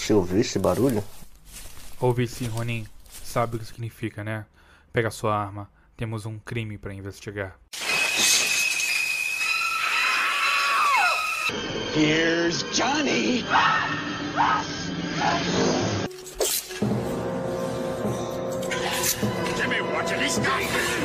Você ouviu esse barulho? Ouvi sim, Ronin. Sabe o que significa, né? Pega sua arma. Temos um crime pra investigar. Here's Johnny! Jimmy, watch it! He's got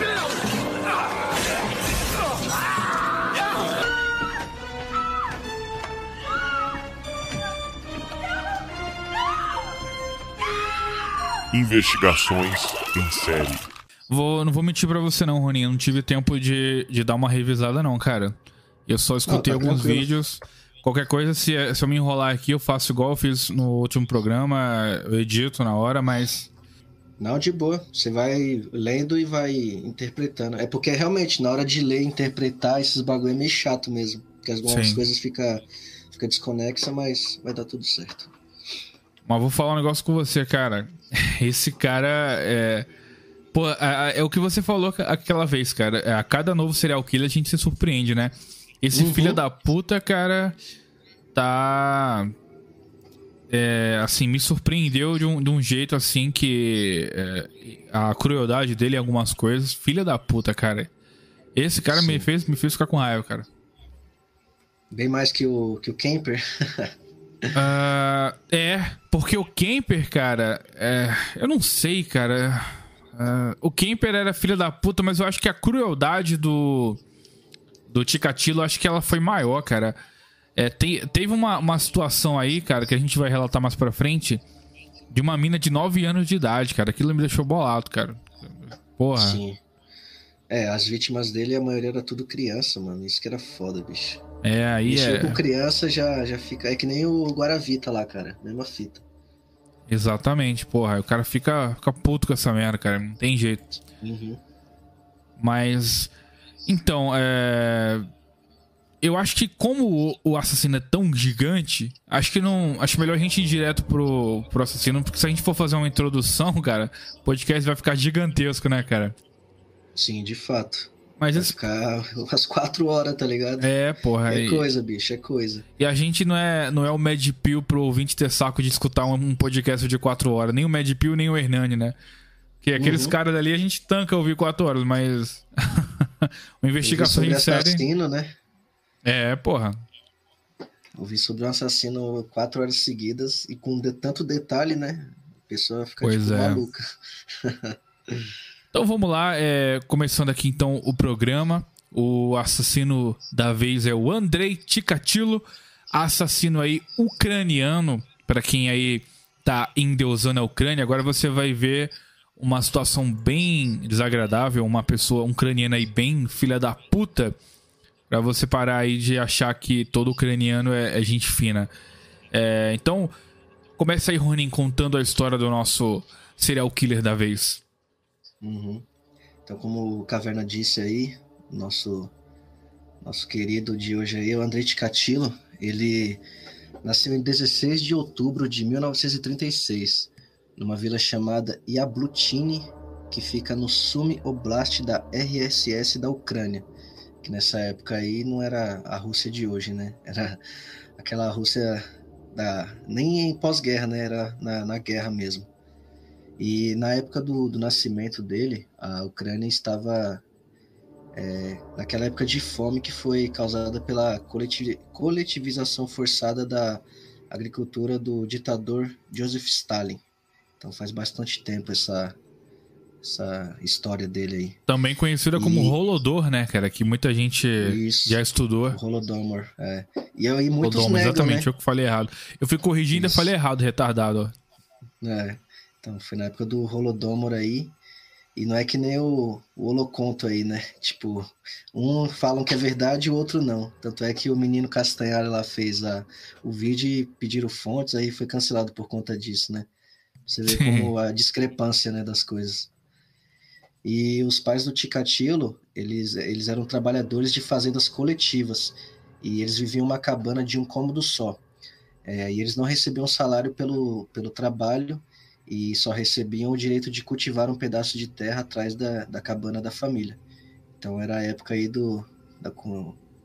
Investigações em série. Não vou mentir pra você não, Ronin. Eu não tive tempo de dar uma revisada não, cara. Eu só escutei Não, tá alguns tranquilo. vídeos. Qualquer coisa, se eu me enrolar aqui, eu faço igual eu fiz no último programa. Eu edito na hora, mas... Não, de boa. Você vai lendo e vai interpretando. É porque realmente, na hora de ler e interpretar, esses bagulho é meio chato mesmo. Porque algumas Sim. coisas fica desconexa, mas vai dar tudo certo. Mas vou falar um negócio com você, cara. Esse cara é... Pô, é o que você falou aquela vez, cara. A cada novo serial killer a gente se surpreende, né? Esse filho da puta, cara, tá... assim, me surpreendeu de um jeito, assim, que... a crueldade dele em algumas coisas. Filha da puta, cara. Esse cara me fez ficar com raiva, cara. Bem mais que o Camper. Porque o Kemper, cara, eu não sei, cara. O Kemper era filho da puta, mas eu acho que a crueldade do Chikatilo, acho que ela foi maior, cara. Teve uma situação aí, cara, que a gente vai relatar mais pra frente, de uma mina de 9 anos de idade, cara. Aquilo me deixou bolado, cara. Porra. Sim. As vítimas dele, a maioria era tudo criança, mano. Isso que era foda, bicho. Aí Mexeu com criança já fica... É que nem o Guaravita lá, cara. Mesma fita. Exatamente, porra. O cara fica puto com essa merda, cara. Não tem jeito. Uhum. Mas... Então, eu acho que como o assassino é tão gigante, acho melhor a gente ir direto pro assassino, porque se a gente for fazer uma introdução, cara, o podcast vai ficar gigantesco, né, cara? Sim, de fato. Mas Vai ficar umas 4 horas, tá ligado? Porra. É coisa, bicho, é coisa. E a gente não é o Mad Pill pro ouvinte ter saco de escutar um podcast de 4 horas. Nem o Mad Pill, nem o Hernani, né? Porque aqueles caras dali a gente tanca ouvir 4 horas, mas... uma investigação em série... assassino, né? Porra. Ouvi sobre um assassino 4 horas seguidas e com tanto detalhe, né? A pessoa fica maluca. Então vamos lá, começando aqui então o programa. O assassino da vez é o Andrei Chikatilo, assassino aí ucraniano, pra quem aí tá endeusando a Ucrânia. Agora você vai ver uma situação bem desagradável, uma pessoa ucraniana aí bem filha da puta, pra você parar aí de achar que todo ucraniano é gente fina. Então, começa aí, Ronin, contando a história do nosso serial killer da vez. Uhum. Então, como o Caverna disse aí, nosso querido de hoje aí, o Andrei Chikatilo, ele nasceu em 16 de outubro de 1936, numa vila chamada Yablutini, que fica no Sumy Oblast da RSS da Ucrânia, que nessa época aí não era a Rússia de hoje, né? Era aquela Rússia nem em pós-guerra, né? Era na guerra mesmo. E na época do nascimento dele, a Ucrânia estava naquela época de fome que foi causada pela coletivização forçada da agricultura do ditador Joseph Stalin. Então faz bastante tempo essa história dele aí. Também conhecida como Holodor, né, cara? Que muita gente já estudou. Holodomor, E aí muitos Holodomor, negam, exatamente, né? eu que falei errado. Eu fui corrigindo e falei errado, retardado, ó. Então foi na época do Holodomor aí. E não é que nem o Holoconto aí, né? Tipo, um falam que é verdade e o outro não. Tanto é que o menino Castanhari lá fez o vídeo e pediram fontes, aí foi cancelado por conta disso, né? Você vê como a discrepância, né, das coisas. E os pais do Chikatilo, eles eram trabalhadores de fazendas coletivas. E eles viviam em uma cabana de um cômodo só. E eles não recebiam salário pelo trabalho e só recebiam o direito de cultivar um pedaço de terra atrás da cabana da família. Então era a época aí do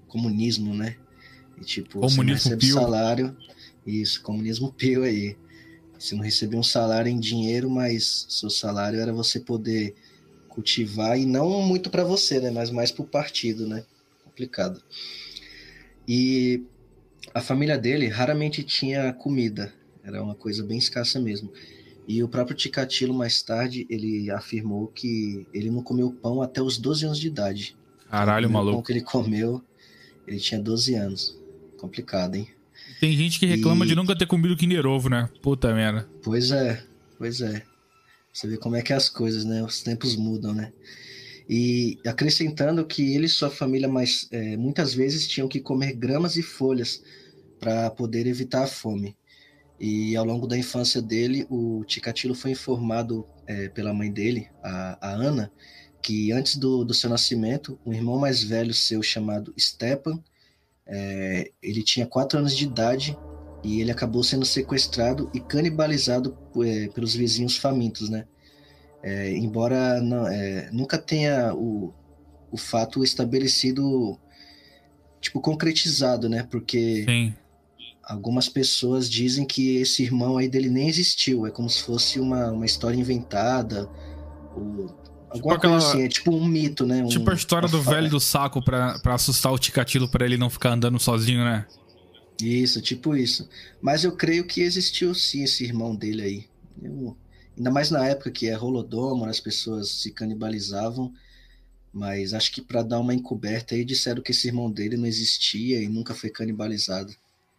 comunismo, né? E tipo, você não Comunismo recebe pio. salário. Isso, comunismo pio aí. Você não recebia um salário em dinheiro, mas seu salário era você poder cultivar, e não muito para você, né? Mas mais para o partido, né? Complicado. E a família dele raramente tinha comida, era uma coisa bem escassa mesmo. E o próprio Chikatilo, mais tarde, ele afirmou que ele não comeu pão até os 12 anos de idade. Caralho, O pão maluco. que ele comeu, ele tinha 12 anos. Complicado, hein? Tem gente que reclama de nunca ter comido Kinder Ovo, né? Puta merda. Pois é. Você vê como é que é as coisas, né? Os tempos mudam, né? E acrescentando que ele e sua família muitas vezes tinham que comer gramas e folhas para poder evitar a fome. E ao longo da infância dele, o Chikatilo foi informado pela mãe dele, a Ana, que antes do seu nascimento, um irmão mais velho seu chamado Stepan, ele tinha 4 anos de idade e ele acabou sendo sequestrado e canibalizado pelos vizinhos famintos, né? Embora nunca tenha o fato estabelecido, tipo, concretizado, né? Porque Sim. algumas pessoas dizem que esse irmão aí dele nem existiu, é como se fosse uma história inventada, ou alguma aquela... coisa assim, é tipo um mito, né? Tipo a história do velho do saco pra assustar o Chikatilo pra ele não ficar andando sozinho, né? Isso, tipo isso. Mas eu creio que existiu sim esse irmão dele aí. Ainda mais na época que é Holodomor, as pessoas se canibalizavam, mas acho que para dar uma encoberta aí disseram que esse irmão dele não existia e nunca foi canibalizado.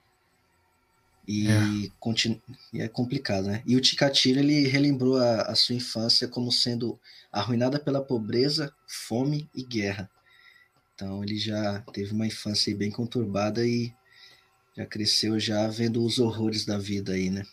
E é complicado, né? E o Chikatilo, ele relembrou a sua infância como sendo arruinada pela pobreza, fome e guerra. Então ele já teve uma infância bem conturbada e já cresceu já vendo os horrores da vida aí, né?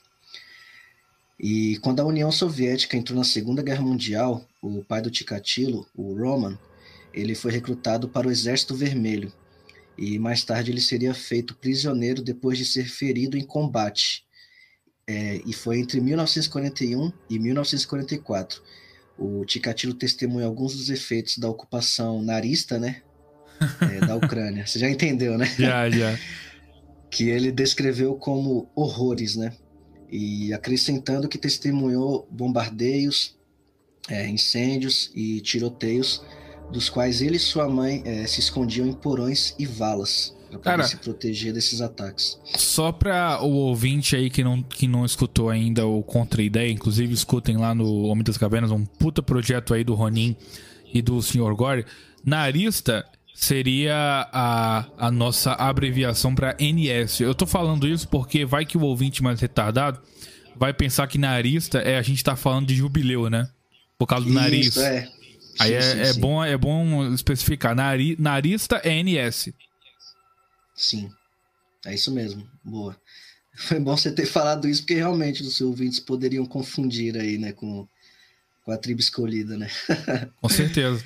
E quando a União Soviética entrou na Segunda Guerra Mundial, o pai do Chikatilo, o Roman, ele foi recrutado para o Exército Vermelho. E mais tarde ele seria feito prisioneiro depois de ser ferido em combate. E foi entre 1941 e 1944. O Chikatilo testemunhou alguns dos efeitos da ocupação narista, né? Da Ucrânia. Você já entendeu, né? Já. Que ele descreveu como horrores, né? E acrescentando que testemunhou bombardeios, incêndios e tiroteios, dos quais ele e sua mãe se escondiam em porões e valas para poder se proteger desses ataques. Só para o ouvinte aí que não escutou ainda o Contra Ideia, inclusive escutem lá no Homem das Cavernas, um puta projeto aí do Ronin e do Sr. Gore. Narista seria a nossa abreviação para NS. Eu tô falando isso porque vai que o ouvinte mais retardado vai pensar que narista a gente tá falando de jubileu, né? Por causa do nariz. Aí sim. Bom especificar. Narista é NS. Sim, é isso mesmo. Boa. Foi bom você ter falado isso, porque realmente os ouvintes poderiam confundir aí, né, com a tribo escolhida, né? Com certeza.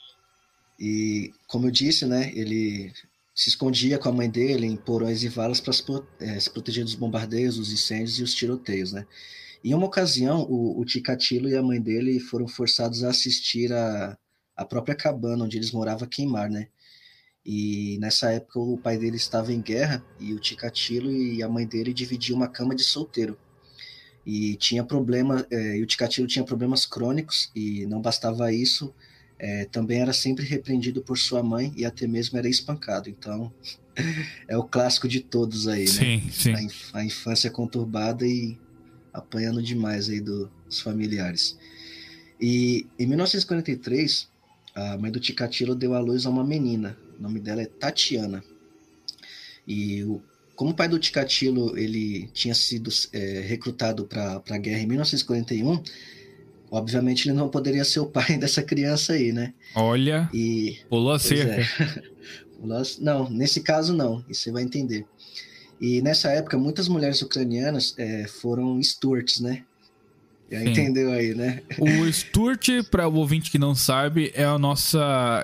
E, como eu disse, né, ele se escondia com a mãe dele em porões e valas para se proteger dos bombardeios, dos incêndios e os tiroteios, né? Em uma ocasião, o Chikatilo e a mãe dele foram forçados a assistir a própria cabana onde eles moravam a queimar, né? E nessa época o pai dele estava em guerra e o Chikatilo e a mãe dele dividiam uma cama de solteiro. E tinha e o Chikatilo tinha problemas crônicos e não bastava isso, também era sempre repreendido por sua mãe e até mesmo era espancado. Então é o clássico de todos aí, sim, né? Sim. A infância conturbada e apanhando demais aí dos familiares. E em 1943, a mãe do Chikatilo deu à luz a uma menina. O nome dela é Tatiana. E como o pai do Chikatilo ele tinha sido recrutado para a guerra em 1941, obviamente ele não poderia ser o pai dessa criança aí, né? Olha, pulou a cerca. Não, nesse caso não, e você vai entender. E nessa época, muitas mulheres ucranianas foram Stuarts, né? Já Sim. entendeu aí, né? O Stuart, para o ouvinte que não sabe, é a nossa...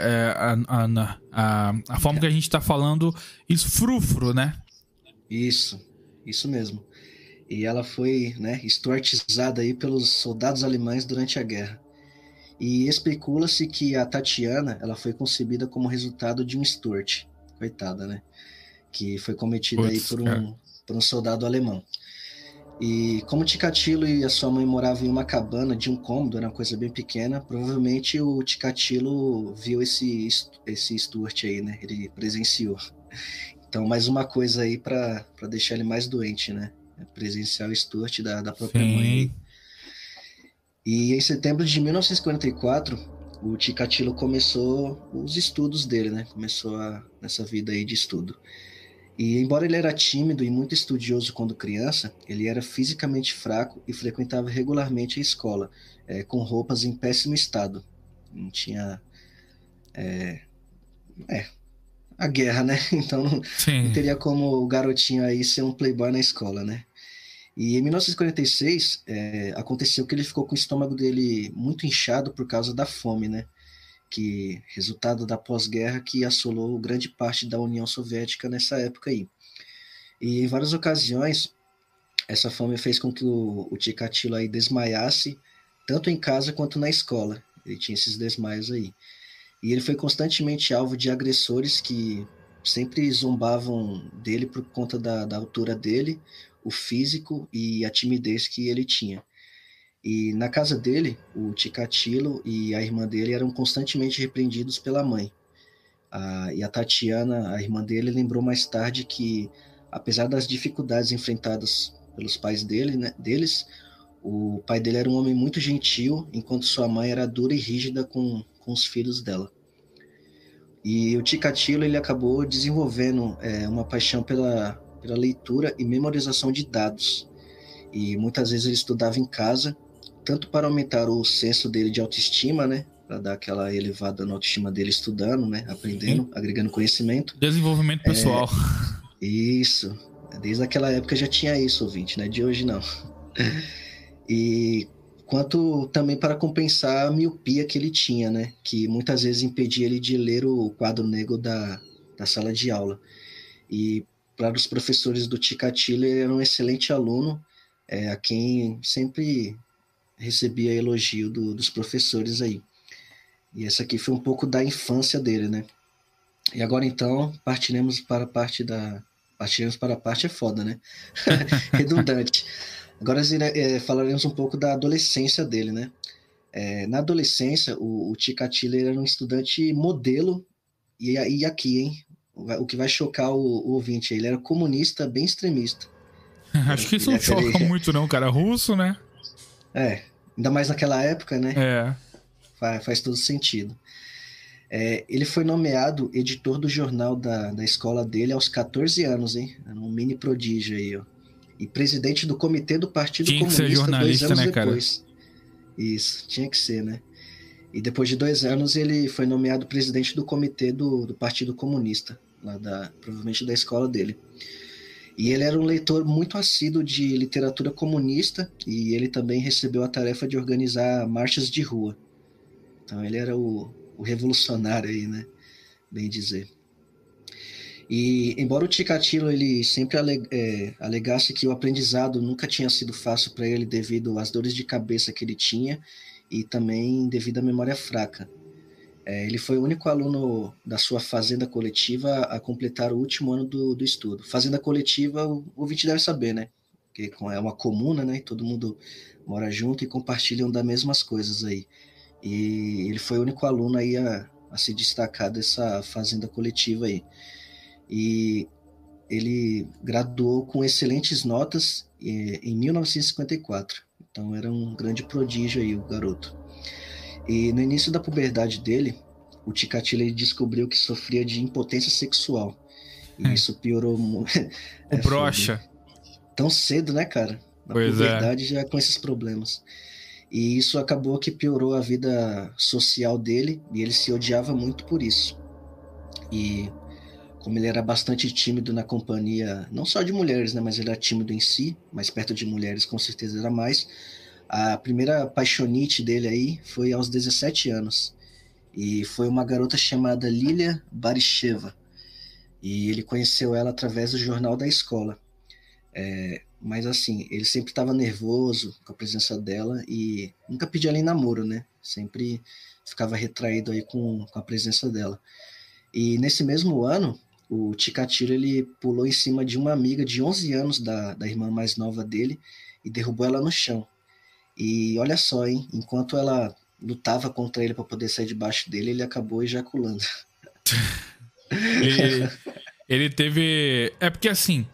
a forma que a gente tá falando esfrufro, né? Isso mesmo. E ela foi, né, stuartizada aí pelos soldados alemães durante a guerra. E especula-se que a Tatiana, ela foi concebida como resultado de um Stuart. Coitada, né? Que foi cometida aí por um soldado alemão. E como o Ticatilo e a sua mãe moravam em uma cabana de um cômodo, era uma coisa bem pequena, provavelmente o Ticatilo viu esse Stuart aí, né? Ele presenciou. Então, mais uma coisa aí para deixar ele mais doente, né? Presenciar o Stuart da própria mãe aí. Sim. E em setembro de 1944, o Ticatilo começou os estudos dele, né? Começou nessa vida aí de estudo. E embora ele era tímido e muito estudioso quando criança, ele era fisicamente fraco e frequentava regularmente a escola, com roupas em péssimo estado. Não tinha a guerra, né? Então não Sim. teria como o garotinho aí ser um playboy na escola, né? E em 1946, aconteceu que ele ficou com o estômago dele muito inchado por causa da fome, né? Que resultado da pós-guerra que assolou grande parte da União Soviética nessa época aí. E em várias ocasiões, essa fome fez com que o Ticatilo aí desmaiasse, tanto em casa quanto na escola. Ele tinha esses desmaios aí. E ele foi constantemente alvo de agressores que sempre zombavam dele por conta da altura dele, o físico e a timidez que ele tinha. E na casa dele, o Ticatilo e a irmã dele eram constantemente repreendidos pela mãe. E a Tatiana, a irmã dele, lembrou mais tarde que, apesar das dificuldades enfrentadas pelos pais deles, o pai dele era um homem muito gentil, enquanto sua mãe era dura e rígida com os filhos dela. E o Ticatilo ele acabou desenvolvendo uma paixão pela leitura e memorização de dados. E muitas vezes ele estudava em casa, tanto para aumentar o senso dele de autoestima, né? Para dar aquela elevada na autoestima dele estudando, né? Aprendendo, agregando conhecimento. Desenvolvimento pessoal. Isso. Desde aquela época já tinha isso, ouvinte, né? De hoje não. E quanto também para compensar a miopia que ele tinha, né? Que muitas vezes impedia ele de ler o quadro negro da sala de aula. E para os professores do Ticatilo, ele era um excelente aluno, a quem sempre recebia elogio dos professores aí. E essa aqui foi um pouco da infância dele, né? E agora então partiremos para a parte é foda, né? Redundante. Agora falaremos um pouco da adolescência dele, né? Na adolescência, o Ticatilo era um estudante modelo, e aqui, hein? O que vai chocar o ouvinte, ele era comunista bem extremista. Acho que isso não choca muito não, cara. Russo, né? Ainda mais naquela época, né? É. Faz todo sentido. Ele foi nomeado editor do jornal da escola dele aos 14 anos, hein? Era um mini prodígio aí, ó. E presidente do comitê do Partido Tinha que ser Comunista 2 jornalista, anos né, depois. Isso, tinha que ser, né? E depois de 2 anos ele foi nomeado presidente do comitê do Partido Comunista, provavelmente da escola dele. E ele era um leitor muito assíduo de literatura comunista e ele também recebeu a tarefa de organizar marchas de rua. Então ele era o revolucionário aí, né? Bem dizer. E embora o Ticatilo ele sempre alegasse que o aprendizado nunca tinha sido fácil para ele devido às dores de cabeça que ele tinha e também devido à memória fraca. Ele foi o único aluno da sua fazenda coletiva a completar o último ano do estudo. Fazenda coletiva, o ouvinte deve saber, né? Que é uma comuna, né? E todo mundo mora junto e compartilham das mesmas coisas aí. E ele foi o único aluno aí a se destacar dessa fazenda coletiva aí. E ele graduou com excelentes notas em 1954. Então era um grande prodígio aí o garoto. E no início da puberdade dele, o Ticatilo descobriu que sofria de impotência sexual. E isso piorou muito. O brocha. Tão cedo, né, cara? Na puberdade já com esses problemas. E isso acabou que piorou a vida social dele e ele se odiava muito por isso. E como ele era bastante tímido na companhia, não só de mulheres, né, mas ele era tímido em si, mas perto de mulheres com certeza era mais. A primeira paixonite dele aí foi aos 17 anos. E foi uma garota chamada Lilia Barisheva. E ele conheceu ela através do jornal da escola. Mas assim, ele sempre estava nervoso com a presença dela e nunca pedia ela em namoro, né? Sempre ficava retraído aí com a presença dela. E nesse mesmo ano, o Chikatilo ele pulou em cima de uma amiga de 11 anos da irmã mais nova dele e derrubou ela no chão. E olha só, hein? Enquanto ela lutava contra ele para poder sair debaixo dele, ele acabou ejaculando. Ele teve... É porque assim...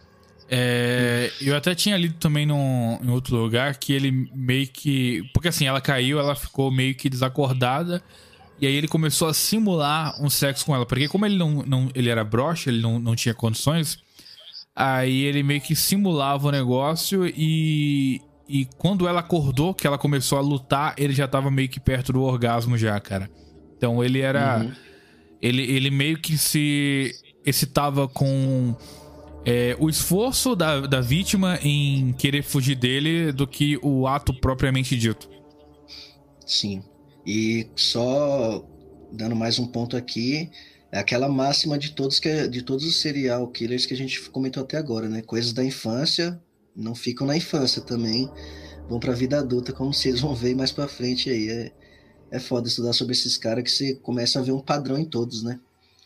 eu até tinha lido também em outro lugar que ele meio que... Porque assim, ela caiu, ela ficou meio que desacordada. E aí ele começou a simular um sexo com ela. Porque como ele ele era broxa, ele não tinha condições. Aí ele meio que simulava o negócio e quando ela acordou, que ela começou a lutar, ele já tava meio que perto do orgasmo já, cara. Então ele era... Ele meio que se excitava com o esforço da vítima em querer fugir dele do que o ato propriamente dito. Sim. E só dando mais um ponto aqui, é aquela máxima de todos os serial killers que a gente comentou até agora, né? Coisas da infância não ficam na infância também, vão pra vida adulta, como vocês vão ver mais pra frente aí. É foda estudar sobre esses caras que você começa a ver um padrão em todos, né?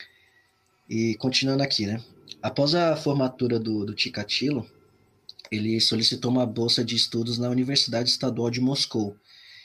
E continuando aqui, né? Após a formatura do Chikatilo, ele solicitou uma bolsa de estudos na Universidade Estadual de Moscou.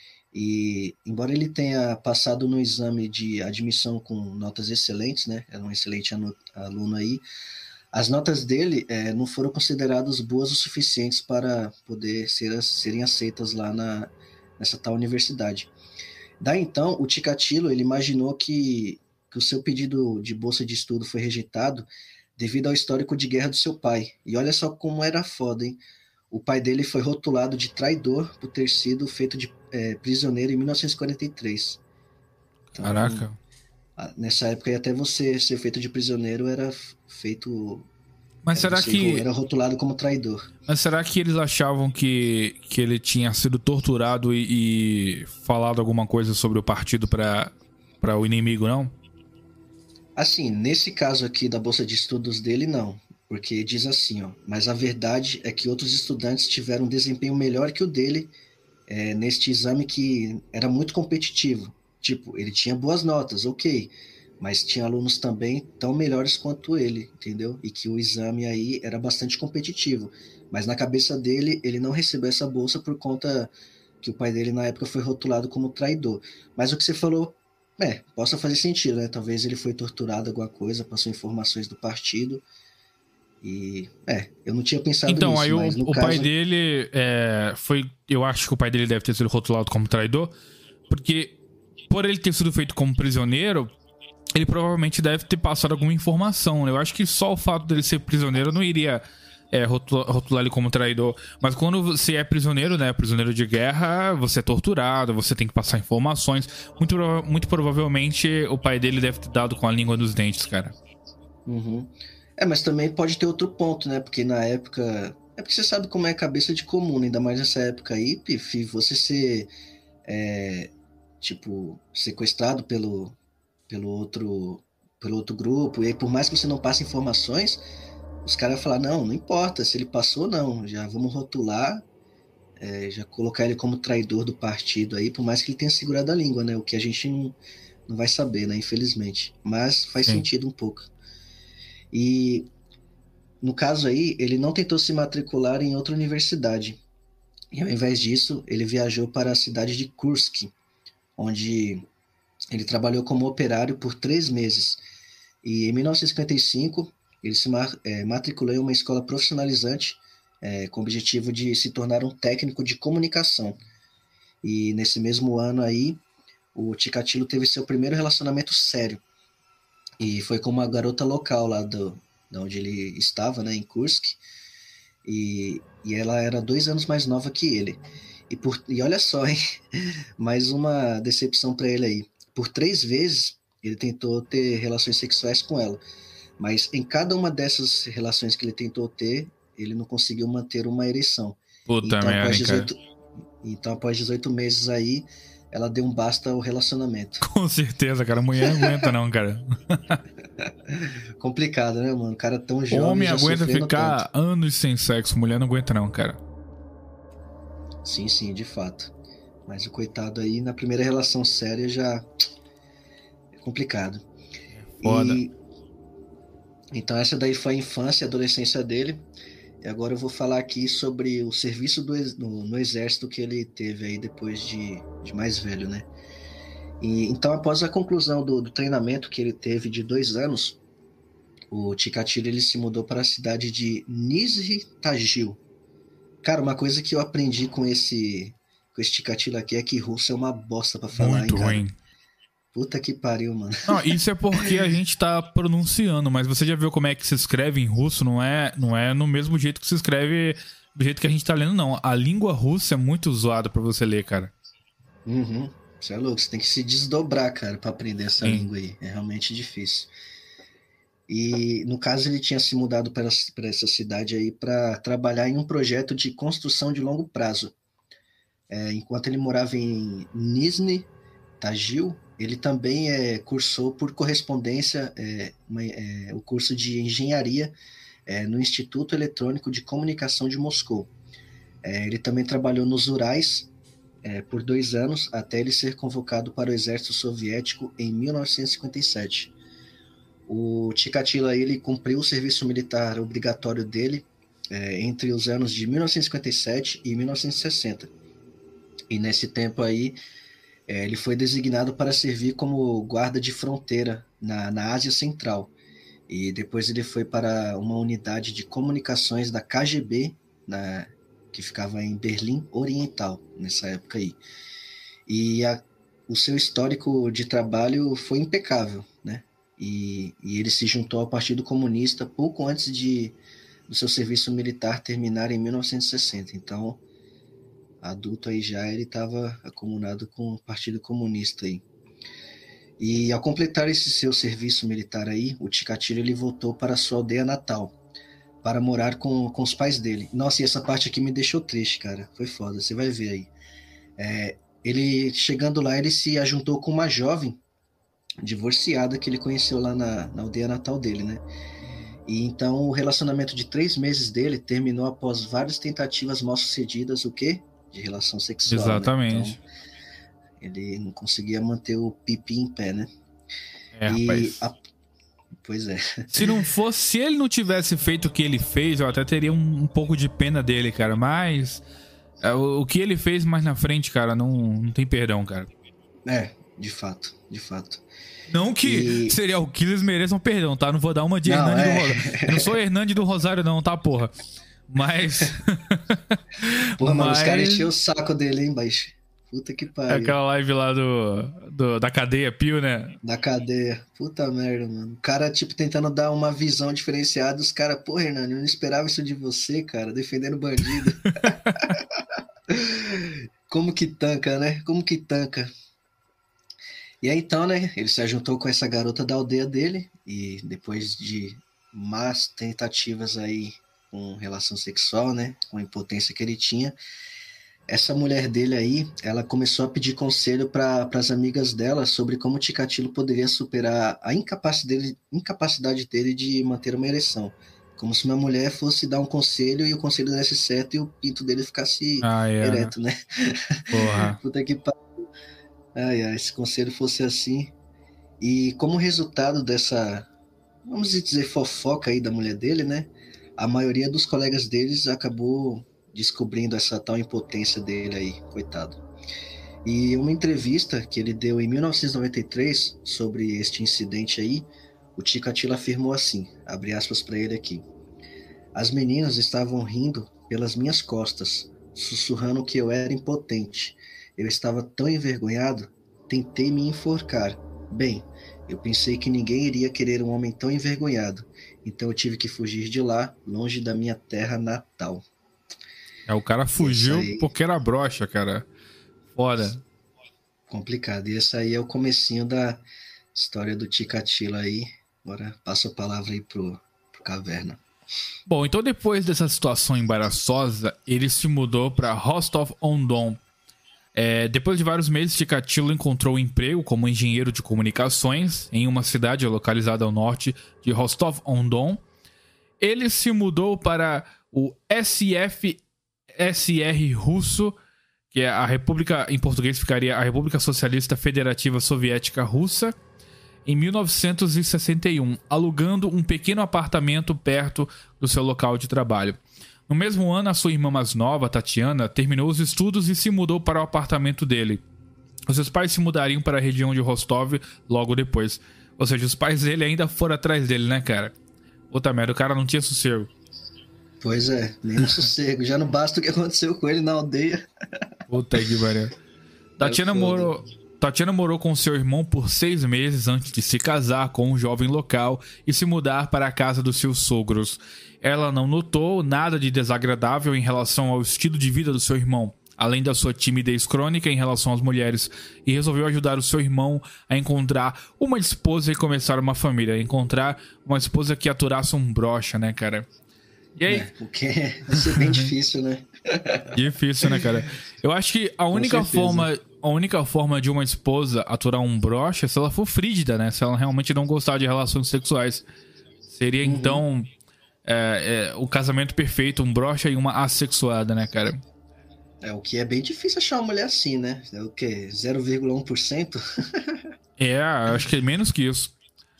E, embora ele tenha passado no exame de admissão com notas excelentes, né? Era um excelente aluno aí, as notas dele não foram consideradas boas o suficientes para poder serem aceitas lá nessa tal universidade. Daí então, o Chikatilo ele imaginou que o seu pedido de bolsa de estudo foi rejeitado devido ao histórico de guerra do seu pai. E olha só como era foda, hein? O pai dele foi rotulado de traidor por ter sido feito de prisioneiro em 1943. Então, Caraca. nessa época, até você ser feito de prisioneiro era feito... Mas será que... Era rotulado como traidor. Mas será que eles achavam que ele tinha sido torturado e falado alguma coisa sobre o partido para o inimigo, não? Assim, nesse caso aqui da bolsa de estudos dele, não. Porque diz assim, ó, mas a verdade é que outros estudantes tiveram um desempenho melhor que o dele neste exame que era muito competitivo. Tipo, ele tinha boas notas, ok, mas tinha alunos também tão melhores quanto ele, entendeu? E que o exame aí era bastante competitivo. Mas na cabeça dele, ele não recebeu essa bolsa por conta que o pai dele na época foi rotulado como traidor. Mas o que você falou, possa fazer sentido, né? Talvez ele foi torturado, alguma coisa, passou informações do partido. E, eu não tinha pensado então, nisso. Então, aí mas no o caso... pai dele foi... Eu acho que o pai dele deve ter sido rotulado como traidor, porque por ele ter sido feito como prisioneiro, ele provavelmente deve ter passado alguma informação. Eu acho que só o fato dele ser prisioneiro não iria rotular ele como traidor. Mas quando você é prisioneiro, né, prisioneiro de guerra, você é torturado, você tem que passar informações. Muito provavelmente o pai dele deve ter dado com a língua nos dentes, cara. Uhum. Mas também pode ter outro ponto, né? Porque na época... É porque você sabe como é a cabeça de comum, né? Ainda mais nessa época aí, Pifi, você ser, sequestrado pelo outro grupo, e aí por mais que você não passe informações, os caras vão falar, não importa se ele passou ou não, já vamos rotular, já colocar ele como traidor do partido aí, por mais que ele tenha segurado a língua, né? O que a gente não vai saber, né? Infelizmente. Mas faz sentido um pouco. E no caso aí, ele não tentou se matricular em outra universidade. E ao invés disso, ele viajou para a cidade de Kursk, onde ele trabalhou como operário por 3 meses. E em 1955, ele se matriculou em uma escola profissionalizante com o objetivo de se tornar um técnico de comunicação. E nesse mesmo ano aí, o Chikatilo teve seu primeiro relacionamento sério. E foi com uma garota local lá de onde ele estava, né, em Kursk. E ela era 2 anos mais nova que ele. E olha só, hein? Mais uma decepção para ele aí. Por 3 vezes, ele tentou ter relações sexuais com ela. Mas em cada uma dessas relações que ele tentou ter, ele não conseguiu manter uma ereção. Puta merda, Então, após 18 meses aí, ela deu um basta ao relacionamento. Com certeza, cara. Mulher não aguenta não, cara. Complicado, né, mano? O cara tão jovem. Homem já aguenta ficar tanto. anos sem sexo. Mulher não aguenta não, cara. Sim, de fato. Mas o coitado aí, na primeira relação séria, já é complicado. Foda. Então essa daí foi a infância e adolescência dele. E agora eu vou falar aqui sobre o serviço no exército que ele teve aí depois de mais velho, né? E, então, após a conclusão do treinamento que ele teve de 2 anos, o Chikatilo ele se mudou para a cidade de Nizhny Tagil. Cara, uma coisa que eu aprendi com esse Chikatilo aqui é que russo é uma bosta pra falar, Muito hein, cara? ruim. Puta que pariu, mano. Não, isso é porque a gente tá pronunciando, mas você já viu como é que se escreve em russo? Não é no mesmo jeito que se escreve do jeito que a gente tá lendo, não. A língua russa é muito zoada pra você ler, cara. Uhum. Você é louco, você tem que se desdobrar, cara, pra aprender essa língua aí. É realmente difícil. E, no caso, ele tinha se mudado para essa cidade aí para trabalhar em um projeto de construção de longo prazo. Enquanto ele morava em Nizhny Tagil, ele também cursou por correspondência o curso de engenharia no Instituto Eletrônico de Comunicação de Moscou. Ele também trabalhou nos Urais por 2 anos, até ele ser convocado para o exército soviético em 1957. O Chikatilo aí, ele cumpriu o serviço militar obrigatório dele entre os anos de 1957 e 1960. E nesse tempo aí, ele foi designado para servir como guarda de fronteira na Ásia Central. E depois ele foi para uma unidade de comunicações da KGB, que ficava em Berlim Oriental, nessa época aí. E o seu histórico de trabalho foi impecável, né? E ele se juntou ao Partido Comunista pouco antes do seu serviço militar terminar em 1960. Então, adulto aí já, ele estava acomodado com o Partido Comunista aí. E ao completar esse seu serviço militar aí, o Chikatilo ele voltou para sua aldeia natal, para morar com os pais dele. Nossa, e essa parte aqui me deixou triste, cara. Foi foda, você vai ver aí. Ele, chegando lá, ele se ajuntou com uma jovem divorciada que ele conheceu lá na aldeia natal dele, né? E então o relacionamento de 3 meses dele terminou após várias tentativas mal sucedidas, o quê? De relação sexual. Exatamente. Né? Então, ele não conseguia manter o pipi em pé, né? Pois é. Se ele não tivesse feito o que ele fez, eu até teria um pouco de pena dele, cara. Mas o que ele fez mais na frente, cara, não tem perdão, cara. De fato. Não que serial killers mereçam perdão, tá? Não vou dar uma de Hernani do Rosário. Eu não sou Hernani do Rosário, não, tá, porra? Mas. Porra, mano, os caras encheram o saco dele, hein, baixo? Puta que pariu. Aquela live lá da cadeia Pio, né? Da cadeia. Puta merda, mano. O cara, tipo, tentando dar uma visão diferenciada. Os caras, porra, Hernani, eu não esperava isso de você, cara. Defendendo bandido. Como que tanca, né? Como que tanca? E aí, então, né, ele se juntou com essa garota da aldeia dele e depois de más tentativas aí com relação sexual, né, com a impotência que ele tinha, essa mulher dele aí, ela começou a pedir conselho para as amigas dela sobre como o Chikatilo poderia superar a incapacidade dele de manter uma ereção. Como se uma mulher fosse dar um conselho e o conselho desse certo e o pinto dele ficasse ereto, né? Porra. Puta que pariu. Esse conselho fosse assim. E como resultado dessa, vamos dizer, fofoca aí da mulher dele, né? A maioria dos colegas deles acabou descobrindo essa tal impotência dele aí, coitado. E uma entrevista que ele deu em 1993 sobre este incidente aí, o Chikatilo afirmou assim, abre aspas para ele aqui: as meninas estavam rindo pelas minhas costas, sussurrando que eu era impotente. Eu estava tão envergonhado, tentei me enforcar. Bem, eu pensei que ninguém iria querer um homem tão envergonhado, então eu tive que fugir de lá, longe da minha terra natal. O cara fugiu porque era broxa, cara. Foda. Complicado. E esse aí é o comecinho da história do Chikatilo aí. Agora passo a palavra aí pro Caverna. Bom, então depois dessa situação embaraçosa, ele se mudou para Rostov-on-Don. Depois de vários meses, Chikatilo encontrou um emprego como engenheiro de comunicações em uma cidade localizada ao norte de Rostov-on-Don. Ele se mudou para o SFSR russo, que é a República, em português ficaria a República Socialista Federativa Soviética Russa. em 1961, alugando um pequeno apartamento perto do seu local de trabalho. No mesmo ano, a sua irmã mais nova, Tatiana, terminou os estudos e se mudou para o apartamento dele. Os seus pais se mudariam para a região de Rostov logo depois. Ou seja, os pais dele ainda foram atrás dele, né, cara? Puta merda, o cara não tinha sossego. Pois é, nem um sossego. Já não basta o que aconteceu com ele na aldeia. Puta que pariu. Tatiana morou com seu irmão por 6 meses antes de se casar com um jovem local e se mudar para a casa dos seus sogros. Ela não notou nada de desagradável em relação ao estilo de vida do seu irmão, além da sua timidez crônica em relação às mulheres, e resolveu ajudar o seu irmão a encontrar uma esposa e começar uma família. Encontrar uma esposa que aturasse um brocha, né, cara? E aí? Porque vai ser bem difícil, né? Difícil, né, cara? Eu acho que a única forma de uma esposa aturar um brocha é se ela for frígida, né? Se ela realmente não gostar de relações sexuais. Seria, então, o casamento perfeito, um brocha e uma assexuada, né, cara? O que é bem difícil achar uma mulher assim, né? É o quê? 0,1%? Acho que é menos que isso.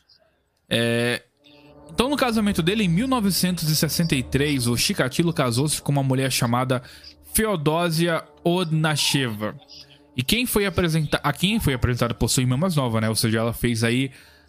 Então, no casamento dele, em 1963, o Chikatilo casou-se com uma mulher chamada Feodosia Odnacheva. E quem foi apresentado por sua irmã mais nova, né? Ou seja, ela fez aí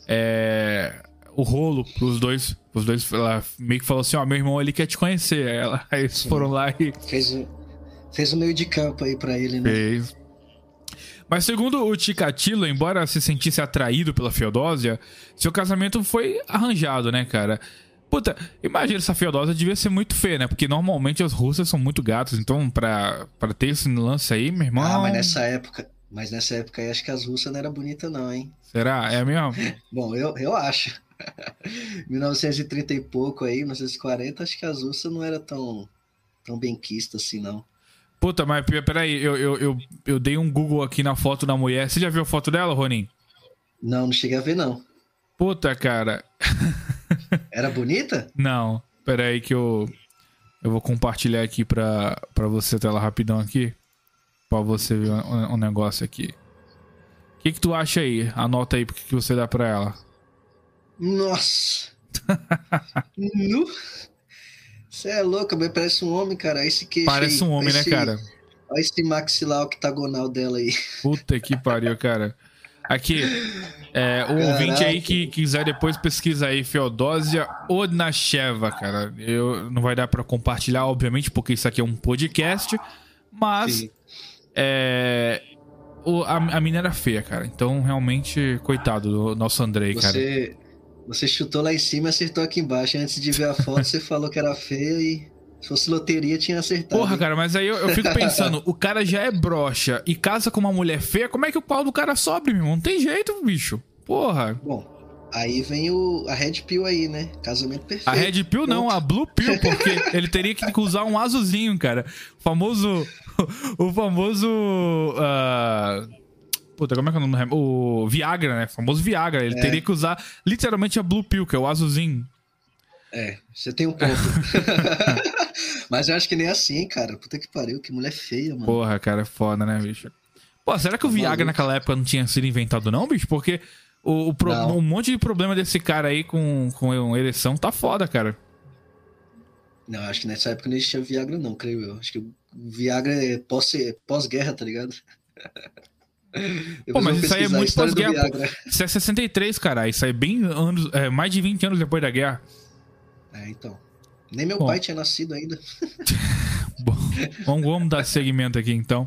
o rolo pros dois. Os dois, ela meio que falou assim, meu irmão, ele quer te conhecer. Aí eles foram lá e... Fez o meio de campo aí pra ele, né? Fez. Mas segundo o Chikatilo, embora se sentisse atraído pela Feodósia, seu casamento foi arranjado, né, cara? Puta, imagina, essa Feodósia devia ser muito feia, né? Porque normalmente as russas são muito gatas, então pra ter esse lance aí, meu irmão... mas nessa época aí acho que as russas não eram bonitas não, hein? Será? É mesmo? Bom, eu acho. 1930 e pouco aí, 1940, acho que as russas não eram tão benquistas assim, não. Puta, mas peraí, eu dei um Google aqui na foto da mulher. Você já viu a foto dela, Ronin? Não cheguei a ver, não. Puta, cara. Era bonita? Não, peraí que eu vou compartilhar aqui pra você a tela rapidão aqui. Pra você ver um negócio aqui. O que tu acha aí? Anota aí porque que você dá pra ela. Nossa! Você é louco, mas parece um homem, cara. Esse queixo parece aí, um homem, né, cara? Olha esse maxilar octagonal dela aí. Puta que pariu, cara. Aqui, o ouvinte aí que quiser depois pesquisa aí, Feodosia Odnacheva, cara. Não vai dar pra compartilhar, obviamente, porque isso aqui é um podcast, mas a mina era feia, cara. Então, realmente, coitado do nosso Andrei, cara. Você chutou lá em cima e acertou aqui embaixo. Antes de ver a foto, você falou que era feia e se fosse loteria, tinha acertado. Porra, cara, mas aí eu fico pensando, o cara já é broxa e casa com uma mulher feia, como é que o pau do cara sobe, meu irmão? Não tem jeito, bicho. Porra. Bom, aí vem a Red Pill aí, né? Casamento perfeito. A Red Pill não, a Blue Pill, porque ele teria que usar um azulzinho, cara. O famoso... Puta, como é que é o nome? O Viagra, né? O famoso Viagra. Ele teria que usar literalmente a Blue Pill, que é o azulzinho. Você tem um ponto. Mas eu acho que nem assim, cara. Puta que pariu, que mulher feia, mano. Porra, cara, é foda, né, bicho? Pô, será que o Viagra naquela época não tinha sido inventado não, bicho? Porque um monte de problema desse cara aí com ereção tá foda, cara. Não, acho que nessa época não existia Viagra não, creio eu. Acho que o Viagra é pós-guerra, tá ligado? Pô, mas isso aí é muito pós-guerra, pô. Isso é 63, cara. Isso aí é bem mais de 20 anos depois da guerra. Então. Nem meu pai tinha nascido ainda. Bom, vamos dar segmento aqui, então.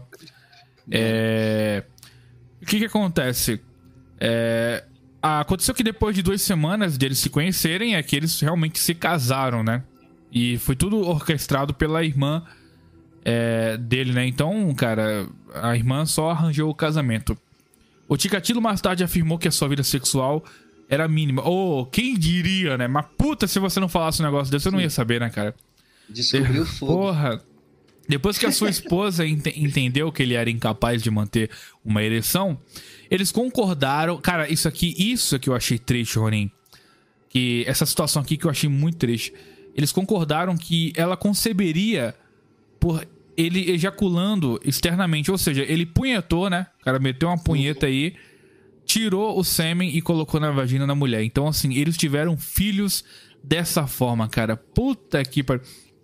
O que acontece? Aconteceu que depois de 2 semanas de eles se conhecerem, é que eles realmente se casaram, né? E foi tudo orquestrado pela irmã dele, né? Então, cara, a irmã só arranjou o casamento. O Chikatilo mais tarde afirmou que a sua vida sexual era mínima. Quem diria, né? Mas puta, se você não falasse um negócio desse, eu não ia saber, né, cara? Descobriu o fogo. Porra. Depois que a sua esposa entendeu que ele era incapaz de manter uma ereção, eles concordaram... Cara, isso aqui eu achei triste, Ronin. Essa situação aqui que eu achei muito triste. Eles concordaram que ela conceberia por ele ejaculando externamente. Ou seja, ele punhetou, né? O cara meteu uma punheta aí tirou o sêmen e colocou na vagina da mulher. Então, assim, eles tiveram filhos dessa forma, cara. Puta que pariu.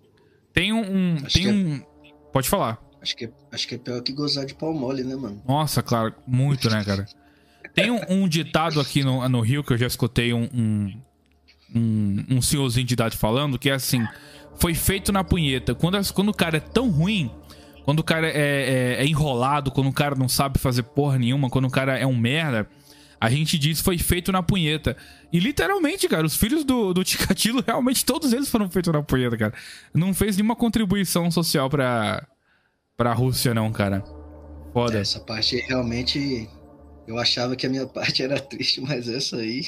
Pode falar. Acho que é pior que gozar de pau mole, né, mano? Nossa, claro, muito, né, cara? Tem um ditado aqui no Rio que eu já escutei um senhorzinho de idade falando, que é assim: foi feito na punheta. Quando o cara é tão ruim, quando o cara é enrolado, quando o cara não sabe fazer porra nenhuma, quando o cara é um merda, a gente diz foi feito na punheta. E literalmente, cara, os filhos do Chikatilo, realmente todos eles foram feitos na punheta, cara. Não fez nenhuma contribuição social pra Rússia, não, cara. Foda. Essa parte aí, realmente, eu achava que a minha parte era triste, mas essa aí...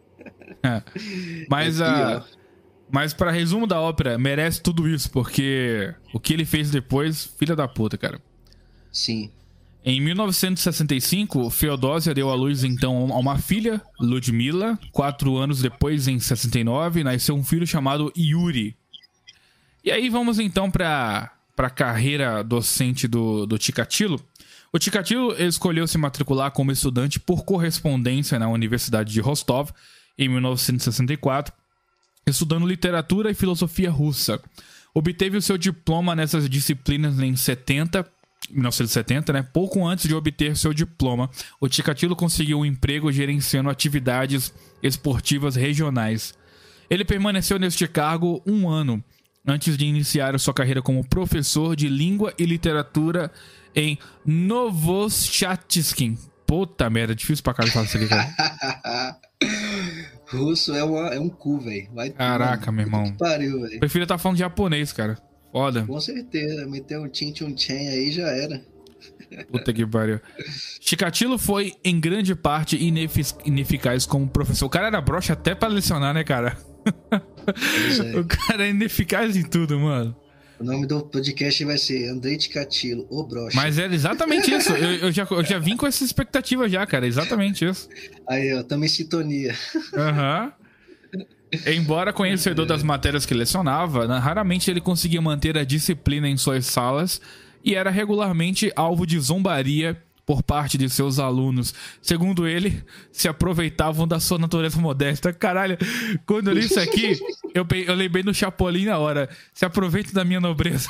Mas pra resumo da ópera, merece tudo isso, porque o que ele fez depois, filha da puta, cara. Sim. Em 1965, Feodósia deu à luz, então, a uma filha, Ludmila. 4 anos depois, em 69, nasceu um filho chamado Yuri. E aí vamos, então, pra carreira docente do Chikatilo. O Chikatilo escolheu se matricular como estudante por correspondência na Universidade de Rostov, em 1964, estudando literatura e filosofia russa. Obteve o seu diploma nessas disciplinas em 1970, né? Pouco antes de obter seu diploma, o Chikatilo conseguiu um emprego gerenciando atividades esportivas regionais. Ele permaneceu neste cargo 1 ano, antes de iniciar sua carreira como professor de língua e literatura em Novochatsky. Puta merda, difícil pra caralho falar isso aqui, cara. Russo é um cu, velho. Caraca, meu irmão. Que pariu, velho. Prefiro estar falando japonês, cara. Foda. Com certeza. Meter um tchim-tchum-tchen aí já era. Puta que pariu. Chikatilo foi, em grande parte, ineficaz como professor. O cara era broxa até pra lecionar, né, cara? É. O cara é ineficaz em tudo, mano. O nome do podcast vai ser Andrei Chikatilo, o broxa. Mas era exatamente isso. Eu já vim com essa expectativa já, cara. Exatamente isso. Aí, ó, tamo em sintonia. Aham. Embora conhecedor das matérias que lecionava, raramente ele conseguia manter a disciplina em suas salas e era regularmente alvo de zombaria por parte de seus alunos. Segundo ele, se aproveitavam da sua natureza modesta. Caralho, quando eu li isso aqui, eu lembrei do Chapolin na hora. Se aproveita da minha nobreza.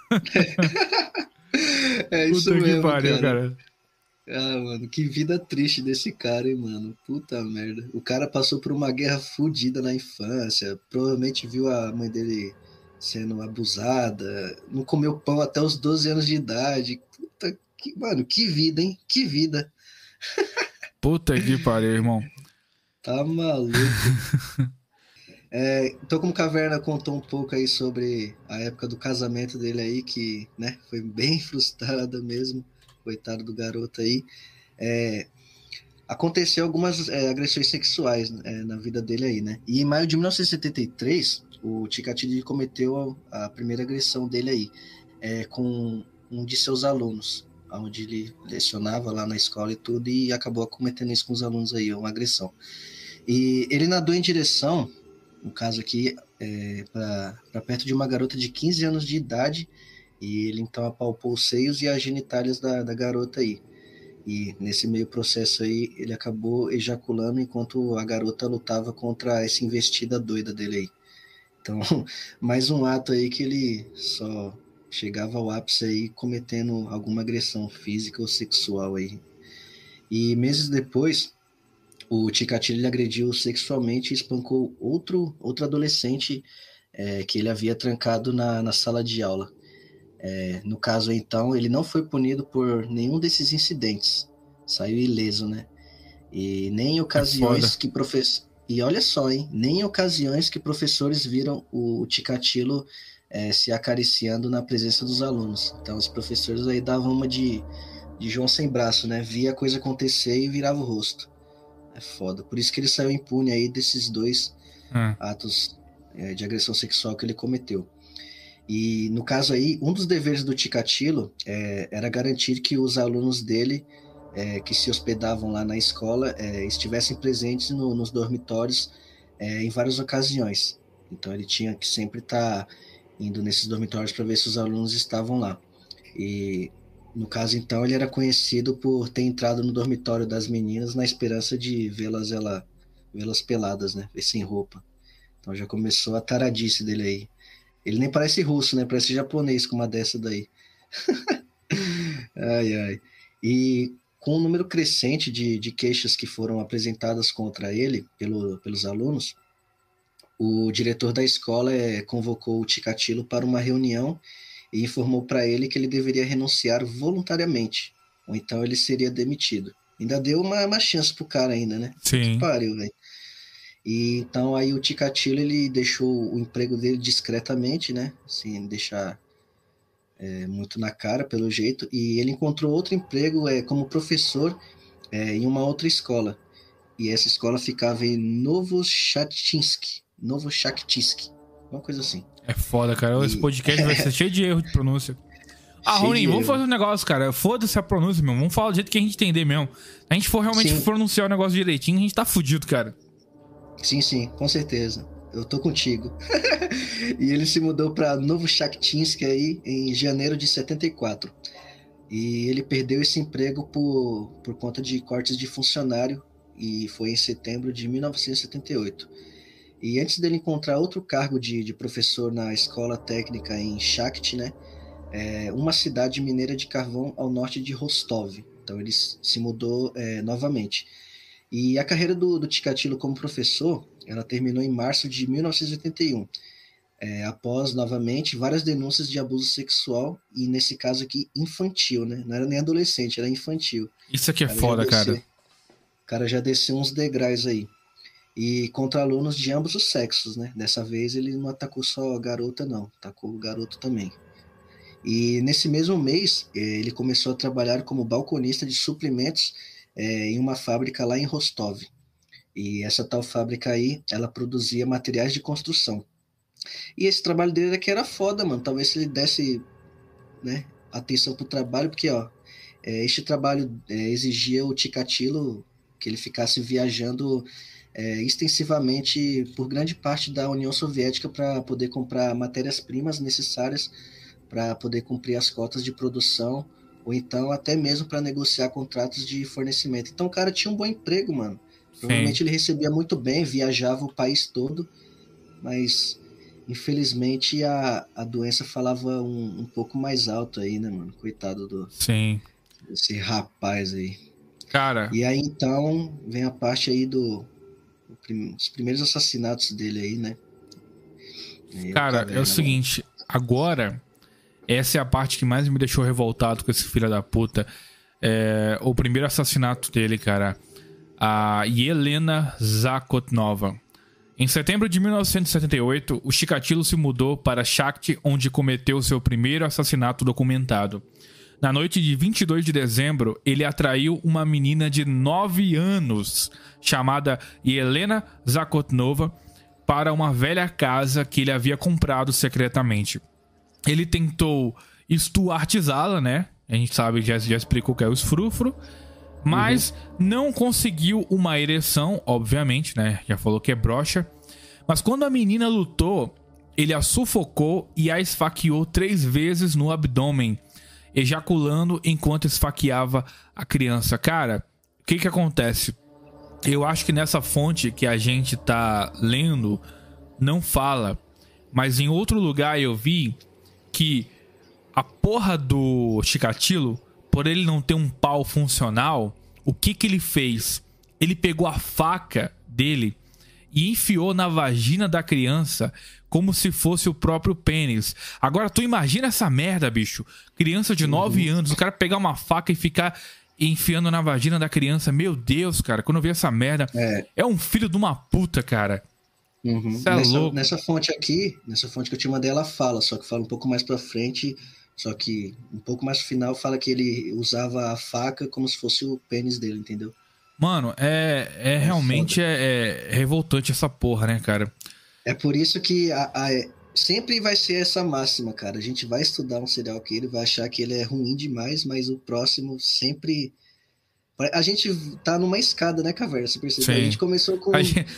É isso Puta mesmo, que pariu, cara. Ah, mano, que vida triste desse cara, hein, mano. Puta merda. O cara passou por uma guerra fodida na infância. Provavelmente viu a mãe dele sendo abusada. Não comeu pão até os 12 anos de idade. Puta que... Mano, que vida, hein? Que vida. Puta que pariu, irmão. Tá maluco. Então, como Caverna contou um pouco aí sobre a época do casamento dele aí, que, né, foi bem frustrada mesmo. Coitado do garoto aí. Aconteceu algumas agressões sexuais na vida dele aí, né? E em maio de 1973, o Chikatilo cometeu a primeira agressão dele aí, com um de seus alunos, onde ele lecionava lá na escola e tudo, e acabou cometendo isso com os alunos aí, uma agressão. E ele nadou em direção, no caso aqui, para perto de uma garota de 15 anos de idade, e ele então apalpou os seios e as genitálias da garota aí. E nesse meio processo aí, ele acabou ejaculando enquanto a garota lutava contra essa investida doida dele aí. Então, mais um ato aí que ele só chegava ao ápice aí cometendo alguma agressão física ou sexual aí. E meses depois, o Chikatilo agrediu sexualmente e espancou outro adolescente que ele havia trancado na sala de aula. No caso, então, ele não foi punido por nenhum desses incidentes. Saiu ileso, né? E nem em ocasiões que E olha só, hein? Nem em ocasiões que professores viram o Chikatilo se acariciando na presença dos alunos. Então, os professores aí davam uma de João sem braço, né? Via a coisa acontecer e virava o rosto. É foda. Por isso que ele saiu impune aí desses 2 atos de agressão sexual que ele cometeu. E, no caso aí, um dos deveres do Chikatilo era garantir que os alunos dele, que se hospedavam lá na escola, estivessem presentes nos dormitórios em várias ocasiões. Então, ele tinha que sempre estar indo nesses dormitórios para ver se os alunos estavam lá. E No caso, então, ele era conhecido por ter entrado no dormitório das meninas na esperança de vê-las peladas, né? Sem roupa. Então já começou a taradice dele aí. Ele nem parece russo, né? Parece japonês com uma dessa daí. Ai, ai. E com um número crescente de queixas que foram apresentadas contra ele pelos alunos, o diretor da escola convocou o Chikatilo para uma reunião e informou para ele que ele deveria renunciar voluntariamente, ou então ele seria demitido. Ainda deu uma chance pro cara ainda, né? Sim. Que pariu, velho. E então aí o Chikatilo, ele deixou o emprego dele discretamente, né? Sem deixar muito na cara, pelo jeito, e ele encontrou outro emprego como professor em uma outra escola. E essa escola ficava em Novochakisk, uma coisa assim. É foda, cara. Esse podcast vai ser cheio de erro de pronúncia. Rony, vamos fazer um negócio, cara. Foda-se a pronúncia, meu. Vamos falar do jeito que a gente entender mesmo. Se a gente for realmente pronunciar o negócio direitinho, a gente tá fudido, cara. Sim, com certeza. Eu tô contigo. E ele se mudou para Novochakisk aí em janeiro de 74. E ele perdeu esse emprego por conta de cortes de funcionário, e foi em setembro de 1978. E antes dele encontrar outro cargo de professor na escola técnica em Shakht, né, uma cidade mineira de carvão ao norte de Rostov. Então ele se mudou novamente. E a carreira do Chikatilo como professor, ela terminou em março de 1981, após, novamente, várias denúncias de abuso sexual, e nesse caso aqui, infantil, né? Não era nem adolescente, era infantil. Isso aqui é foda, cara. O cara já desceu uns degraus aí. E contra alunos de ambos os sexos, né? Dessa vez ele não atacou só a garota, não. Atacou o garoto também. E nesse mesmo mês, ele começou a trabalhar como balconista de suprimentos em uma fábrica lá em Rostov. E essa tal fábrica aí, ela produzia materiais de construção. E esse trabalho dele aqui era foda, mano. Talvez se ele desse, né, atenção pro trabalho, porque, ó, este trabalho exigia o Chikatilo que ele ficasse viajando extensivamente por grande parte da União Soviética para poder comprar matérias-primas necessárias para poder cumprir as cotas de produção, ou então até mesmo para negociar contratos de fornecimento. Então o cara tinha um bom emprego, mano. Provavelmente ele recebia muito bem, viajava o país todo, mas infelizmente a doença falava um pouco mais alto aí, né, mano? Coitado desse rapaz aí. Cara... E aí então vem a parte aí os primeiros assassinatos dele aí, né? Aí, cara, é o seguinte, agora, essa é a parte que mais me deixou revoltado com esse filho da puta. O primeiro assassinato dele, cara. A Yelena Zakotnova. Em setembro de 1978, o Chikatilo se mudou para Shakht, onde cometeu seu primeiro assassinato documentado. Na noite de 22 de dezembro, ele atraiu uma menina de 9 anos, chamada Yelena Zakotnova, para uma velha casa que ele havia comprado secretamente. Ele tentou estuartizá-la, né? A gente sabe, já explicou que é o esfrufro. Mas não conseguiu uma ereção, obviamente, né? Já falou que é broxa. Mas quando a menina lutou, ele a sufocou e a esfaqueou 3 vezes no abdômen, ejaculando enquanto esfaqueava a criança. Cara, o que acontece? Eu acho que nessa fonte que a gente tá lendo, não fala. Mas em outro lugar eu vi que a porra do Chikatilo, por ele não ter um pau funcional, o que ele fez? Ele pegou a faca dele e enfiou na vagina da criança como se fosse o próprio pênis. Agora, tu imagina essa merda, bicho. Criança de 9 anos, o cara pegar uma faca e ficar enfiando na vagina da criança. Meu Deus, cara, quando eu vi essa merda... É um filho de uma puta, cara. Isso é louco. Nessa fonte aqui, nessa fonte que eu te mandei, ela fala, só que fala um pouco mais pra frente... Só que um pouco mais no final fala que ele usava a faca como se fosse o pênis dele, entendeu? Mano, realmente revoltante essa porra, né, cara? É por isso que sempre vai ser essa máxima, cara. A gente vai estudar um serial killer, vai achar que ele é ruim demais, mas o próximo sempre... A gente tá numa escada, né, Caverna? Você percebeu? A gente começou com...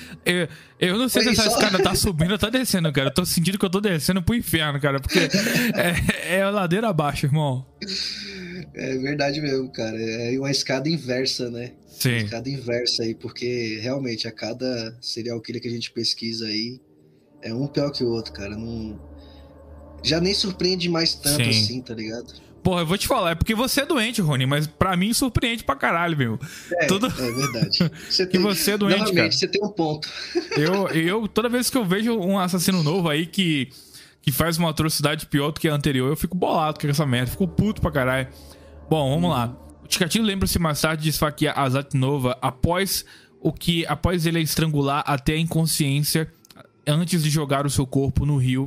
Eu não sei se essa escada tá subindo ou tá descendo, cara. Eu tô sentindo que eu tô descendo pro inferno, cara. Porque é ladeira abaixo, irmão. É verdade mesmo, cara. É uma escada inversa, né? Uma Sim. escada inversa aí, porque realmente a cada serial killer que a gente pesquisa aí é um pior que o outro, cara. Não... Já nem surpreende mais tanto Sim. assim, tá ligado? Porra, eu vou te falar, é porque você é doente, Rony, mas pra mim surpreende pra caralho, meu. É verdade. Que você é doente, novamente, cara. você tem um ponto. Toda vez que eu vejo um assassino novo aí que faz uma atrocidade pior do que a anterior, eu fico bolado com essa merda, fico puto pra caralho. Bom, vamos lá. O Chikatilo lembra-se mais tarde de esfaquear a Zatinova após ele a estrangular até a inconsciência antes de jogar o seu corpo no rio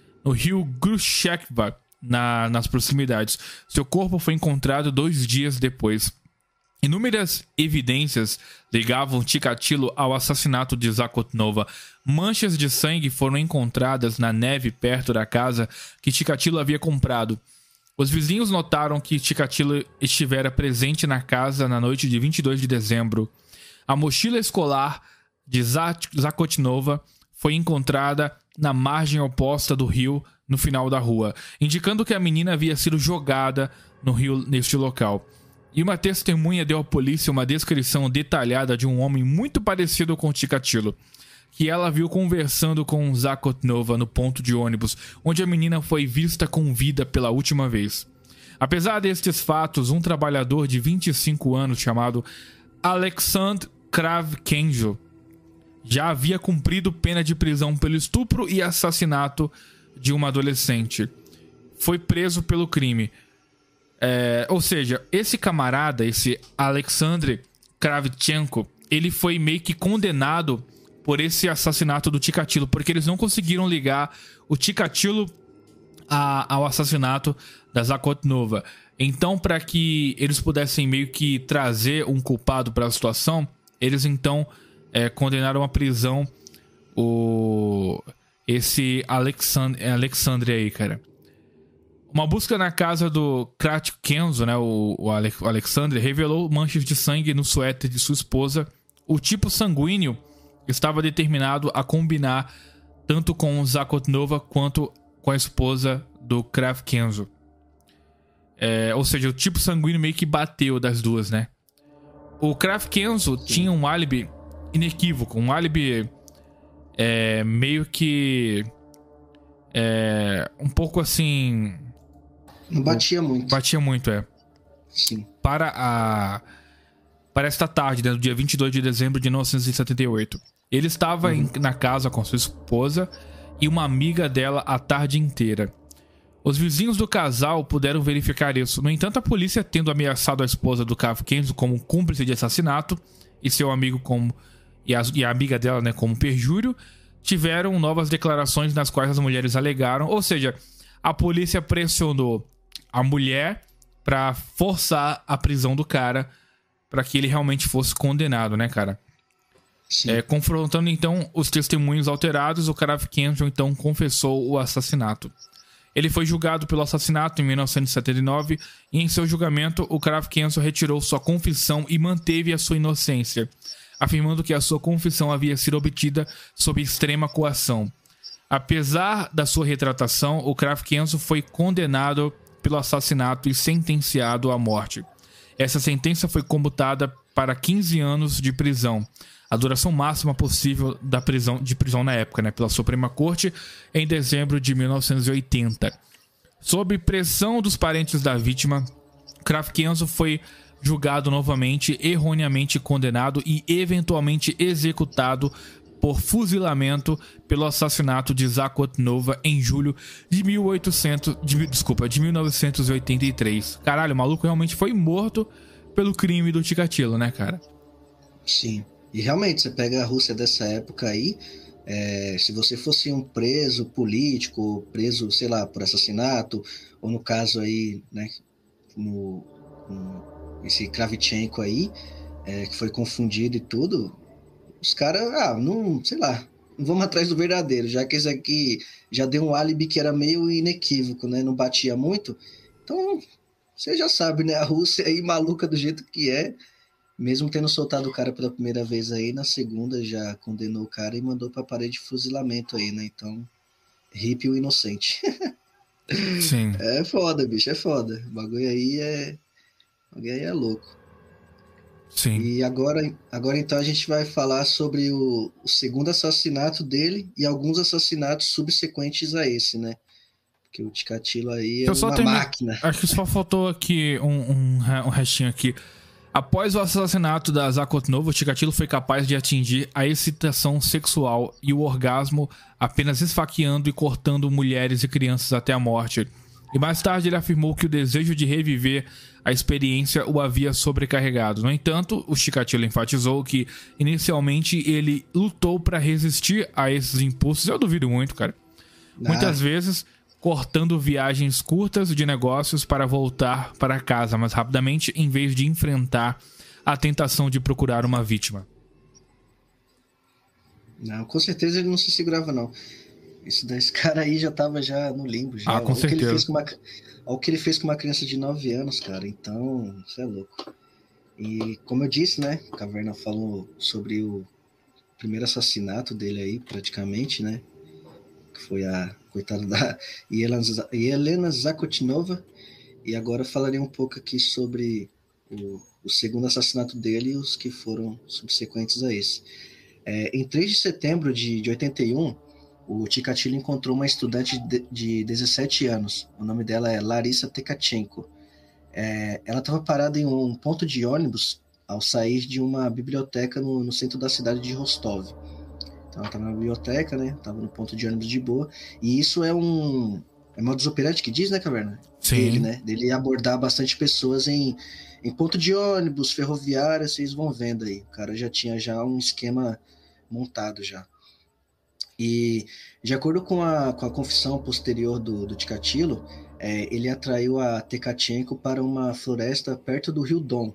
Grushcheva, nas proximidades. Seu corpo foi encontrado 2 dias depois. Inúmeras evidências ligavam Chikatilo ao assassinato de Zakhotnova. Manchas de sangue foram encontradas na neve perto da casa que Chikatilo havia comprado. Os vizinhos notaram que Chikatilo estivera presente na casa na noite de 22 de dezembro. A mochila escolar de Zakhotnova foi encontrada na margem oposta do rio, no final da rua, indicando que a menina havia sido jogada no rio neste local. E uma testemunha deu à polícia uma descrição detalhada de um homem muito parecido com Chikatilo, que ela viu conversando com Zakhotnova no ponto de ônibus, onde a menina foi vista com vida pela última vez. Apesar destes fatos, um trabalhador de 25 anos chamado Alexandr Kravchenko já havia cumprido pena de prisão pelo estupro e assassinato de uma adolescente. Foi preso pelo crime. Ou seja, esse camarada, esse Alexandr Kravchenko, ele foi meio que condenado por esse assassinato do Chikatilo, porque eles não conseguiram ligar o Chikatilo ao assassinato da Zakhotnova. Então, para que eles pudessem meio que trazer um culpado para a situação, eles então condenaram à prisão esse Alexandre aí, cara. Uma busca na casa do Kravchenko, né, o Alexandre, revelou manchas de sangue no suéter de sua esposa. O tipo sanguíneo estava determinado a combinar tanto com Zakhotnova quanto com a esposa do Kravchenko. Ou seja, o tipo sanguíneo meio que bateu das duas, né? O Kravchenko tinha um álibi inequívoco, um álibi meio que um pouco assim... Não batia muito. Batia muito, Sim. Para esta tarde, né, do dia 22 de dezembro de 1978. Ele estava na casa com sua esposa e uma amiga dela a tarde inteira. Os vizinhos do casal puderam verificar isso. No entanto, a polícia, tendo ameaçado a esposa do Kravchenko como cúmplice de assassinato e seu amigo e a amiga dela, né, como perjúrio, tiveram novas declarações nas quais as mulheres alegaram. Ou seja, a polícia pressionou a mulher para forçar a prisão do cara, para que ele realmente fosse condenado, né, cara? Confrontando então os testemunhos alterados, o Kravchenko então confessou o assassinato. Ele foi julgado pelo assassinato em 1979 e em seu julgamento o Kravchenko retirou sua confissão e manteve a sua inocência, afirmando que a sua confissão havia sido obtida sob extrema coação. Apesar da sua retratação, o Kravchenko foi condenado pelo assassinato e sentenciado à morte. Essa sentença foi comutada para 15 anos de prisão, a duração máxima possível de prisão na época, né, pela Suprema Corte, em dezembro de 1980. Sob pressão dos parentes da vítima, Kravchenko foi julgado novamente, erroneamente condenado e eventualmente executado por fuzilamento pelo assassinato de Zakhotnova em julho de 1983. Caralho, o maluco realmente foi morto pelo crime do Chikatilo, né, cara? Sim. E realmente, você pega a Rússia dessa época aí, se você fosse um preso político, preso, sei lá, por assassinato, ou no caso aí, né, esse Kravchenko aí, que foi confundido e tudo, os caras, não, sei lá, não vamos atrás do verdadeiro, já que esse aqui já deu um álibi que era meio inequívoco, né, não batia muito. Então, você já sabe, né, a Rússia aí maluca do jeito que é, mesmo tendo soltado o cara pela primeira vez aí, na segunda já condenou o cara e mandou pra parede de fuzilamento aí, né, então, hippie o inocente. Sim. É foda, bicho, é foda. O bagulho aí é louco. Sim. E agora então a gente vai falar sobre o segundo assassinato dele e alguns assassinatos subsequentes a esse, né? Porque o Chikatilo aí Deixa é eu só uma terminar. máquina. Acho que só faltou aqui um restinho aqui. Após o assassinato da Zakotnova, o Chikatilo foi capaz de atingir a excitação sexual e o orgasmo apenas esfaqueando e cortando mulheres e crianças até a morte. E mais tarde ele afirmou que o desejo de reviver a experiência o havia sobrecarregado. No entanto, o Chikatilo enfatizou que inicialmente ele lutou para resistir a esses impulsos. Eu duvido muito, cara. Muitas vezes cortando viagens curtas de negócios para voltar para casa mais rapidamente, em vez de enfrentar a tentação de procurar uma vítima. Não, com certeza ele não se segurava, não. Esse cara aí já tava já no limbo, já. Ah, com certeza. Olha o que ele fez com uma criança de 9 anos, cara. Então, isso é louco. E como eu disse, né? Caverna falou sobre o primeiro assassinato dele aí, praticamente, né? Que foi a coitada da Helena Zakotnova. E agora eu falarei um pouco aqui sobre o segundo assassinato dele e os que foram subsequentes a esse. Em 3 de setembro de 81, o Chikatilo encontrou uma estudante de 17 anos. O nome dela é Larissa Tekatchenko. Ela estava parada em um ponto de ônibus ao sair de uma biblioteca no centro da cidade de Rostov. Então ela estava na biblioteca, né? Estava no ponto de ônibus de boa. E isso é modus operandi que diz, né, Caverna? Sim. Dele, né? Dele abordar bastante pessoas em ponto de ônibus, ferroviária, vocês vão vendo aí. O cara já tinha um esquema montado já. E de acordo com a confissão posterior do Chikatilo, ele atraiu a Tekatchenko para uma floresta perto do rio Don,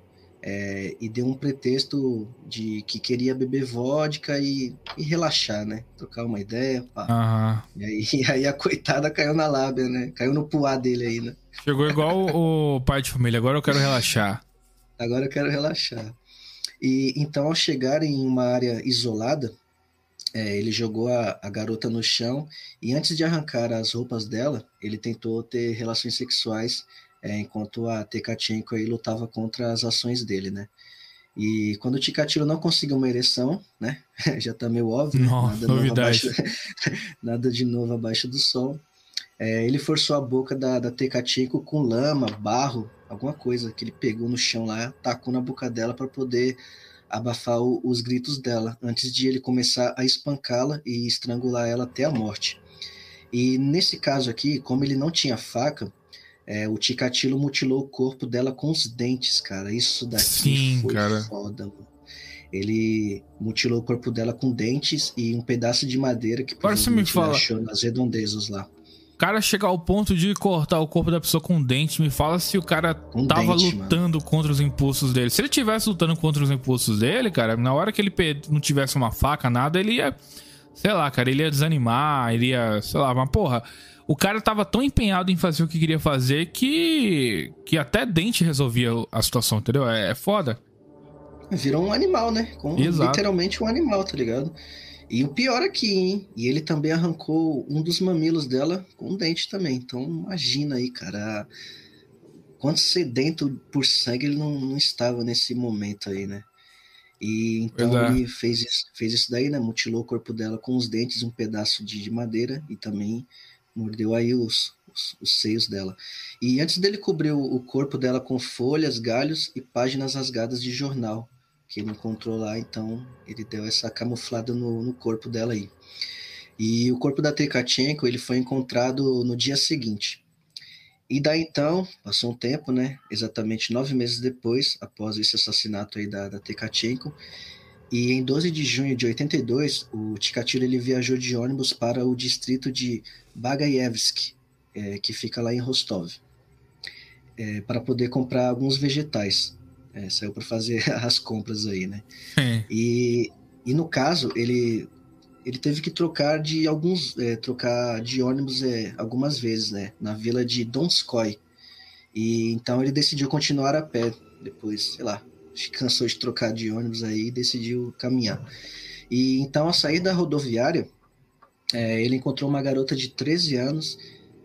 e deu um pretexto de que queria beber vodka e relaxar, né? Trocar uma ideia, pá. Uhum. E aí a coitada caiu na lábia, né? Caiu no puá dele aí, né? Chegou igual o pai de família, agora eu quero relaxar. Agora eu quero relaxar. E então, ao chegar em uma área isolada, ele jogou a garota no chão e antes de arrancar as roupas dela, ele tentou ter relações sexuais enquanto a Tekatchenko aí lutava contra as ações dele, né? E quando o Chikatilo não conseguiu uma ereção, né? Já tá meio óbvio, né? Nossa, novidade. Nada de novo abaixo do sol. Ele forçou a boca da Tekatchenko com lama, barro, alguma coisa que ele pegou no chão lá, tacou na boca dela para poder abafar os gritos dela, antes de ele começar a espancá-la e estrangular ela até a morte. E nesse caso aqui, como ele não tinha faca, o Chikatilo mutilou o corpo dela com os dentes, cara. Isso daqui foi foda, mano. Ele mutilou o corpo dela com dentes e um pedaço de madeira que provavelmente ele achou nas redondezas lá. O cara chega ao ponto de cortar o corpo da pessoa com dente, me fala se o cara tava lutando contra os impulsos dele. Se ele tivesse lutando contra os impulsos dele, cara, na hora que ele não tivesse uma faca, nada, ele ia, sei lá, cara, ele ia desanimar, ele ia, sei lá, mas porra, o cara tava tão empenhado em fazer o que queria fazer que até dente resolvia a situação, entendeu? É foda. Virou um animal, né? Literalmente um animal, tá ligado? E o pior aqui, hein? E ele também arrancou um dos mamilos dela com um dente também. Então imagina aí, cara, quanto sedento por sangue ele não estava nesse momento aí, né? E então ele fez isso daí, né? Mutilou o corpo dela com os dentes, um pedaço de madeira e também mordeu aí os seios dela. E antes dele cobrir o corpo dela com folhas, galhos e páginas rasgadas de jornal que ele encontrou lá, então ele deu essa camuflada no corpo dela aí. E o corpo da Tekatchenko, ele foi encontrado no dia seguinte. E daí então, passou um tempo, né? Exatamente 9 meses depois, após esse assassinato aí da Tekatchenko, e em 12 de junho de 82, o Chikatilo ele viajou de ônibus para o distrito de Bagaevsk, que fica lá em Rostov, para poder comprar alguns vegetais. Saiu para fazer as compras aí, né? E no caso, ele teve que trocar de ônibus algumas vezes, né? Na vila de Donskoy. E então ele decidiu continuar a pé depois, sei lá, cansou de trocar de ônibus aí e decidiu caminhar. E então, ao sair da rodoviária, ele encontrou uma garota de 13 anos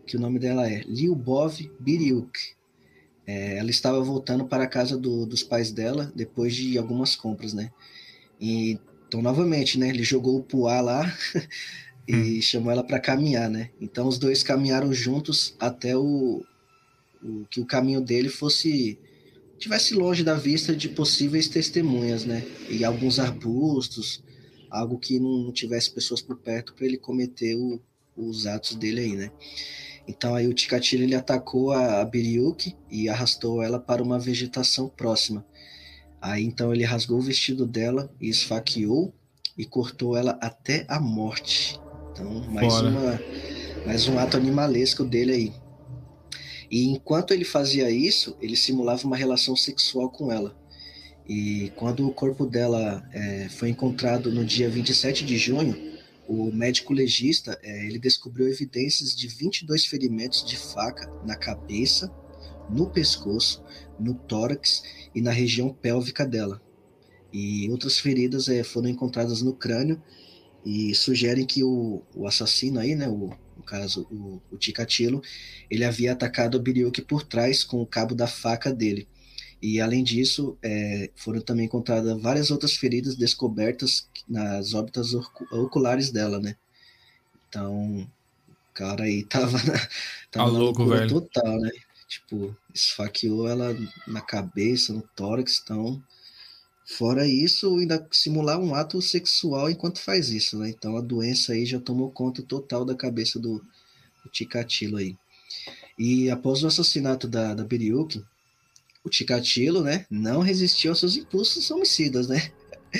que o nome dela é Lyubov Biryuk. Ela estava voltando para a casa dos pais dela depois de algumas compras, né? E, então, novamente, né? Ele jogou o puá lá e chamou ela para caminhar, né? Então, os dois caminharam juntos até que o caminho dele tivesse longe da vista de possíveis testemunhas, né? E alguns arbustos, algo que não tivesse pessoas por perto para ele cometer os atos dele aí, né? Então aí o Chikatilo ele atacou a Biryuk e arrastou ela para uma vegetação próxima. Aí então ele rasgou o vestido dela e esfaqueou e cortou ela até a morte. Então mais um ato animalesco dele aí. E enquanto ele fazia isso, ele simulava uma relação sexual com ela. E quando o corpo dela foi encontrado no dia 27 de junho, o médico legista ele descobriu evidências de 22 ferimentos de faca na cabeça, no pescoço, no tórax e na região pélvica dela. E outras feridas foram encontradas no crânio e sugerem que o assassino aí, né, no caso o Chikatilo, ele havia atacado a Biryuk por trás com o cabo da faca dele. E além disso, foram também encontradas várias outras feridas descobertas nas órbitas oculares dela, né? Então, o cara aí tava na louco, loucura velho. total, né? Tipo, esfaqueou ela na cabeça, no tórax, então... Fora isso, ainda simular um ato sexual enquanto faz isso, né? Então a doença aí já tomou conta total da cabeça do Chikatilo aí. E após o assassinato da Biryuk, o Chikatilo, né, não resistiu aos seus impulsos homicidas, né?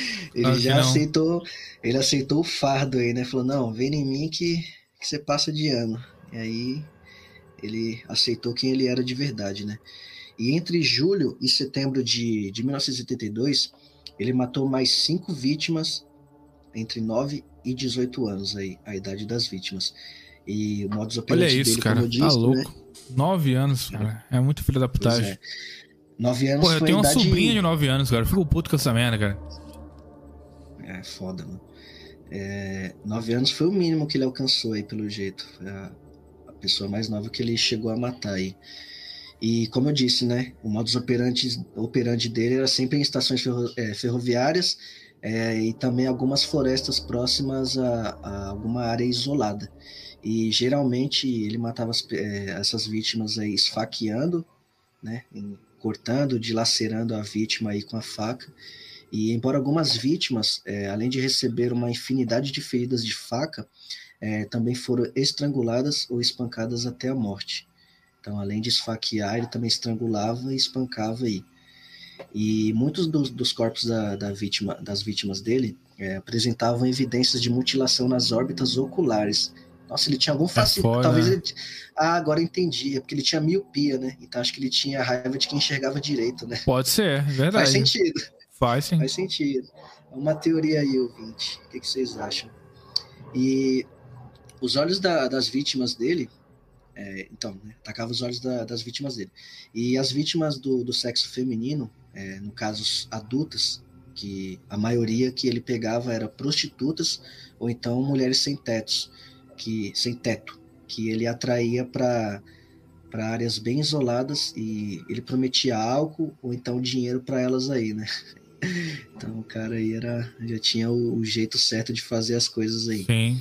Ele aceitou o fardo aí, né? Falou, não, vem em mim que você passa de ano. E aí ele aceitou quem ele era de verdade, né? E entre julho e setembro de 1982, ele matou mais 5 vítimas entre 9 e 18 anos, aí, a idade das vítimas. E o modus operandi Olha isso, dele, cara, como eu disse, tá louco. né? 9 anos, cara. É muito filho da putagem. 9 anos Pô, eu foi tenho a uma idade... sobrinha de 9 anos, cara. Eu fico puto com essa merda, cara. É foda, mano. 9 anos foi o mínimo que ele alcançou aí, pelo jeito. Foi a pessoa mais nova que ele chegou a matar aí. E como eu disse, né, o modus operandi dele era sempre em estações ferroviárias e também algumas florestas próximas a alguma área isolada. E geralmente ele matava essas vítimas aí esfaqueando, né, cortando, dilacerando a vítima aí com a faca. E embora algumas vítimas, além de receber uma infinidade de feridas de faca, também foram estranguladas ou espancadas até a morte. Então, além de esfaquear, ele também estrangulava e espancava aí. E muitos dos corpos das vítimas dele apresentavam evidências de mutilação nas órbitas oculares. Nossa, ele tinha algum fascínio. Talvez ele... agora entendi. É porque ele tinha miopia, né? Então acho que ele tinha raiva de quem enxergava direito, né? Pode ser, verdade. Faz sentido. Faz sim. Faz sentido. É uma teoria aí, ouvinte. O que vocês acham? E os olhos das vítimas dele... atacava os olhos das vítimas dele. E as vítimas do sexo feminino, no caso adultas, que a maioria que ele pegava era prostitutas ou então mulheres sem teto, que ele atraía para áreas bem isoladas e ele prometia álcool ou então dinheiro para elas aí, né? Então o cara aí já tinha o jeito certo de fazer as coisas aí. Sim.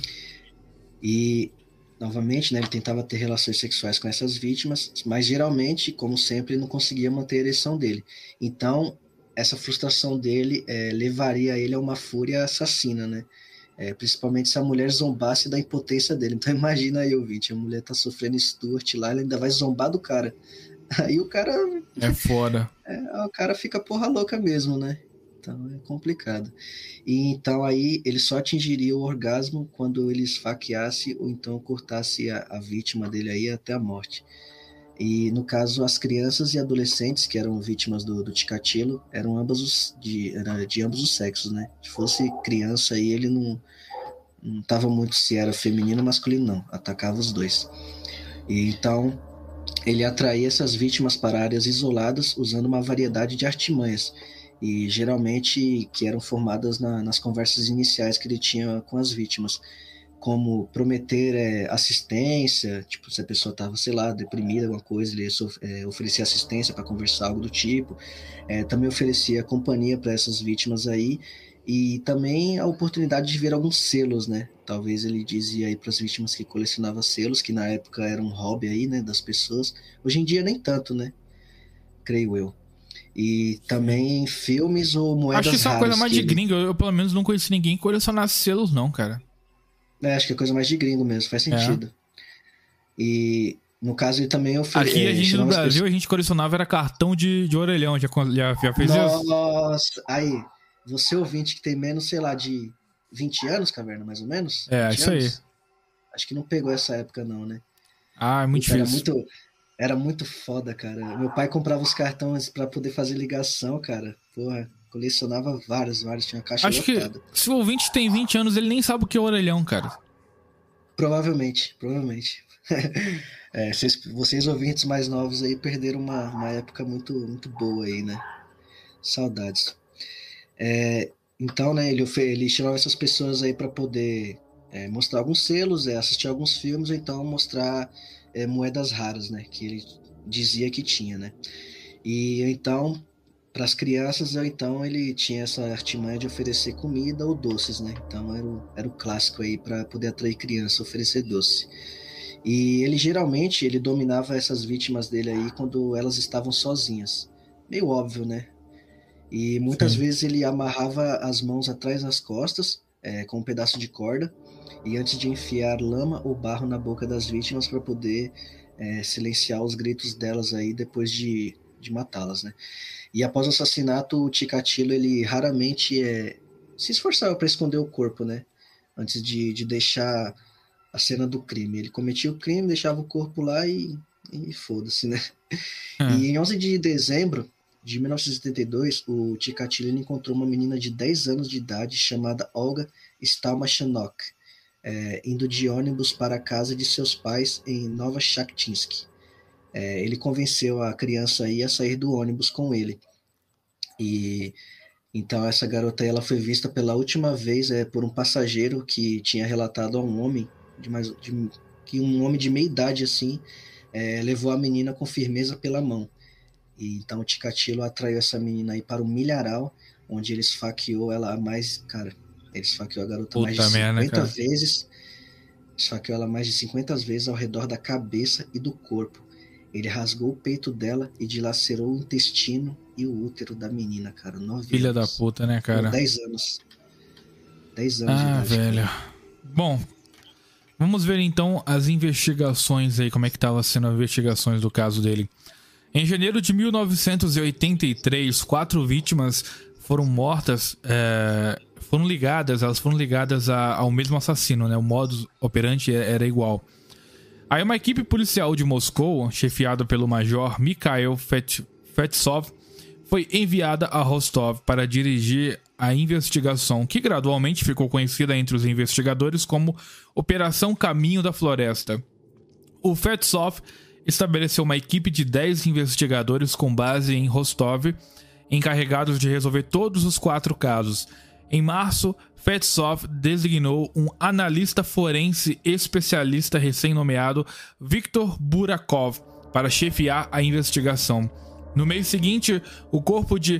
E novamente, né, ele tentava ter relações sexuais com essas vítimas, mas geralmente, como sempre, ele não conseguia manter a ereção dele. Então, essa frustração dele levaria ele a uma fúria assassina, né? Principalmente se a mulher zombasse da impotência dele. Então, imagina aí, ouvinte, a mulher tá sofrendo Stuart lá, ele ainda vai zombar do cara. Aí o cara... É foda. O cara fica porra louca mesmo, né? Então é complicado. E então aí ele só atingiria o orgasmo quando ele esfaqueasse ou então cortasse a vítima dele aí até a morte. E no caso as crianças e adolescentes que eram vítimas do Chikatilo eram de ambos os sexos, né? Se fosse criança aí ele não tava muito se era feminino ou masculino, não. Atacava os dois. E então ele atraía essas vítimas para áreas isoladas usando uma variedade de artimanhas. E geralmente que eram formadas nas conversas iniciais que ele tinha com as vítimas. como prometer assistência, tipo, se a pessoa estava, sei lá, deprimida, alguma coisa, ele oferecia assistência para conversar, algo do tipo. Também oferecia companhia para essas vítimas aí, e também a oportunidade de ver alguns selos, né? Talvez ele dizia aí para as vítimas que colecionava selos, que na época era um hobby aí, né, das pessoas. Hoje em dia nem tanto, né? Creio eu. E também filmes ou moedas raras. Acho que isso é uma coisa mais de gringo. Eu, pelo menos, não conheci ninguém que colecionasse selos, não, cara. Acho que é coisa mais de gringo mesmo, faz sentido. E, no caso, ele também Aqui, a gente no Brasil, a gente colecionava era cartão de orelhão. Já fez isso? Nossa, aí, você ouvinte que tem menos, sei lá, de 20 anos, Caverna, mais ou menos? Isso anos? aí. Acho que não pegou essa época, não, né? É muito difícil. Era muito foda, cara. Meu pai comprava os cartões pra poder fazer ligação, cara. Porra, colecionava vários, tinha uma caixa lotada. Que se o ouvinte tem 20 anos, ele nem sabe o que é orelhão, cara. Provavelmente. Vocês ouvintes mais novos aí perderam uma época muito, muito boa aí, né? Saudades. Então, né, ele chamava essas pessoas aí para poder mostrar alguns selos, assistir alguns filmes, ou então mostrar moedas raras, né, que ele dizia que tinha, né. E então, para as crianças, então ele tinha essa artimanha de oferecer comida ou doces, né. Então era o clássico aí para poder atrair criança, oferecer doce. E ele geralmente dominava essas vítimas dele aí quando elas estavam sozinhas. Meio óbvio, né? E muitas vezes ele amarrava as mãos atrás das costas com um pedaço de corda, e antes de enfiar lama ou barro na boca das vítimas para poder silenciar os gritos delas aí depois de matá-las, né? E após o assassinato, o Chikatilo ele raramente se esforçava para esconder o corpo, né? Antes de deixar a cena do crime. Ele cometia o crime, deixava o corpo lá e foda-se, né? E em 11 de dezembro de 1972, o Chikatilo encontrou uma menina de 10 anos de idade chamada Olga Stalmachanok, indo de ônibus para a casa de seus pais em Nova Shakhtinsk. Ele convenceu a criança aí a sair do ônibus com ele. E então essa garota aí, ela foi vista pela última vez por um passageiro que tinha relatado a um homem que um homem de meia idade assim levou a menina com firmeza pela mão. E então o Chikatilo atraiu essa menina aí para o milharal, onde ele esfaqueou ela mais, cara, ele esfaqueou a garota mais de 50 vezes, esfaqueou ela mais de 50 vezes ao redor da cabeça e do corpo. Ele rasgou o peito dela e dilacerou o intestino e o útero da menina, cara. 9 anos. Filha da puta, né, cara? 10 anos. 10 anos de idade. Velho. Cara. Bom, vamos ver então as investigações aí, como é que tava sendo as investigações do caso dele. Em janeiro de 1983, 4 vítimas foram mortas, elas foram ligadas ao mesmo assassino, né? O modus operandi era igual. Aí uma equipe policial de Moscou, chefiada pelo major Mikhail Fetsov, foi enviada a Rostov para dirigir a investigação, que gradualmente ficou conhecida entre os investigadores como Operação Caminho da Floresta. O Fetsov estabeleceu uma equipe de 10 investigadores com base em Rostov, encarregados de resolver todos os 4 casos. Em março, Fetsov designou um analista forense especialista recém-nomeado Viktor Burakov para chefiar a investigação. No mês seguinte, o corpo de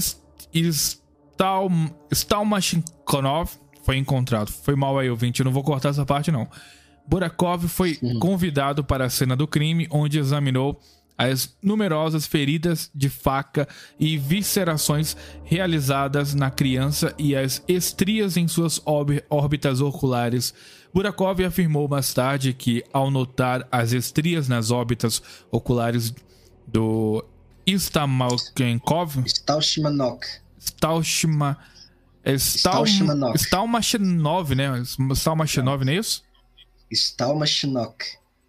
Stalmachanov foi encontrado. Foi mal aí, ouvinte, eu não vou cortar essa parte não. Burakov foi convidado para a cena do crime, onde examinou as numerosas feridas de faca e viscerações realizadas na criança e as estrias em suas órbitas oculares. Burakov afirmou mais tarde que, ao notar as estrias nas órbitas oculares do Stalmachanov, né? Stalmachanov, não é isso? Stalmachanov.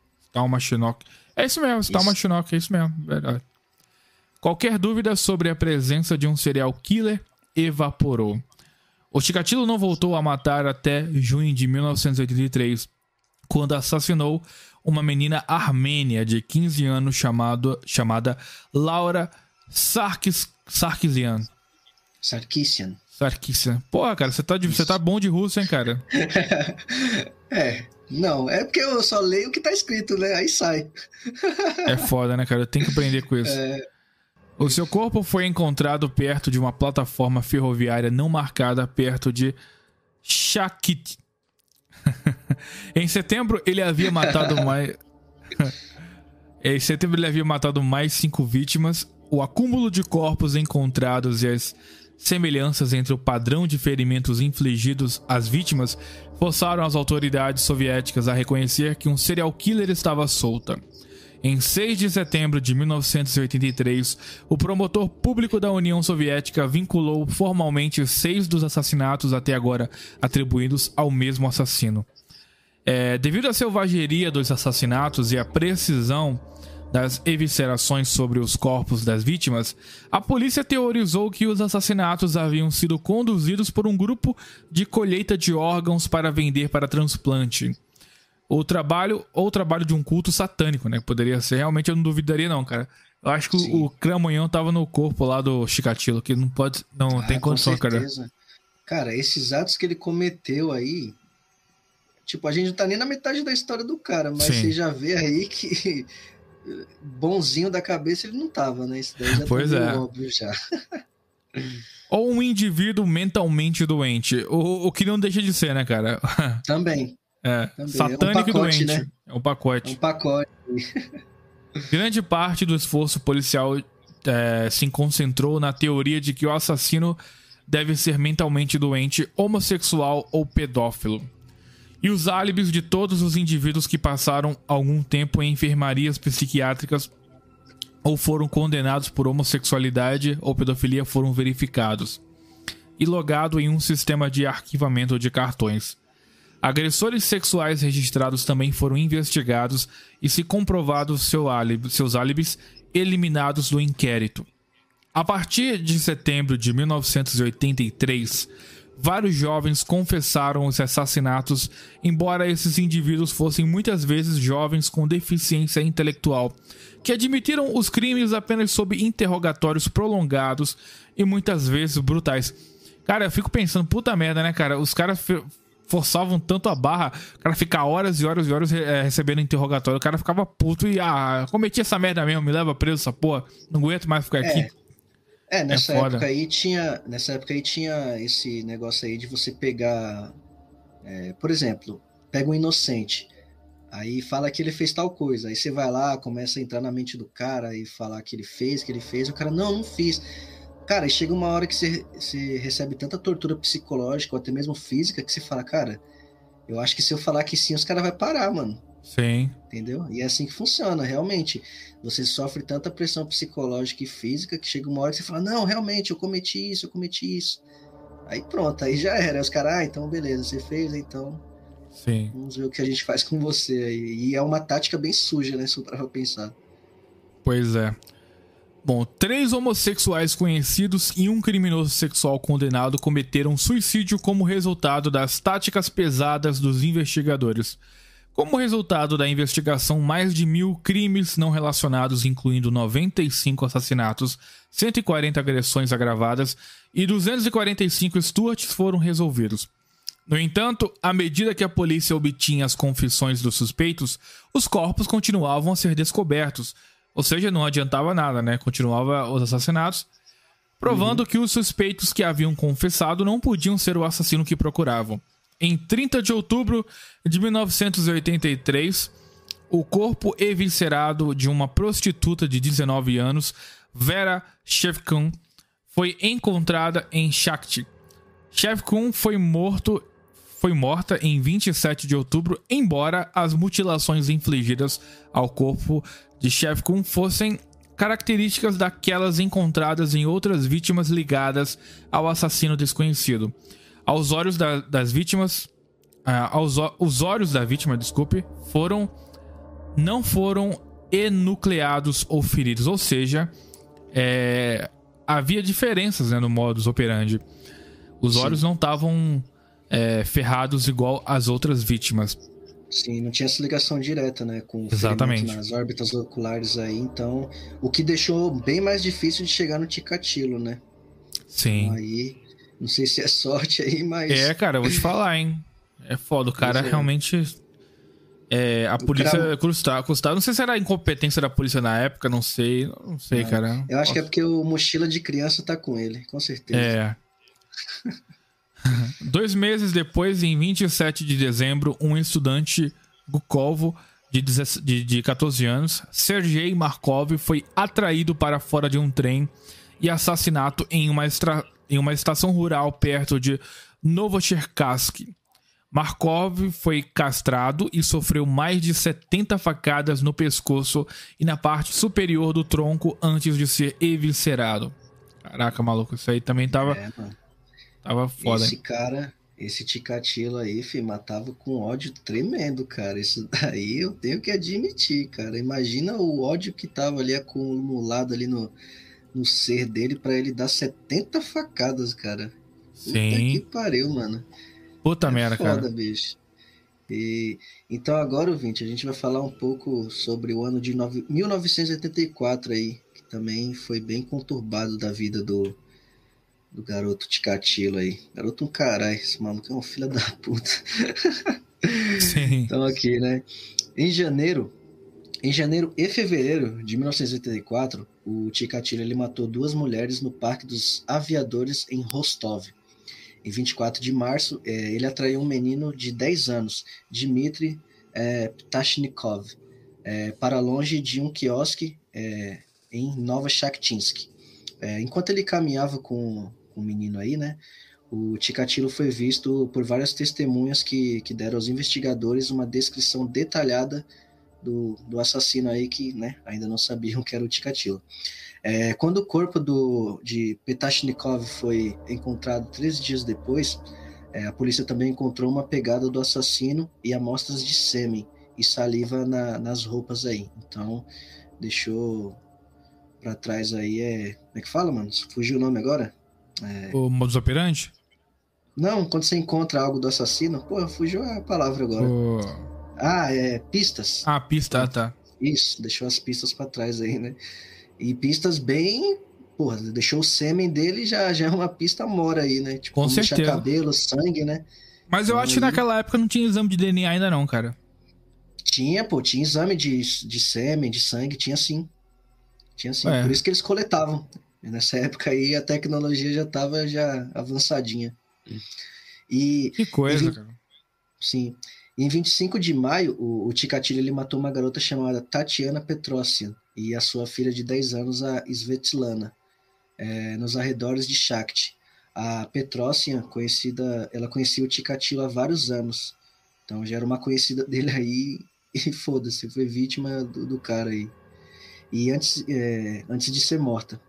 É isso mesmo, Stalmachanov, é isso mesmo, verdade. Qualquer dúvida sobre a presença de um serial killer evaporou. O Chikatilo não voltou a matar até junho de 1983, quando assassinou uma menina armênia de 15 anos chamada Laura Sarkisian. Sarkisian. Porra, cara, você tá bom de russo, hein, cara? Não, é porque eu só leio o que tá escrito, né? Aí sai. É foda, né, cara? Eu tenho que aprender com isso. O seu corpo foi encontrado perto de uma plataforma ferroviária não marcada perto de Shakit. Em setembro, ele havia matado mais 5 vítimas. O acúmulo de corpos encontrados e as semelhanças entre o padrão de ferimentos infligidos às vítimas forçaram as autoridades soviéticas a reconhecer que um serial killer estava solta. Em 6 de setembro de 1983, o promotor público da União Soviética vinculou formalmente 6 dos assassinatos até agora atribuídos ao mesmo assassino. Devido à selvageria dos assassinatos e à precisão das eviscerações sobre os corpos das vítimas, a polícia teorizou que os assassinatos haviam sido conduzidos por um grupo de colheita de órgãos para vender para transplante. Ou trabalho de um culto satânico, né? Poderia ser, realmente eu não duvidaria não, cara. Eu acho que o Cramunhão tava no corpo lá do Chikatilo, que não tem condição, cara. Cara, esses atos que ele cometeu aí, tipo, a gente não tá nem na metade da história do cara, mas você já vê aí que bonzinho da cabeça ele não tava, né? Isso daí já tá meio óbvio já. Ou um indivíduo mentalmente doente, o que não deixa de ser, né, cara? Também. Satânico e doente. Né? É um pacote. Grande parte do esforço policial se concentrou na teoria de que o assassino deve ser mentalmente doente, homossexual ou pedófilo. E os álibis de todos os indivíduos que passaram algum tempo em enfermarias psiquiátricas ou foram condenados por homossexualidade ou pedofilia foram verificados e logado em um sistema de arquivamento de cartões. Agressores sexuais registrados também foram investigados e, se comprovados seus álibis, eliminados do inquérito. A partir de setembro de 1983, vários jovens confessaram os assassinatos, embora esses indivíduos fossem muitas vezes jovens com deficiência intelectual, que admitiram os crimes apenas sob interrogatórios prolongados e muitas vezes brutais. Cara, eu fico pensando, puta merda, né, cara? Os caras forçavam tanto a barra, o cara ficar horas e horas e horas recebendo interrogatório, o cara ficava puto e, cometi essa merda mesmo, me leva preso essa porra, não aguento mais ficar aqui. Nessa época aí tinha esse negócio aí de você pegar, por exemplo, pega um inocente, aí fala que ele fez tal coisa, aí você vai lá, começa a entrar na mente do cara e falar que ele fez, o cara, não fiz. Cara, e chega uma hora que você recebe tanta tortura psicológica ou até mesmo física que você fala, cara, eu acho que se eu falar que sim, os caras vão parar, mano. Sim. Entendeu? E é assim que funciona, realmente. Você sofre tanta pressão psicológica e física que chega uma hora que você fala, não, realmente, eu cometi isso. Aí pronto, aí já era. Aí os caras, então beleza, você fez, então sim, vamos ver o que a gente faz com você aí. E é uma tática bem suja, né, se pra pensar. Pois é. Bom, 3 homossexuais conhecidos e um criminoso sexual condenado cometeram suicídio como resultado das táticas pesadas dos investigadores. Como resultado da investigação, mais de 1.000 crimes não relacionados, incluindo 95 assassinatos, 140 agressões agravadas e 245 estupros foram resolvidos. No entanto, à medida que a polícia obtinha as confissões dos suspeitos, os corpos continuavam a ser descobertos. Ou seja, não adiantava nada, né? Continuava os assassinatos, provando que os suspeitos que haviam confessado não podiam ser o assassino que procuravam. Em 30 de outubro de 1983, o corpo eviscerado de uma prostituta de 19 anos, Vera Shevchuk, foi encontrada em Shakti. Shevchuk foi morta em 27 de outubro, embora as mutilações infligidas ao corpo de Shevchuk fossem características daquelas encontradas em outras vítimas ligadas ao assassino desconhecido. Os olhos da vítima, não foram enucleados ou feridos, ou seja, havia diferenças, né, no modus operandi. Os olhos não estavam ferrados igual as outras vítimas. Sim, não tinha essa ligação direta, né, com o exatamente nas órbitas oculares aí, então, o que deixou bem mais difícil de chegar no Chikatilo, né? Sim. Então, aí, não sei se é sorte aí, mas... cara, eu vou te falar, hein. É foda, o cara realmente... a O polícia cara- custar. Não sei se era a incompetência da polícia na época, não sei. Não sei, cara. Eu acho que é porque o mochila de criança tá com ele, com certeza. É. 2 meses depois, em 27 de dezembro, um estudante Gukovo, de 14 anos, Sergei Markov, foi atraído para fora de um trem e assassinado em uma estação rural perto de Novocherkassk. Markov foi castrado e sofreu mais de 70 facadas no pescoço e na parte superior do tronco antes de ser eviscerado. Caraca, maluco, isso aí também tava foda. Esse cara, esse Chikatilo aí, matava com ódio tremendo, cara. Isso daí eu tenho que admitir, cara. Imagina o ódio que tava ali acumulado ali no ser dele pra ele dar 70 facadas, cara. Puta que pariu, mano. Puta merda, foda, cara. Bicho. Então agora, ouvinte, a gente vai falar um pouco sobre o ano de 1984 aí, que também foi bem conturbado da vida do garoto Chikatilo aí. Garoto caralho, esse maluco é um filho da puta. Sim. Então aqui, né? Em janeiro e fevereiro de 1984, o Chikatilo ele matou 2 mulheres no Parque dos Aviadores em Rostov. Em 24 de março, ele atraiu um menino de 10 anos, Dmitry Ptashnikov, para longe de um quiosque em Novochakhtinsk. Enquanto ele caminhava com o menino aí, né, o Chikatilo foi visto por várias testemunhas que deram aos investigadores uma descrição detalhada do assassino aí que, né, ainda não sabiam que era o Chikatilo. Quando o corpo de Petashnikov foi encontrado 13 dias depois, a polícia também encontrou uma pegada do assassino e amostras de sêmen e saliva nas roupas aí. Então, deixou pra trás aí, como é que fala, mano? Fugiu o nome agora? O modus operandi? Não, quando você encontra algo do assassino, porra, fugiu a palavra agora. Pistas. Pista, tá. Isso, deixou as pistas pra trás aí, né? E pistas bem... Porra, deixou o sêmen dele já é uma pista mora aí, né? Tipo, Com como certeza. deixar cabelo, sangue, né? Mas eu acho que naquela época não tinha exame de DNA ainda não, cara. Tinha exame de sêmen, de sangue, tinha sim. Tinha sim, por isso que eles coletavam. Nessa época aí a tecnologia já tava avançadinha. Que coisa, cara. Sim. Em 25 de maio, o Chikatilo ele matou uma garota chamada Tatiana Petrosian e a sua filha de 10 anos, a Svetlana, nos arredores de Shakhty. A Petrosian, ela conhecia o Chikatilo há vários anos. Então já era uma conhecida dele aí e foda-se, foi vítima do cara aí. E antes de ser morta.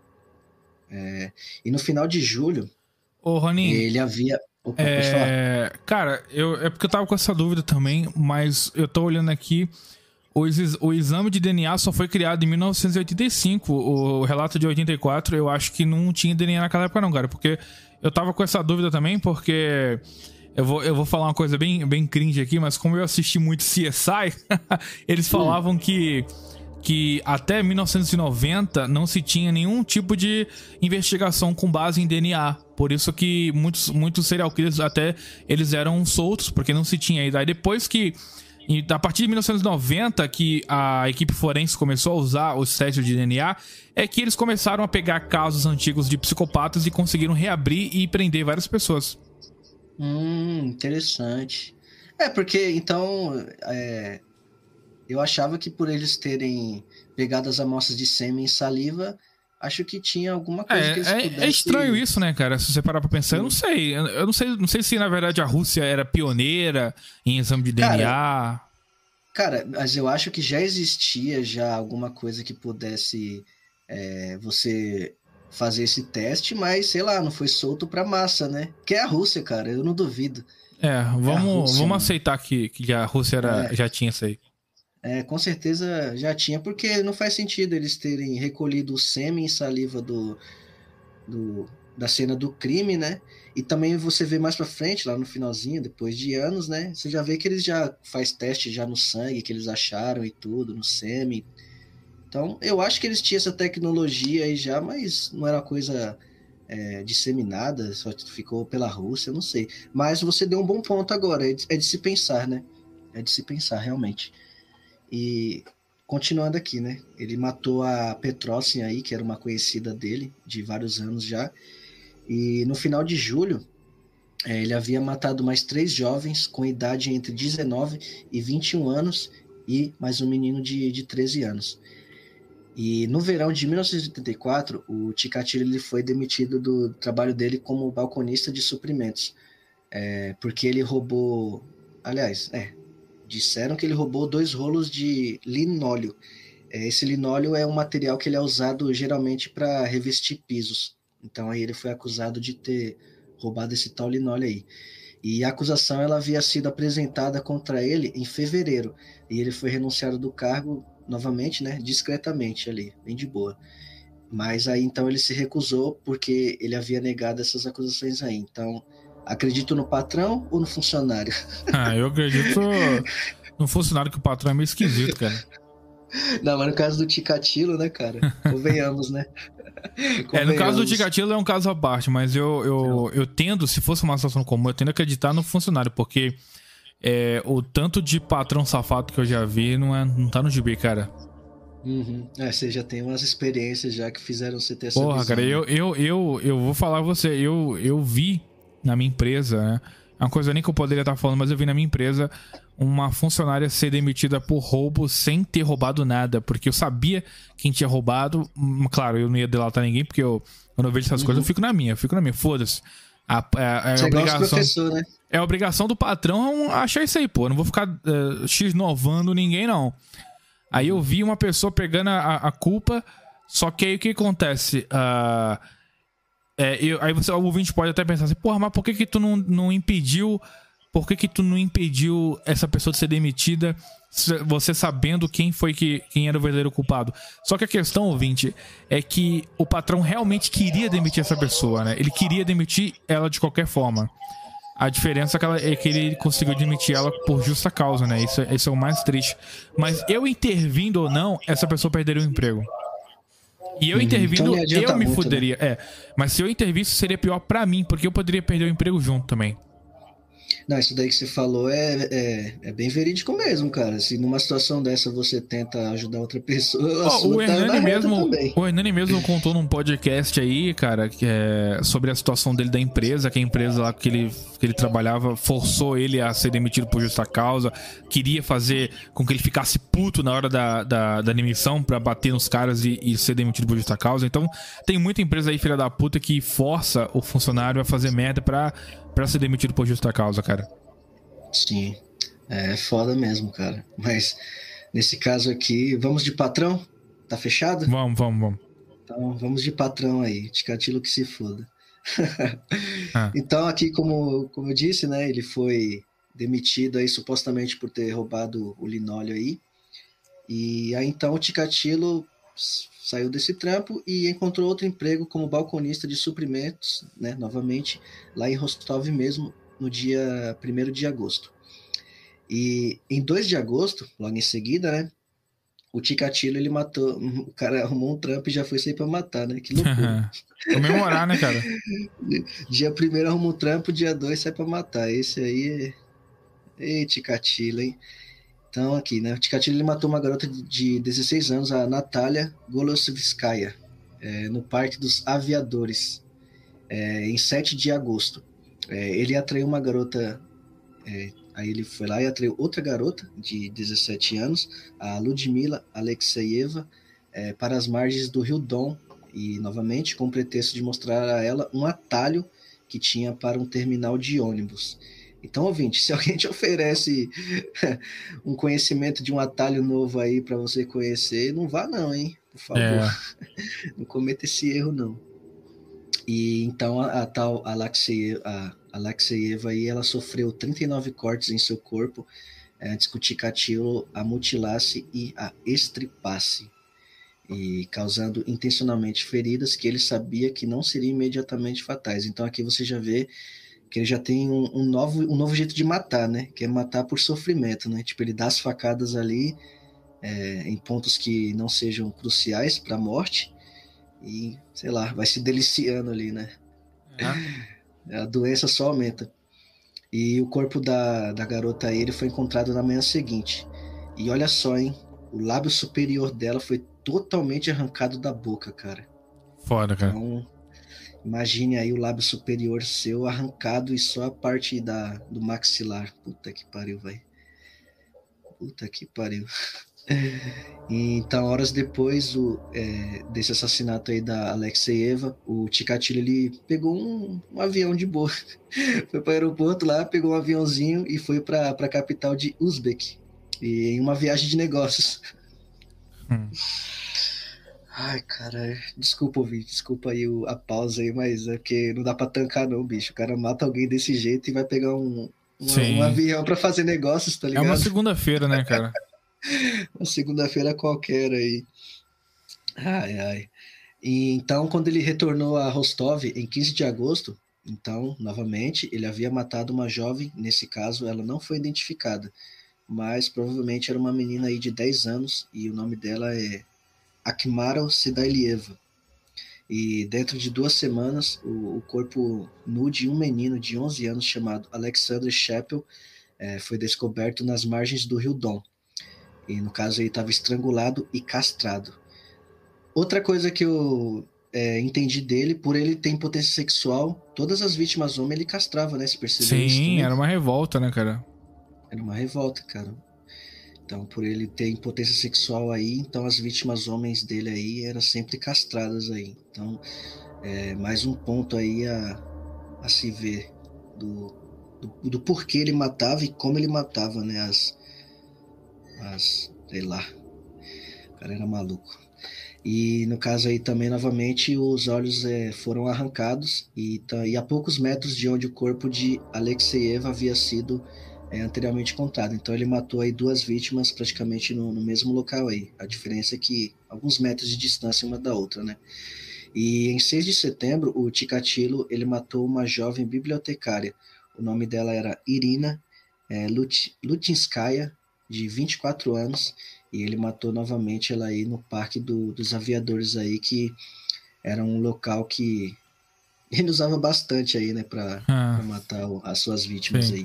E no final de julho, Ô, Roninho, ele havia... Opa, pode falar. Cara, é porque eu tava com essa dúvida também, mas eu tô olhando aqui, o exame de DNA só foi criado em 1985, o relato de 84, eu acho que não tinha DNA naquela época não, cara, porque eu tava com essa dúvida também, porque eu vou falar uma coisa bem cringe aqui, mas como eu assisti muito CSI, eles falavam que até 1990 não se tinha nenhum tipo de investigação com base em DNA. Por isso que muitos serial killers até eles eram soltos, porque não se tinha. E daí depois a partir de 1990 que a equipe forense começou a usar os testes de DNA, é que eles começaram a pegar casos antigos de psicopatas e conseguiram reabrir e prender várias pessoas. Interessante. Porque então... eu achava que por eles terem pegado as amostras de sêmen e saliva, acho que tinha alguma coisa que eles pudessem... É estranho isso, né, cara? Se você parar pra pensar, eu não sei. Eu não sei se, na verdade, a Rússia era pioneira em exame de DNA. Cara, mas eu acho que já existia alguma coisa que pudesse você fazer esse teste, mas, sei lá, não foi solto pra massa, né? Que é a Rússia, cara, eu não duvido. Vamos aceitar que a Rússia já tinha isso aí. Com certeza já tinha, porque não faz sentido eles terem recolhido o sêmen e saliva da cena do crime, né? E também você vê mais pra frente, lá no finalzinho, depois de anos, né? Você já vê que eles já faz teste já no sangue, que eles acharam e tudo, no sêmen. Então, eu acho que eles tinham essa tecnologia aí já, mas não era uma coisa disseminada, só ficou pela Rússia, eu não sei. Mas você deu um bom ponto agora, é de se pensar, né? É de se pensar, realmente. E continuando aqui, né? Ele matou a Petrossin aí, que era uma conhecida dele, de vários anos já. E no final de julho, ele havia matado mais 3 jovens com idade entre 19 e 21 anos e mais um menino de 13 anos. E no verão de 1984, o Chikatilo ele foi demitido do trabalho dele como balconista de suprimentos, porque ele roubou... Aliás, disseram que ele roubou 2 rolos de linóleo. Esse linóleo é um material que ele é usado geralmente para revestir pisos. Então aí ele foi acusado de ter roubado esse tal linóleo aí. E a acusação ela havia sido apresentada contra ele em fevereiro. E ele foi renunciado do cargo novamente, né, discretamente ali, bem de boa. Mas aí então ele se recusou porque ele havia negado essas acusações aí. Então, acredito no patrão ou no funcionário? Eu acredito no funcionário, que o patrão é meio esquisito, cara. Não, mas no caso do Chikatilo, né, cara? Convenhamos, né? No caso do Chikatilo é um caso à parte, mas eu tendo, se fosse uma situação comum, eu tendo a acreditar no funcionário, porque o tanto de patrão safado que eu já vi não tá no gibi, cara. Uhum. Você já tem umas experiências já que fizeram você ter essa Porra, visão. cara, eu vou falar pra você, eu vi na minha empresa, né? É uma coisa nem que eu poderia estar falando, mas eu vi na minha empresa uma funcionária ser demitida por roubo sem ter roubado nada, porque eu sabia quem tinha roubado. Claro, eu não ia delatar ninguém, porque quando eu vejo essas coisas, eu fico na minha, foda-se. Você obrigação, professor, né? É a obrigação do patrão achar isso aí, pô. Eu não vou ficar x-novando ninguém, não. Aí eu vi uma pessoa pegando a culpa, só que aí o que acontece? Aí o ouvinte pode até pensar assim, porra, mas por que tu não impediu... Por que tu não impediu essa pessoa de ser demitida, você sabendo quem era o verdadeiro culpado? Só que a questão, ouvinte, é que o patrão realmente queria demitir essa pessoa, né? Ele queria demitir ela de qualquer forma. A diferença é que ele conseguiu demitir ela por justa causa, né? Isso é o mais triste. Mas eu intervindo ou não, essa pessoa perderia o emprego. E eu intervindo, então eu me muito, fuderia. né? Mas se eu intervisse, seria pior pra mim, porque eu poderia perder o emprego junto também. Não, isso daí que você falou é bem verídico mesmo, cara. Se numa situação dessa você tenta ajudar outra pessoa, a sua o Hernani também. O Hernani mesmo contou num podcast aí, cara, sobre a situação dele da empresa, que a empresa lá que ele trabalhava forçou ele a ser demitido por justa causa, queria fazer com que ele ficasse puto na hora da demissão pra bater nos caras e ser demitido por justa causa. Então, tem muita empresa aí, filha da puta, que força o funcionário a fazer merda pra ser demitido por justa causa, cara. Sim, é foda mesmo, cara. Mas nesse caso aqui, vamos de patrão? Tá fechado? Vamos. Então vamos de patrão aí, Chikatilo que se foda. Ah. Então aqui, como eu disse, né, ele foi demitido aí supostamente por ter roubado o linóleo aí. E aí então o Chikatilo saiu desse trampo e encontrou outro emprego como balconista de suprimentos, né, novamente, lá em Rostov mesmo, no dia 1º de agosto. E em 2 de agosto, logo em seguida, né, o Chikatilo, ele matou, o cara arrumou um trampo e já foi sair pra matar, né, que loucura. Comemorar, né, cara? Dia 1º arruma um trampo, dia 2 sai pra matar. Esse aí Ei, Chikatilo, hein? Então, aqui, né? O Chikatilo ele matou uma garota de 16 anos, a Natália Golosevskaya, no Parque dos Aviadores, em 7 de agosto. Ele atraiu uma garota, aí ele foi lá e atraiu outra garota de 17 anos, a Ludmila Alexeyeva, para as margens do Rio Don, e novamente com o pretexto de mostrar a ela um atalho que tinha para um terminal de ônibus. Então, ouvinte, se alguém te oferece um conhecimento de um atalho novo aí para você conhecer, não vá não, hein? Por favor. Não cometa esse erro, não. E então a tal Alexeyeva aí, ela sofreu 39 cortes em seu corpo antes que o Chikatilo a mutilasse e a estripasse, e causando intencionalmente feridas que ele sabia que não seriam imediatamente fatais. Então aqui você já vê que ele já tem um novo jeito de matar, né? Que é matar por sofrimento, né? Tipo, ele dá as facadas ali em pontos que não sejam cruciais para a morte, e, sei lá, vai se deliciando ali, né? Ah, A doença só aumenta. E o corpo da garota aí, ele foi encontrado na manhã seguinte. E olha só, hein? O lábio superior dela foi totalmente arrancado da boca, cara. foda, cara. Então, imagine aí o lábio superior seu arrancado e só a parte do maxilar. Puta que pariu, vai. Puta que pariu. E, então, horas depois desse assassinato aí da Alexeyeva, o Chikatilo, ele pegou um avião de boa. Foi para o aeroporto lá, pegou um aviãozinho e foi para a capital de Uzbek. E em uma viagem de negócios. Ai, cara, desculpa ouvir, desculpa aí a pausa aí, mas é que não dá pra tancar não, bicho. O cara mata alguém desse jeito e vai pegar um Sim. avião pra fazer negócios, tá É ligado? uma segunda-feira, né, cara? Uma segunda-feira qualquer aí. Ai, ai. E então, quando ele retornou a Rostov em 15 de agosto, então, novamente, ele havia matado uma jovem, nesse caso, ela não foi identificada, mas provavelmente era uma menina aí de 10 anos e o nome dela é Akmara Sedailieva. E dentro de 2 semanas, o corpo nu de um menino de 11 anos chamado Alexander Chappell foi descoberto nas margens do rio Don. E no caso ele estava estrangulado e castrado. Outra coisa que eu entendi dele, por ele ter impotência sexual, todas as vítimas homens ele castrava, né? Você percebeu isso Sim, também? era uma revolta, né, cara? Era uma revolta, cara. Então, por ele ter impotência sexual aí, então as vítimas homens dele aí eram sempre castradas aí. Então, mais um ponto aí a se ver do porquê ele matava e como ele matava, né? Sei lá, o cara era maluco. E no caso aí também, novamente, os olhos foram arrancados e a poucos metros de onde o corpo de Alexeyeva havia sido anteriormente encontrado. Então ele matou aí 2 vítimas praticamente no mesmo local aí. A diferença é que alguns metros de distância uma da outra, né? E em 6 de setembro, o Chikatilo, ele matou uma jovem bibliotecária. O nome dela era Irina Lutinskaya, de 24 anos, e ele matou novamente ela aí no Parque dos Aviadores aí, que era um local que ele usava bastante aí, né, pra matar as suas vítimas. Sim. Aí.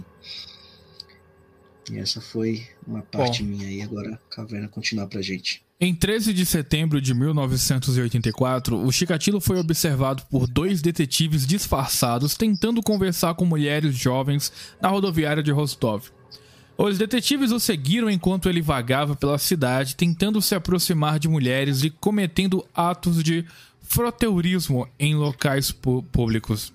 E essa foi uma parte minha aí, agora a Caverna continuar pra gente. Em 13 de setembro de 1984, o Chikatilo foi observado por 2 detetives disfarçados tentando conversar com mulheres jovens na rodoviária de Rostov. Os detetives o seguiram enquanto ele vagava pela cidade, tentando se aproximar de mulheres e cometendo atos de froteurismo em locais públicos.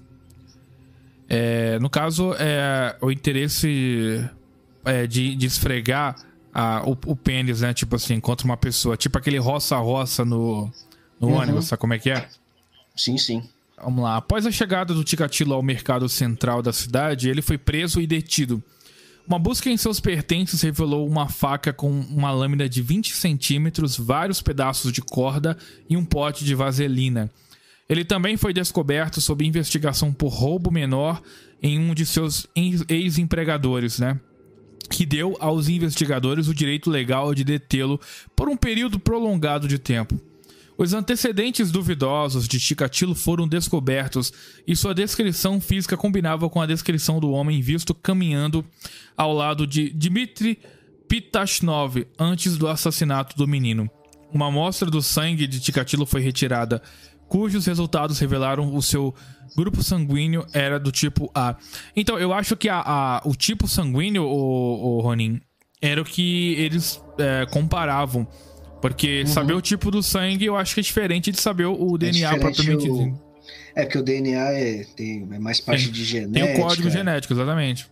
No caso, o interesse de esfregar o pênis, né? Tipo assim, contra uma pessoa. Tipo aquele roça-roça no ônibus, sabe como é que é? Sim, sim. Vamos lá. Após a chegada do Chikatilo ao mercado central da cidade, ele foi preso e detido. Uma busca em seus pertences revelou uma faca com uma lâmina de 20 centímetros, vários pedaços de corda e um pote de vaselina. Ele também foi descoberto sob investigação por roubo menor em um de seus ex-empregadores, né? Que deu aos investigadores o direito legal de detê-lo por um período prolongado de tempo. Os antecedentes duvidosos de Chikatilo foram descobertos e sua descrição física combinava com a descrição do homem visto caminhando ao lado de Dmitry Pitashnov antes do assassinato do menino. Uma amostra do sangue de Chikatilo foi retirada, cujos resultados revelaram o seu grupo sanguíneo era do tipo A. Então, eu acho que o tipo sanguíneo, o Ronin, era o que eles comparavam. Porque saber o tipo do sangue, eu acho que é diferente de saber o DNA propriamente dito. Porque o DNA é mais parte de genética. Tem o código genético, exatamente.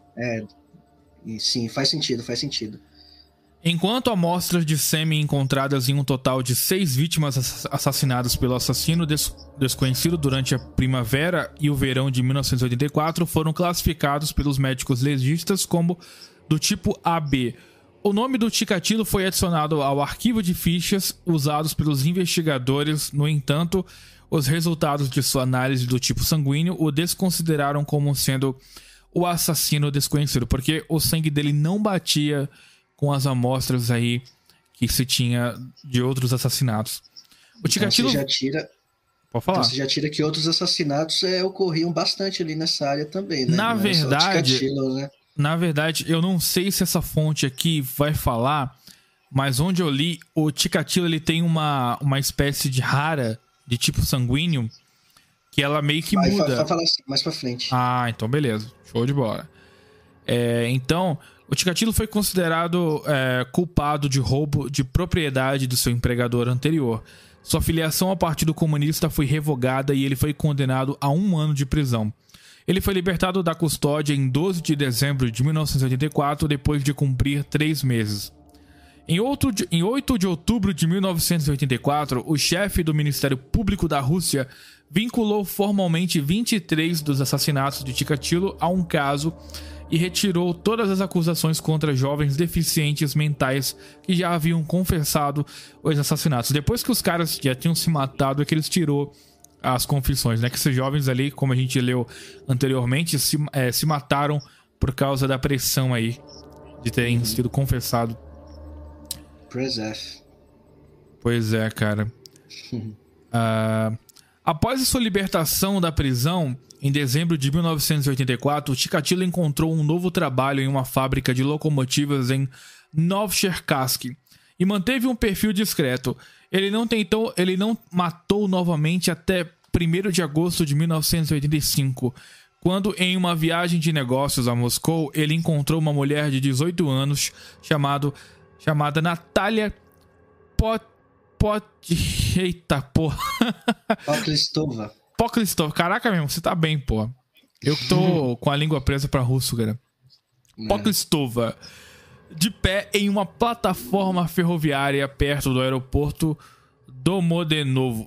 Sim, faz sentido. Enquanto amostras de sêmen encontradas em um total de 6 vítimas assassinadas pelo assassino desconhecido durante a primavera e o verão de 1984 foram classificados pelos médicos legistas como do tipo AB. O nome do Chikatilo foi adicionado ao arquivo de fichas usados pelos investigadores. No entanto, os resultados de sua análise do tipo sanguíneo o desconsideraram como sendo o assassino desconhecido, porque o sangue dele não batia com as amostras aí que se tinha de outros assassinatos. O então Chikatilo... você já tira... Pode falar. Então você já tira que outros assassinatos ocorriam bastante ali nessa área também, né? Na verdade, Chikatilo, né? Na verdade, eu não sei se essa fonte aqui vai falar, mas onde eu li, o Chikatilo ele tem uma espécie de rara de tipo sanguíneo que ela meio que muda. Vai falar assim, mais pra frente. Ah, então beleza. Show de bola. Então, o Chikatilo foi considerado culpado de roubo de propriedade do seu empregador anterior. Sua filiação ao Partido Comunista foi revogada e ele foi condenado a 1 ano de prisão. Ele foi libertado da custódia em 12 de dezembro de 1984, depois de cumprir 3 meses. Em 8 de outubro de 1984, o chefe do Ministério Público da Rússia vinculou formalmente 23 dos assassinatos de Chikatilo a um caso e retirou todas as acusações contra jovens deficientes mentais que já haviam confessado os assassinatos. Depois que os caras já tinham se matado, é que eles tirou as confissões, né? Que esses jovens ali, como a gente leu anteriormente, se mataram por causa da pressão aí de terem sido confessado. Pois é, cara. Após a sua libertação da prisão, em dezembro de 1984, Chikatilo encontrou um novo trabalho em uma fábrica de locomotivas em Novcherkassk e manteve um perfil discreto. Ele não matou novamente até 1º de agosto de 1985, quando em uma viagem de negócios a Moscou, ele encontrou uma mulher de 18 anos chamada Natalia Eita, porra. Poklistova. Caraca, mesmo, você tá bem, pô. Eu que tô com a língua presa pra russo, cara. Poklistova. De pé em uma plataforma ferroviária perto do aeroporto Domodenovo.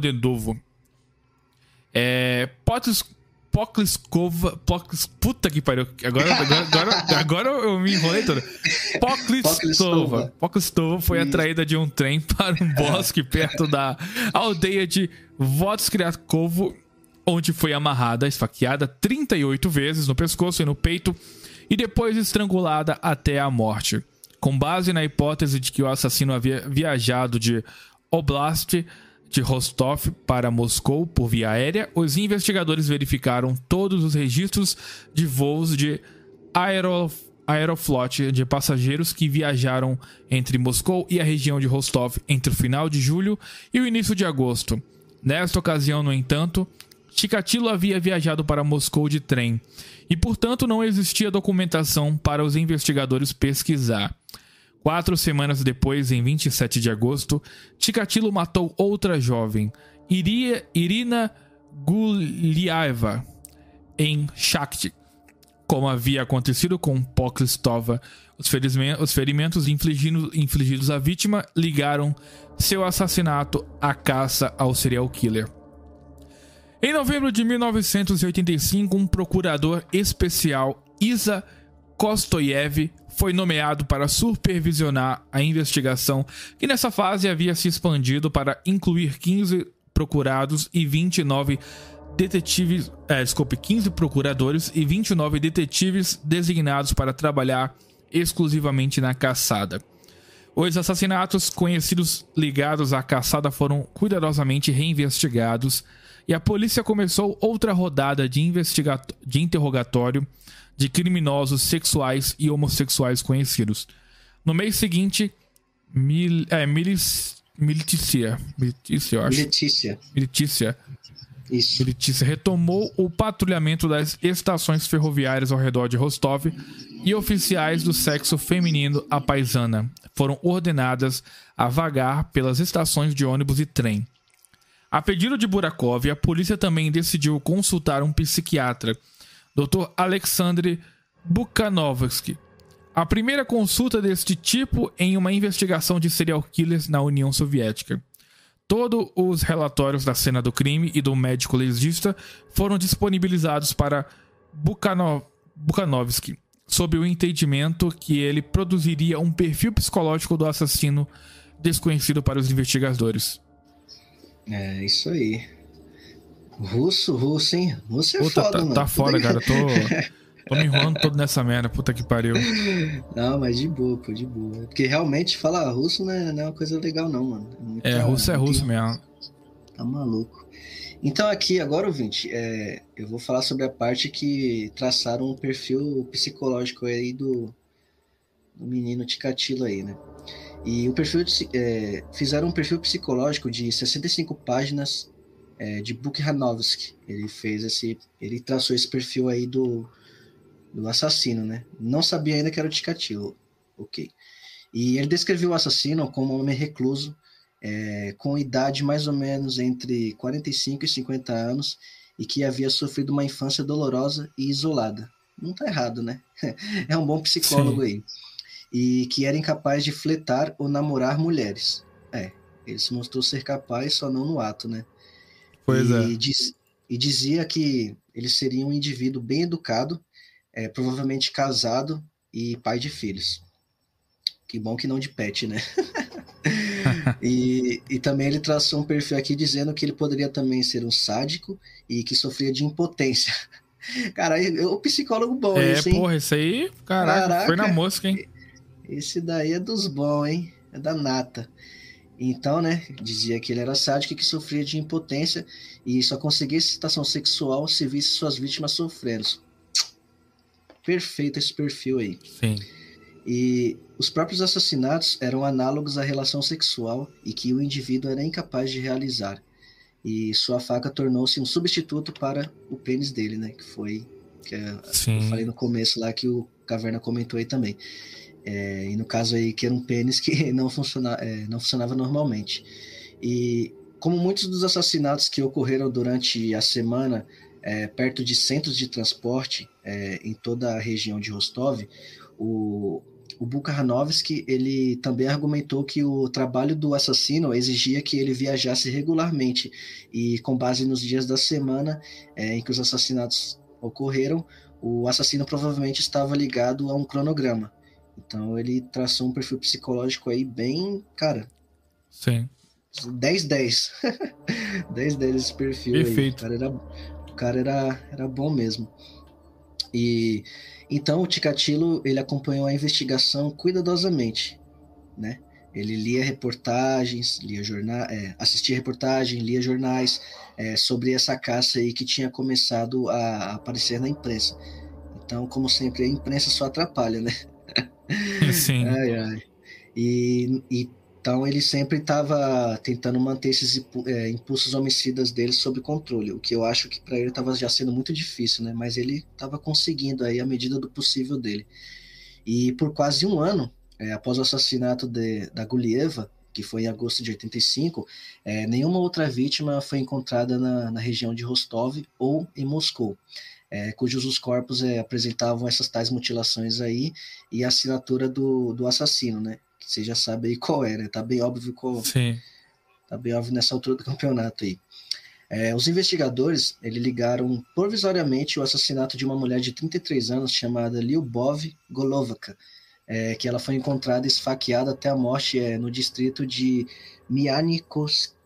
Poklistova. Puta que pariu. Agora eu me enrolei todo. Poklistova foi atraída de um trem para um bosque perto da aldeia de Vodskriakovo, onde foi amarrada, esfaqueada 38 vezes no pescoço e no peito e depois estrangulada até a morte. Com base na hipótese de que o assassino havia viajado de Oblast de Rostov para Moscou por via aérea, os investigadores verificaram todos os registros de voos de Aeroflot de passageiros que viajaram entre Moscou e a região de Rostov entre o final de julho e o início de agosto. Nesta ocasião, no entanto, Chikatilo havia viajado para Moscou de trem e, portanto, não existia documentação para os investigadores pesquisar. 4 semanas depois, em 27 de agosto, Chikatilo matou outra jovem, Irina Guliaeva, em Shakhty. Como havia acontecido com Poklistova, os ferimentos infligidos à vítima ligaram seu assassinato à caça ao serial killer. Em novembro de 1985, um procurador especial, Isa Kostoyev, foi nomeado para supervisionar a investigação, que nessa fase havia se expandido para incluir 15 procurados e 29 detetives, 15 procuradores e 29 detetives designados para trabalhar exclusivamente na caçada. Os assassinatos conhecidos ligados à caçada foram cuidadosamente reinvestigados e a polícia começou outra rodada de interrogatório de criminosos sexuais e homossexuais conhecidos. No mês seguinte, Militícia retomou o patrulhamento das estações ferroviárias ao redor de Rostov e oficiais do sexo feminino à paisana foram ordenadas a vagar pelas estações de ônibus e trem. A pedido de Burakov, a polícia também decidiu consultar um psiquiatra, Dr. Alexander Bukhanovsky. A primeira consulta deste tipo em uma investigação de serial killers na União Soviética. Todos os relatórios da cena do crime e do médico legista foram disponibilizados para Bukhanovsky, sob o entendimento que ele produziria um perfil psicológico do assassino desconhecido para os investigadores. É, isso aí. Russo, hein? Russo é puta, foda, mano. Tá foda, cara. Tô me enrolando todo nessa merda. Puta que pariu. Não, mas de boa, pô, de boa. Porque realmente falar russo não é uma coisa legal, não, mano. Russo é russo mesmo. Tá maluco. Então aqui, agora, ouvinte, eu vou falar sobre a parte que traçaram um perfil psicológico aí do menino Ticatilo aí, né? E fizeram um perfil psicológico de 65 páginas de Bukhanovsky. Ele traçou esse perfil aí do assassino, né? Não sabia ainda que era o Ticatilo, ok. E ele descreveu o assassino como um homem recluso, com idade mais ou menos entre 45 e 50 anos, e que havia sofrido uma infância dolorosa e isolada. Não tá errado, né? É um bom psicólogo Sim. aí. E que era incapaz de flertar ou namorar mulheres. Ele se mostrou ser capaz, só não no ato, né? Pois é. E dizia que ele seria um indivíduo bem educado, provavelmente casado e pai de filhos. Que bom que não de pet, né? E também ele traçou um perfil aqui dizendo que ele poderia também ser um sádico e que sofria de impotência. Cara, o psicólogo bom esse, hein? Porra, isso aí, caraca, foi na mosca, hein? Esse daí é dos bons, hein? É da nata. Então, né, dizia que ele era sádico e que sofria de impotência e só conseguia excitação sexual se visse suas vítimas sofrendo. Perfeito esse perfil aí. Sim. E os próprios assassinatos eram análogos à relação sexual e que o indivíduo era incapaz de realizar. E sua faca tornou-se um substituto para o pênis dele, né? Eu falei no começo lá que o Caverna comentou aí também. E no caso aí que era um pênis que não funcionava normalmente. E como muitos dos assassinatos que ocorreram durante a semana perto de centros de transporte em toda a região de Rostov, o Bukhanovsky, ele também argumentou que o trabalho do assassino exigia que ele viajasse regularmente e com base nos dias da semana em que os assassinatos ocorreram, o assassino provavelmente estava ligado a um cronograma. Então ele traçou um perfil psicológico aí bem, cara... Sim. 10-10. 10-10 esse perfil. Perfeito. Aí. O cara era bom mesmo. E então o Ticatilo, ele acompanhou a investigação cuidadosamente, né? Ele lia reportagens, assistia reportagem, lia jornais sobre essa caça aí que tinha começado a aparecer na imprensa. Então, como sempre, a imprensa só atrapalha, né? Sim. Então ele sempre estava tentando manter esses impulsos homicidas dele sob controle, o que eu acho que para ele estava já sendo muito difícil, né? Mas ele estava conseguindo aí à medida do possível dele. E por quase um ano, após o assassinato da Gulieva, que foi em agosto de 85, nenhuma outra vítima foi encontrada na região de Rostov ou em Moscou, cujos os corpos apresentavam essas tais mutilações aí e a assinatura do assassino, né? Que você já sabe aí qual é, né? Tá bem óbvio Sim. Tá bem óbvio nessa altura do campeonato aí. Os investigadores, ligaram provisoriamente o assassinato de uma mulher de 33 anos chamada Lyubov Golovaka, que ela foi encontrada esfaqueada até a morte no distrito de Mianikovsk.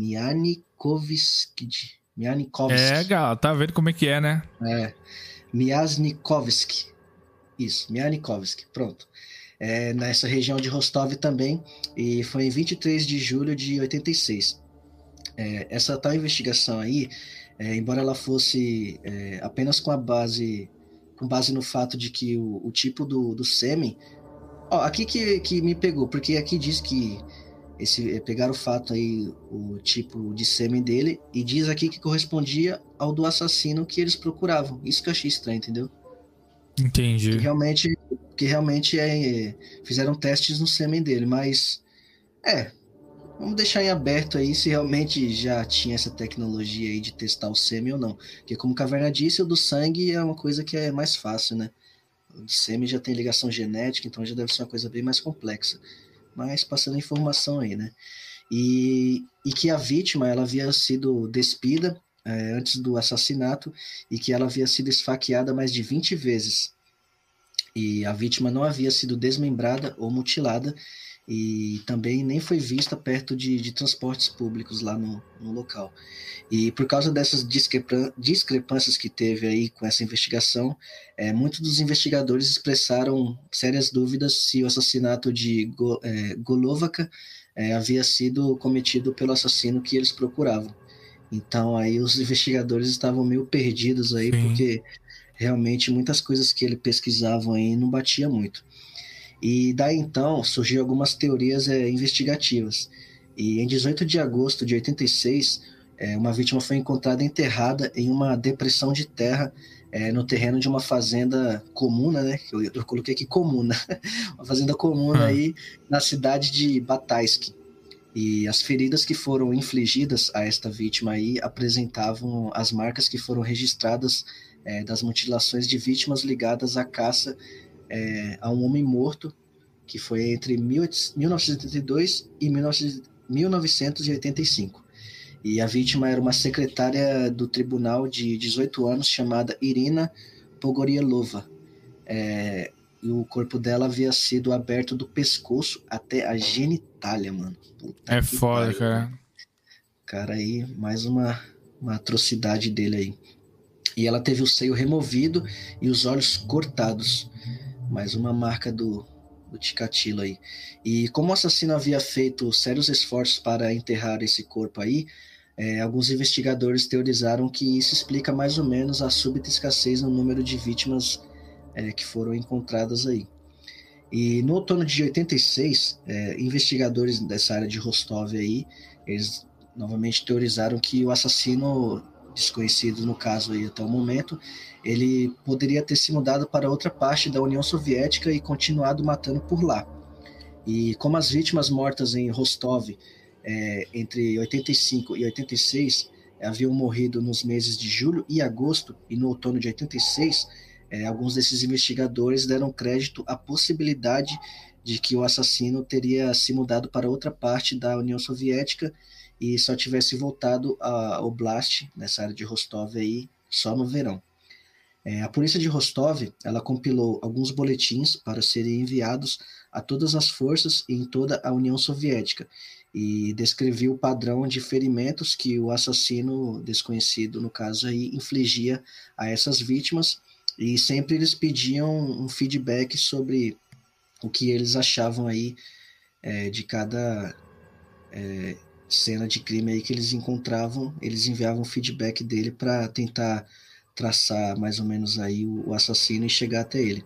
Gala, tá vendo como é que é, né? Miasnikovsk. Isso, Mianikovsk, pronto. Nessa região de Rostov também, e foi em 23 de julho de 86. Essa tal investigação aí, embora ela fosse apenas com base no fato de que o tipo do sêmen... aqui que me pegou, porque aqui diz que pegaram o fato aí, o tipo de sêmen dele, e diz aqui que correspondia ao do assassino que eles procuravam. Isso que eu achei estranho, entendeu? Entendi. Que realmente fizeram testes no sêmen dele, mas vamos deixar em aberto aí se realmente já tinha essa tecnologia aí de testar o sêmen ou não. Porque como Caverna disse, o do sangue é uma coisa que é mais fácil, né? O do sêmen já tem ligação genética, então já deve ser uma coisa bem mais complexa. Mas passando a informação aí, né? E que a vítima, ela havia sido despida antes do assassinato e que ela havia sido esfaqueada mais de 20 vezes. E a vítima não havia sido desmembrada ou mutilada e também nem foi vista perto de transportes públicos lá no local. E por causa dessas discrepâncias que teve aí com essa investigação, muitos dos investigadores expressaram sérias dúvidas se o assassinato de Golovaka havia sido cometido pelo assassino que eles procuravam. Então aí os investigadores estavam meio perdidos aí, Sim. porque realmente muitas coisas que ele pesquisavam aí não batia muito. E daí então surgiu algumas teorias investigativas. E em 18 de agosto de 86, uma vítima foi encontrada enterrada em uma depressão de terra no terreno de uma fazenda comuna, né? Eu coloquei aqui comuna, uma fazenda comuna aí na cidade de Bataisk. E as feridas que foram infligidas a esta vítima aí apresentavam as marcas que foram registradas das mutilações de vítimas ligadas à caça a um homem morto, que foi entre 1972 e 1985. E a vítima era uma secretária do tribunal de 18 anos chamada Irina Pogorielova. E o corpo dela havia sido aberto do pescoço até a genitália, mano. É foda, pariu, cara. Cara, aí, mais uma atrocidade dele aí. E ela teve o seio removido e os olhos cortados. Mais uma marca do Chikatilo aí. E como o assassino havia feito sérios esforços para enterrar esse corpo aí, alguns investigadores teorizaram que isso explica mais ou menos a súbita escassez no número de vítimas que foram encontradas aí. E no outono de 86, investigadores dessa área de Rostov aí, eles novamente teorizaram que o assassino desconhecido no caso aí até o momento, ele poderia ter se mudado para outra parte da União Soviética e continuado matando por lá. E como as vítimas mortas em Rostov entre 85 e 86 haviam morrido nos meses de julho e agosto, e no outono de 86, alguns desses investigadores deram crédito à possibilidade de que o assassino teria se mudado para outra parte da União Soviética e só tivesse voltado a Oblast, nessa área de Rostov aí, só no verão. A polícia de Rostov, ela compilou alguns boletins para serem enviados a todas as forças em toda a União Soviética e descreveu o padrão de ferimentos que o assassino desconhecido, no caso aí, infligia a essas vítimas, e sempre eles pediam um feedback sobre o que eles achavam aí de cada cena de crime aí que eles encontravam. Eles enviavam feedback dele para tentar traçar mais ou menos aí o assassino e chegar até ele.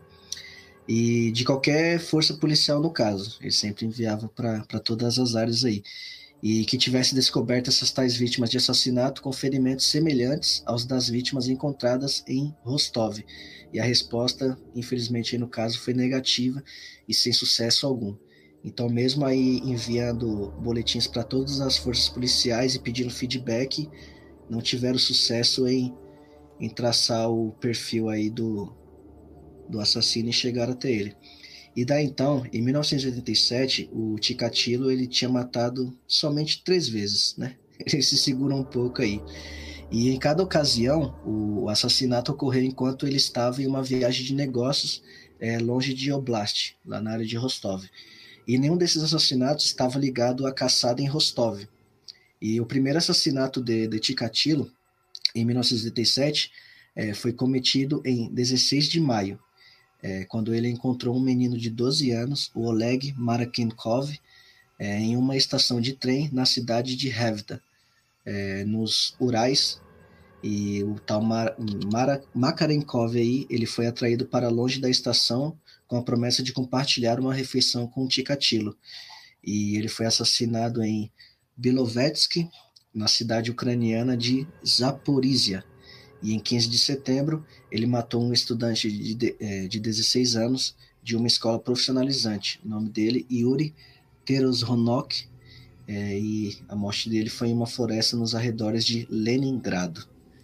E de qualquer força policial no caso, eles sempre enviavam para todas as áreas aí. E que tivesse descoberto essas tais vítimas de assassinato com ferimentos semelhantes aos das vítimas encontradas em Rostov. E a resposta, infelizmente, aí no caso, foi negativa e sem sucesso algum. Então, mesmo aí enviando boletins para todas as forças policiais e pedindo feedback, não tiveram sucesso em traçar o perfil aí do assassino e chegar até ele. E daí então, em 1987, o Chikatilo ele tinha matado somente 3 vezes, né? Ele se segura um pouco aí. E em cada ocasião, o assassinato ocorreu enquanto ele estava em uma viagem de negócios longe de Oblast, lá na área de Rostov. E nenhum desses assassinatos estava ligado à caçada em Rostov. E o primeiro assassinato de Chikatilo, em 1987, foi cometido em 16 de maio, quando ele encontrou um menino de 12 anos, o Oleg Marakenkov, em uma estação de trem na cidade de Revda, nos Urais. E o tal Makarenkov aí, ele foi atraído para longe da estação com a promessa de compartilhar uma refeição com o Chikatilo. E ele foi assassinado em Bilovetsky, na cidade ucraniana de Zaporizhia. E em 15 de setembro, ele matou um estudante de 16 anos de uma escola profissionalizante. O nome dele, Yuri Terezhonok, e a morte dele foi em uma floresta nos arredores de Leningrado.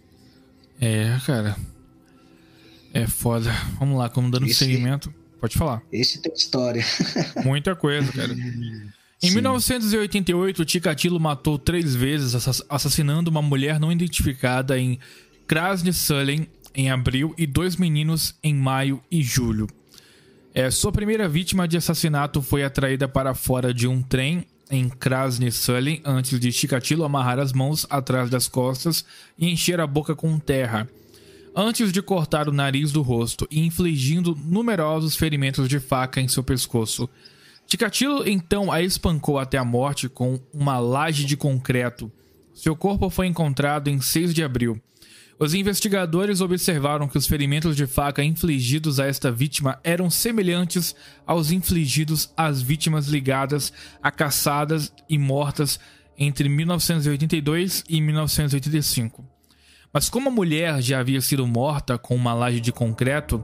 Cara. É foda. Vamos lá, como dando seguimento. Pode falar. Esse tem história. Muita coisa, cara. Em 1988, o Chikatilo matou 3 vezes, assassinando uma mulher não identificada em Krasny-Sulin em abril e 2 meninos em maio e julho. Sua primeira vítima de assassinato foi atraída para fora de um trem em Krasny-Sulin antes de Chikatilo amarrar as mãos atrás das costas e encher a boca com terra, antes de cortar o nariz do rosto e infligindo numerosos ferimentos de faca em seu pescoço. Chikatilo então a espancou até a morte com uma laje de concreto Seu corpo foi encontrado em 6 de abril. Os investigadores observaram que os ferimentos de faca infligidos a esta vítima eram semelhantes aos infligidos às vítimas ligadas a caçadas e mortas entre 1982 e 1985. Mas como a mulher já havia sido morta com uma laje de concreto,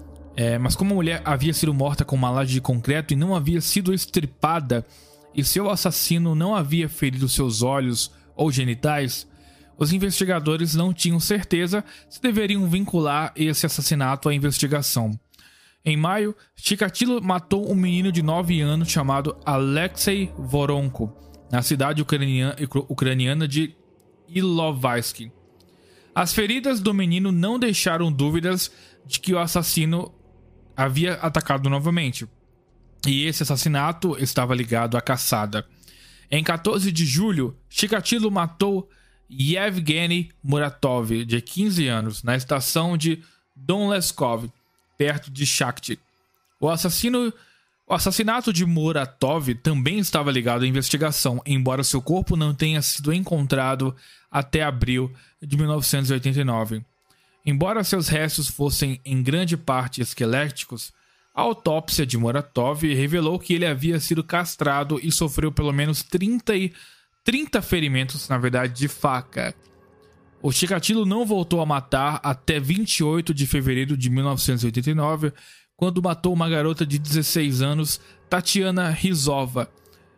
e não havia sido estripada, e seu assassino não havia ferido seus olhos ou genitais, os investigadores não tinham certeza se deveriam vincular esse assassinato à investigação. Em maio, Chikatilo matou um menino de 9 anos chamado Alexei Voronko, na cidade ucraniana de Ilovaisk. As feridas do menino não deixaram dúvidas de que o assassino havia atacado novamente, e esse assassinato estava ligado à caçada. Em 14 de julho, Chikatilo matou Yevgeny Muratov, de 15 anos, na estação de Donleskov, perto de Shakhty. O assassinato de Muratov também estava ligado à investigação, embora seu corpo não tenha sido encontrado até abril de 1989. Embora seus restos fossem em grande parte esqueléticos, a autópsia de Muratov revelou que ele havia sido castrado e sofreu pelo menos 30 ferimentos, na verdade, de faca. O Chikatilo não voltou a matar até 28 de fevereiro de 1989, quando matou uma garota de 16 anos, Tatiana Rizova,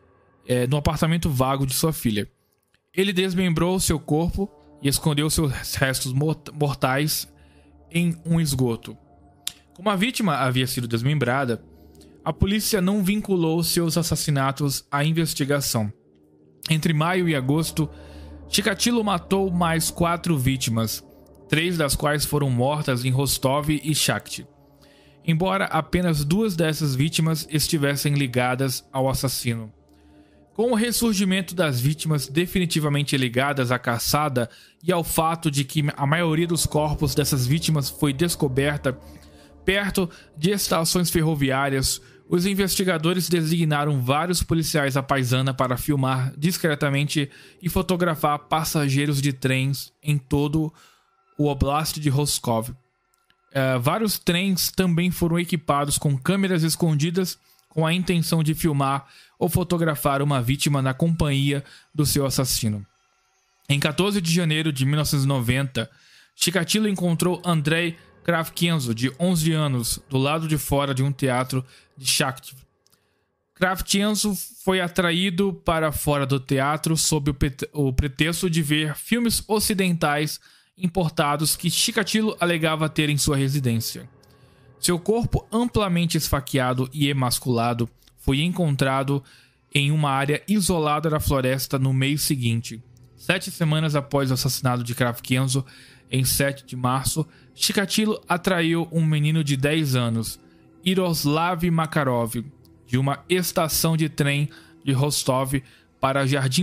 no apartamento vago de sua filha. Ele desmembrou seu corpo e escondeu seus restos mortais em um esgoto. Como a vítima havia sido desmembrada, a polícia não vinculou seus assassinatos à investigação. Entre maio e agosto, Chikatilo matou mais 4 vítimas, 3 das quais foram mortas em Rostov e Shakhty. Embora apenas 2 dessas vítimas estivessem ligadas ao assassino. Com o ressurgimento das vítimas definitivamente ligadas à caçada e ao fato de que a maioria dos corpos dessas vítimas foi descoberta perto de estações ferroviárias, os investigadores designaram vários policiais à paisana para filmar discretamente e fotografar passageiros de trens em todo o Oblast de Rostov. Vários trens também foram equipados com câmeras escondidas com a intenção de filmar ou fotografar uma vítima na companhia do seu assassino. Em 14 de janeiro de 1990, Chikatilo encontrou Andrei Kravchenko, de 11 anos, do lado de fora de um teatro de Shakhty. Kravchenko foi atraído para fora do teatro sob o pretexto de ver filmes ocidentais importados que Chikatilo alegava ter em sua residência. Seu corpo, amplamente esfaqueado e emasculado, foi encontrado em uma área isolada da floresta no mês seguinte. 7 semanas após o assassinato de Kravchenko, em 7 de março, Chikatilo atraiu um menino de 10 anos, Yaroslav Makarov, de uma estação de trem de Rostov para o Jardim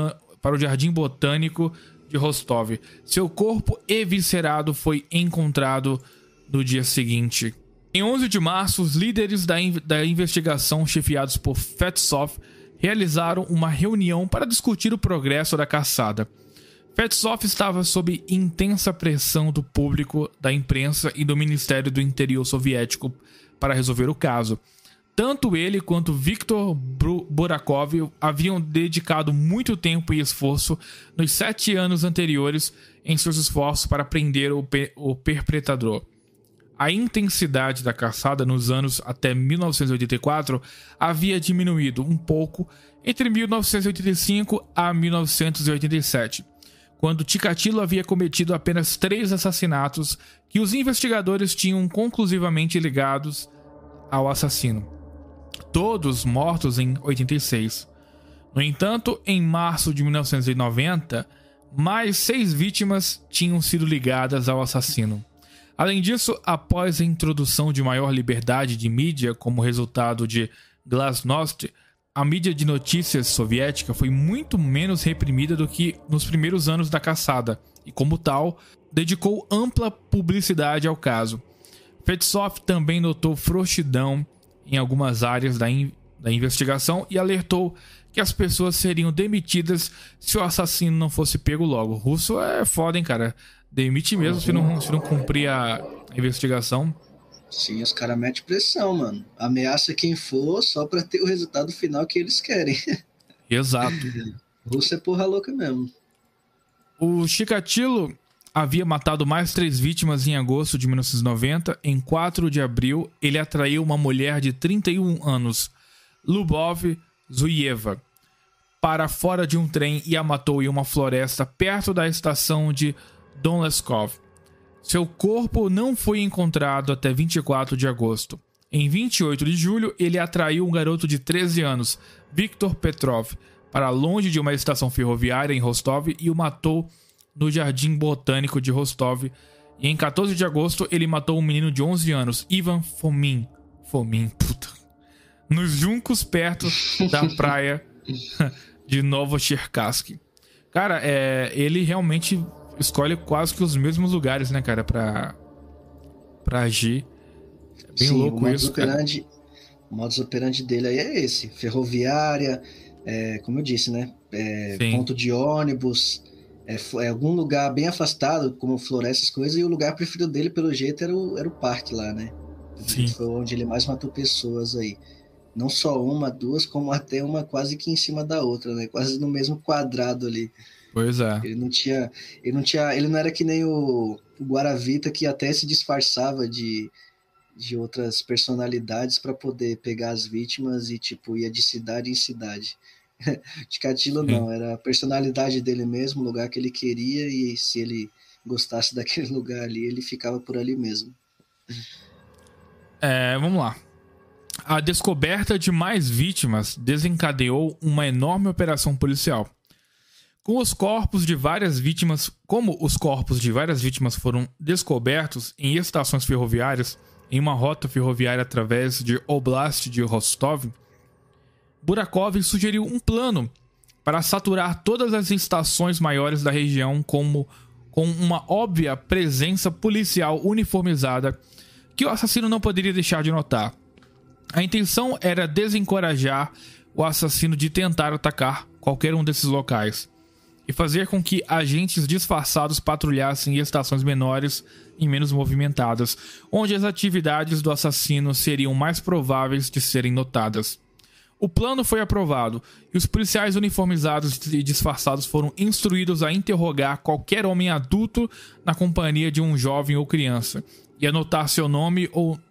Botânico de Rostov. Seu corpo eviscerado foi encontrado no dia seguinte. Em 11 de março, os líderes da investigação, chefiados por Fetsov, realizaram uma reunião para discutir o progresso da caçada. Fetsov estava sob intensa pressão do público, da imprensa e do Ministério do Interior soviético para resolver o caso. Tanto ele quanto Viktor Burakov haviam dedicado muito tempo e esforço nos 7 anos anteriores em seus esforços para prender o perpetrador. A intensidade da caçada nos anos até 1984 havia diminuído um pouco entre 1985 a 1987, quando Chikatilo havia cometido apenas 3 assassinatos que os investigadores tinham conclusivamente ligados ao assassino, todos mortos em 86. No entanto, em março de 1990, mais 6 vítimas tinham sido ligadas ao assassino. Além disso, após a introdução de maior liberdade de mídia como resultado de Glasnost, a mídia de notícias soviética foi muito menos reprimida do que nos primeiros anos da caçada e, como tal, dedicou ampla publicidade ao caso. Fetsov também notou frouxidão em algumas áreas da investigação e alertou que as pessoas seriam demitidas se o assassino não fosse pego logo. O russo é foda, hein, cara? Demite mesmo se não cumprir a investigação. Sim, os caras metem pressão, mano. Ameaça quem for só pra ter o resultado final que eles querem. Exato. O russo é porra louca mesmo. O Chikatilo havia matado mais 3 vítimas em agosto de 1990. Em 4 de abril, ele atraiu uma mulher de 31 anos, Lubov Zuyeva, para fora de um trem e a matou em uma floresta perto da estação de Donleskov. Seu corpo não foi encontrado até 24 de agosto. Em 28 de julho, ele atraiu um garoto de 13 anos, Viktor Petrov, para longe de uma estação ferroviária em Rostov e o matou no Jardim Botânico de Rostov. E em 14 de agosto, ele matou um menino de 11 anos, Ivan Fomin, nos juncos perto da praia de Novocherkassk. Cara, ele realmente escolhe quase que os mesmos lugares, né, cara, pra agir. É bem Sim, louco isso, cara. O modus operandi dele aí é esse. Ferroviária, como eu disse, né? Ponto de ônibus, algum lugar bem afastado, como florestas, coisas, e o lugar preferido dele, pelo jeito, era o parque lá, né? Sim. Foi onde ele mais matou pessoas aí. Não só uma, duas, como até uma quase que em cima da outra, né? Quase no mesmo quadrado ali. Pois é. Ele não era que nem o Guaravita, que até se disfarçava de outras personalidades para poder pegar as vítimas e tipo ia de cidade em cidade. Chikatilo não, era a personalidade dele mesmo, o lugar que ele queria, e se ele gostasse daquele lugar ali, ele ficava por ali mesmo. Vamos lá. A descoberta de mais vítimas desencadeou uma enorme operação policial. Como os corpos de várias vítimas foram descobertos em estações ferroviárias, em uma rota ferroviária através de Oblast de Rostov, Burakov sugeriu um plano para saturar todas as estações maiores da região com uma óbvia presença policial uniformizada que o assassino não poderia deixar de notar. A intenção era desencorajar o assassino de tentar atacar qualquer um desses locais e fazer com que agentes disfarçados patrulhassem em estações menores e menos movimentadas, onde as atividades do assassino seriam mais prováveis de serem notadas. O plano foi aprovado e os policiais uniformizados e disfarçados foram instruídos a interrogar qualquer homem adulto na companhia de um jovem ou criança e anotar seu nome,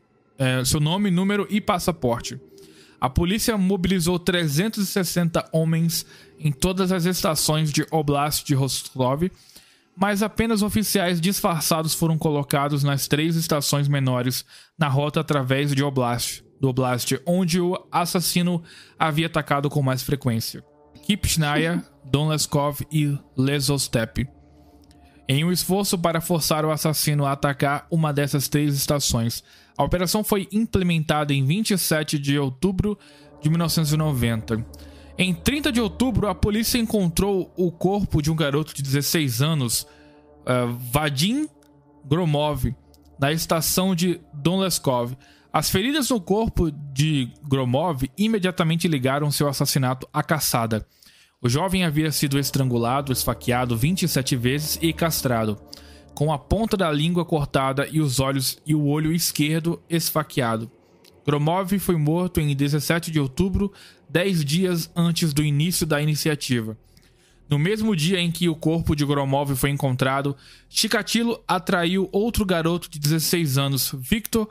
número e passaporte. A polícia mobilizou 360 homens em todas as estações de Oblast de Rostov, mas apenas oficiais disfarçados foram colocados nas 3 estações menores na rota através do Oblast, onde o assassino havia atacado com mais frequência: Kipchnaya, Donleskov e Lesostep. Em um esforço para forçar o assassino a atacar uma dessas 3 estações, a operação foi implementada em 27 de outubro de 1990. Em 30 de outubro, a polícia encontrou o corpo de um garoto de 16 anos, Vadim Gromov, na estação de Donleskov. As feridas no corpo de Gromov imediatamente ligaram seu assassinato à caçada. O jovem havia sido estrangulado, esfaqueado 27 vezes e castrado, com a ponta da língua cortada e os olhos e o olho esquerdo esfaqueado. Gromov foi morto em 17 de outubro, 10 dias antes do início da iniciativa. No mesmo dia em que o corpo de Gromov foi encontrado, Chikatilo atraiu outro garoto de 16 anos, Viktor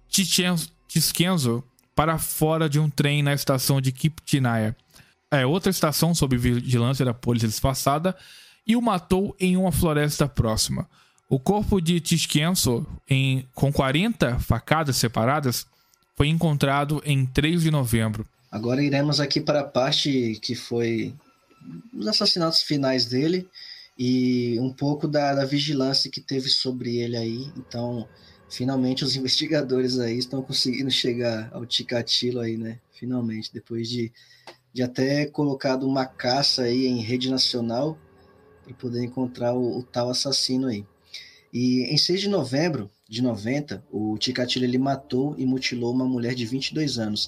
Tishkenzo, para fora de um trem na estação de Kipchnaya, outra estação sob vigilância da polícia disfarçada, e o matou em uma floresta próxima. O corpo de Tishkenzo, com 40 facadas separadas, foi encontrado em 3 de novembro. Agora iremos aqui para a parte que foi os assassinatos finais dele e um pouco da vigilância que teve sobre ele aí. Então, finalmente os investigadores aí estão conseguindo chegar ao Chikatilo aí, né? Finalmente, depois de até colocado uma caça aí em rede nacional para poder encontrar o tal assassino aí. E em 6 de novembro de 90, o Chikatilo ele matou e mutilou uma mulher de 22 anos.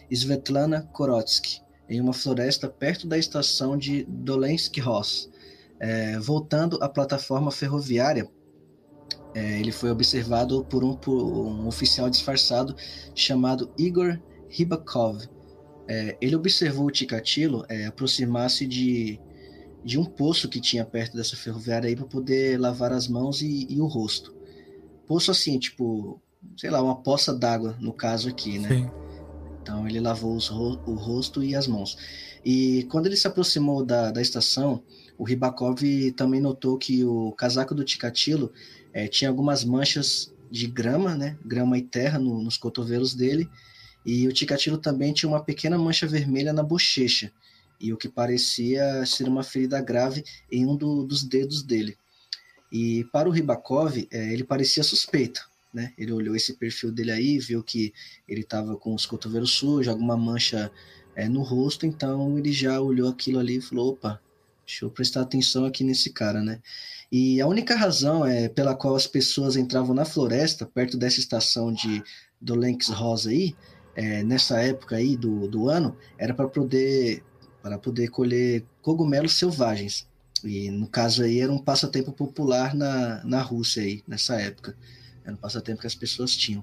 Svetlana Korotsky, em uma floresta perto da estação de Dolensk Ross. Voltando à plataforma ferroviária, ele foi observado por um oficial disfarçado chamado Igor Rybakov. Ele observou o Chikatilo aproximar-se de um poço que tinha perto dessa ferroviária para poder lavar as mãos e o rosto. Poço assim, tipo, sei lá, uma poça d'água, no caso aqui, né? Sim. Então ele lavou o rosto e as mãos. E quando ele se aproximou da estação, o Rybakov também notou que o casaco do Chikatilo tinha algumas manchas de grama, né? Grama e terra nos cotovelos dele. E o Chikatilo também tinha uma pequena mancha vermelha na bochecha, e o que parecia ser uma ferida grave em um dos dedos dele. E para o Rybakov, ele parecia suspeito, né? Ele olhou esse perfil dele aí, viu que ele estava com os cotovelos sujos, alguma mancha no rosto, então ele já olhou aquilo ali e falou, opa, deixa eu prestar atenção aqui nesse cara, né? E a única razão pela qual as pessoas entravam na floresta, perto dessa estação de Dolensk Ross aí, nessa época aí do ano, era para poder colher cogumelos selvagens. E no caso aí era um passatempo popular na Rússia aí, nessa época. Era um passatempo que as pessoas tinham.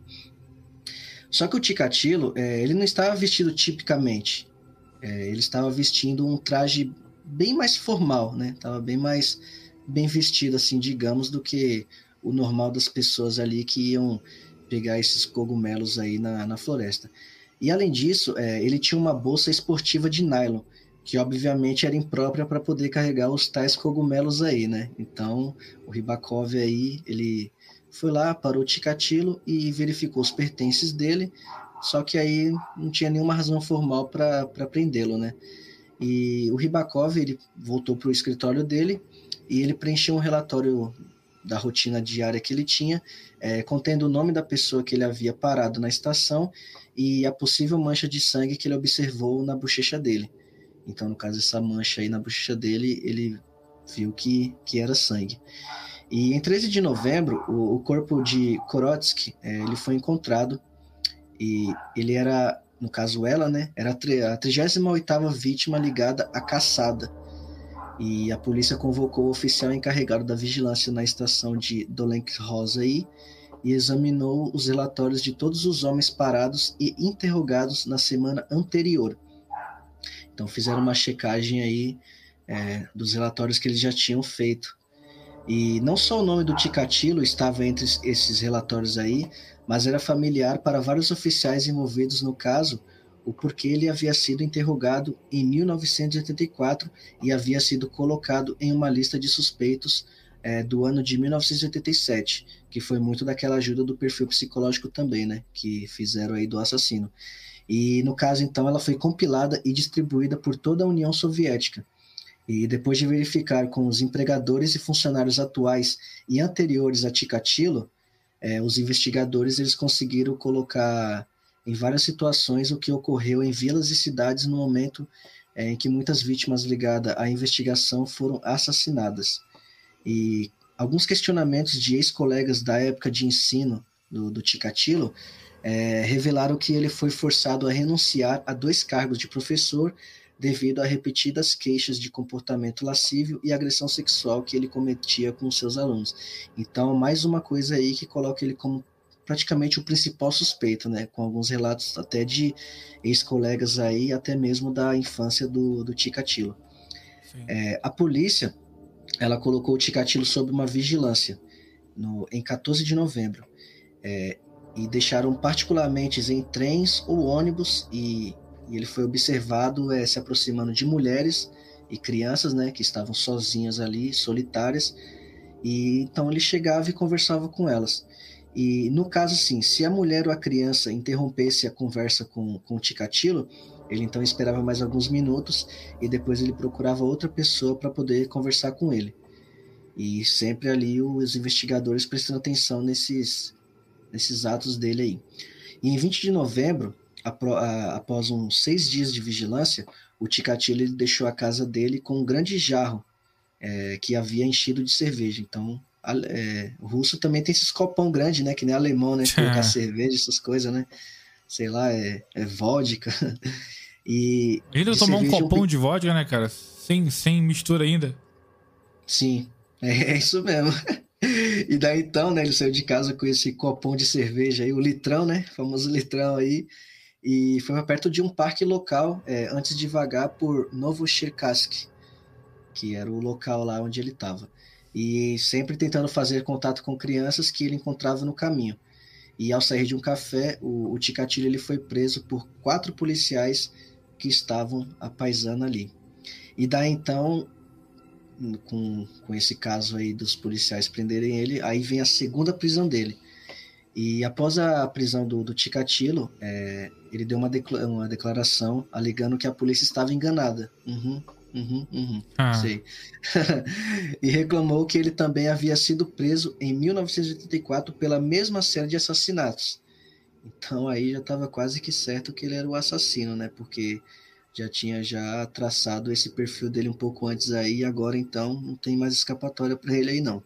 Só que o Chikatilo, ele não estava vestido tipicamente. Ele estava vestindo um traje bem mais formal, né? Estava bem mais bem vestido, assim, digamos, do que o normal das pessoas ali que iam pegar esses cogumelos aí na floresta. E além disso, ele tinha uma bolsa esportiva de nylon, que obviamente era imprópria para poder carregar os tais cogumelos aí, né? Então, o Rybakov aí, ele foi lá, parou o Chikatilo e verificou os pertences dele, só que aí não tinha nenhuma razão formal para prendê-lo, né? E o Rybakov, ele voltou para o escritório dele e ele preencheu um relatório da rotina diária que ele tinha, contendo o nome da pessoa que ele havia parado na estação e a possível mancha de sangue que ele observou na bochecha dele. Então, no caso, essa mancha aí na bochecha dele, ele viu que era sangue. E em 13 de novembro, o corpo de Korotsky, ele foi encontrado, e ele era, no caso ela, né, era a 38ª vítima ligada à caçada. E a polícia convocou o oficial encarregado da vigilância na estação de Dolensk Ross aí, e examinou os relatórios de todos os homens parados e interrogados na semana anterior. Então fizeram uma checagem aí dos relatórios que eles já tinham feito. E não só o nome do Chikatilo estava entre esses relatórios aí, mas era familiar para vários oficiais envolvidos no caso, o porquê ele havia sido interrogado em 1984 e havia sido colocado em uma lista de suspeitos do ano de 1987, que foi muito daquela ajuda do perfil psicológico também, né, que fizeram aí do assassino. E no caso, então, ela foi compilada e distribuída por toda a União Soviética. E depois de verificar com os empregadores e funcionários atuais e anteriores a Chikatilo, os investigadores eles conseguiram colocar em várias situações o que ocorreu em vilas e cidades no momento em que muitas vítimas ligadas à investigação foram assassinadas. E alguns questionamentos de ex-colegas da época de ensino do Chikatilo revelaram que ele foi forçado a renunciar a 2 cargos de professor devido a repetidas queixas de comportamento lascívio e agressão sexual que ele cometia com seus alunos. Então, mais uma coisa aí que coloca ele como praticamente o principal suspeito, né? Com alguns relatos até de ex-colegas aí, até mesmo da infância do Chikatilo. A polícia, ela colocou o Chikatilo sob uma vigilância em 14 de novembro. E deixaram particularmente em trens ou ônibus, e ele foi observado se aproximando de mulheres e crianças, né, que estavam sozinhas ali, solitárias, e então ele chegava e conversava com elas. E no caso, assim, se a mulher ou a criança interrompesse a conversa com o Chikatilo, ele então esperava mais alguns minutos e depois ele procurava outra pessoa para poder conversar com ele. E sempre ali os investigadores prestando atenção nesses atos dele aí. E em 20 de novembro, após uns 6 dias de vigilância, o Chikatilo ele deixou a casa dele com um grande jarro que havia enchido de cerveja. Então, o russo também tem esses copão grande, né? Que nem alemão, né? De colocar cerveja, essas coisas, né? sei lá, é vodka. E Ainda tomar um copão de vodka, né, cara? Sem mistura ainda. Sim, é isso mesmo. E daí então, né, ele saiu de casa com esse copão de cerveja aí, o litrão, né, famoso litrão aí, e foi pra perto de um parque local, antes de vagar por Novocherkassk, que era o local lá onde ele estava. E sempre tentando fazer contato com crianças que ele encontrava no caminho. E ao sair de um café, o Chikatilo ele foi preso por 4 policiais que estavam à paisana ali. E daí então, com esse caso aí dos policiais prenderem ele, aí vem a segunda prisão dele. E após a prisão do Chikatilo, ele deu uma declaração alegando que a polícia estava enganada. Sei. E reclamou que ele também havia sido preso em 1984 pela mesma série de assassinatos. Então aí já estava quase que certo que ele era o assassino, né? Porque já tinha traçado esse perfil dele um pouco antes aí, e agora então não tem mais escapatória para ele aí não.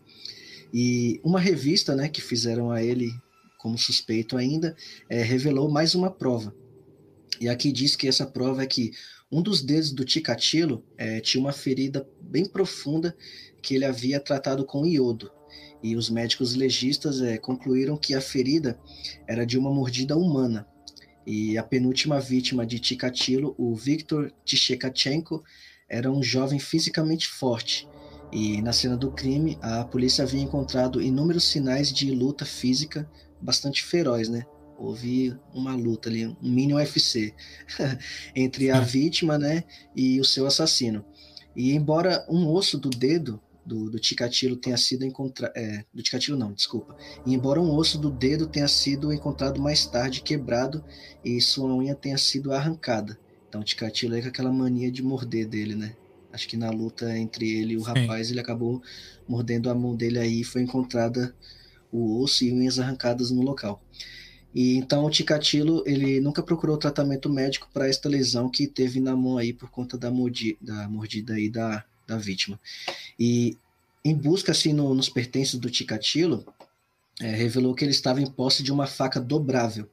E uma revista, né, que fizeram a ele como suspeito ainda, revelou mais uma prova. E aqui diz que essa prova é que um dos dedos do Chikatilo tinha uma ferida bem profunda que ele havia tratado com iodo. E os médicos legistas concluíram que a ferida era de uma mordida humana. E a penúltima vítima de Chikatilo, o Viktor Tchekatchenko, era um jovem fisicamente forte. E na cena do crime, a polícia havia encontrado inúmeros sinais de luta física bastante feroz, né? Houve uma luta ali, um mini UFC, entre a vítima, né, e o seu assassino. E embora um osso do dedo do Chikatilo tenha sido encontrado... do Chikatilo não, desculpa. E embora um osso do dedo tenha sido encontrado mais tarde quebrado e sua unha tenha sido arrancada. Então o Chikatilo é com aquela mania de morder dele, né? Acho que na luta entre ele e o rapaz, ele acabou mordendo a mão dele aí e foi encontrada o osso e unhas arrancadas no local. E então o Chikatilo, ele nunca procurou tratamento médico para esta lesão que teve na mão aí por conta da mordida aí da vítima. E em busca assim nos pertences do Chikatilo, revelou que ele estava em posse de uma faca dobrável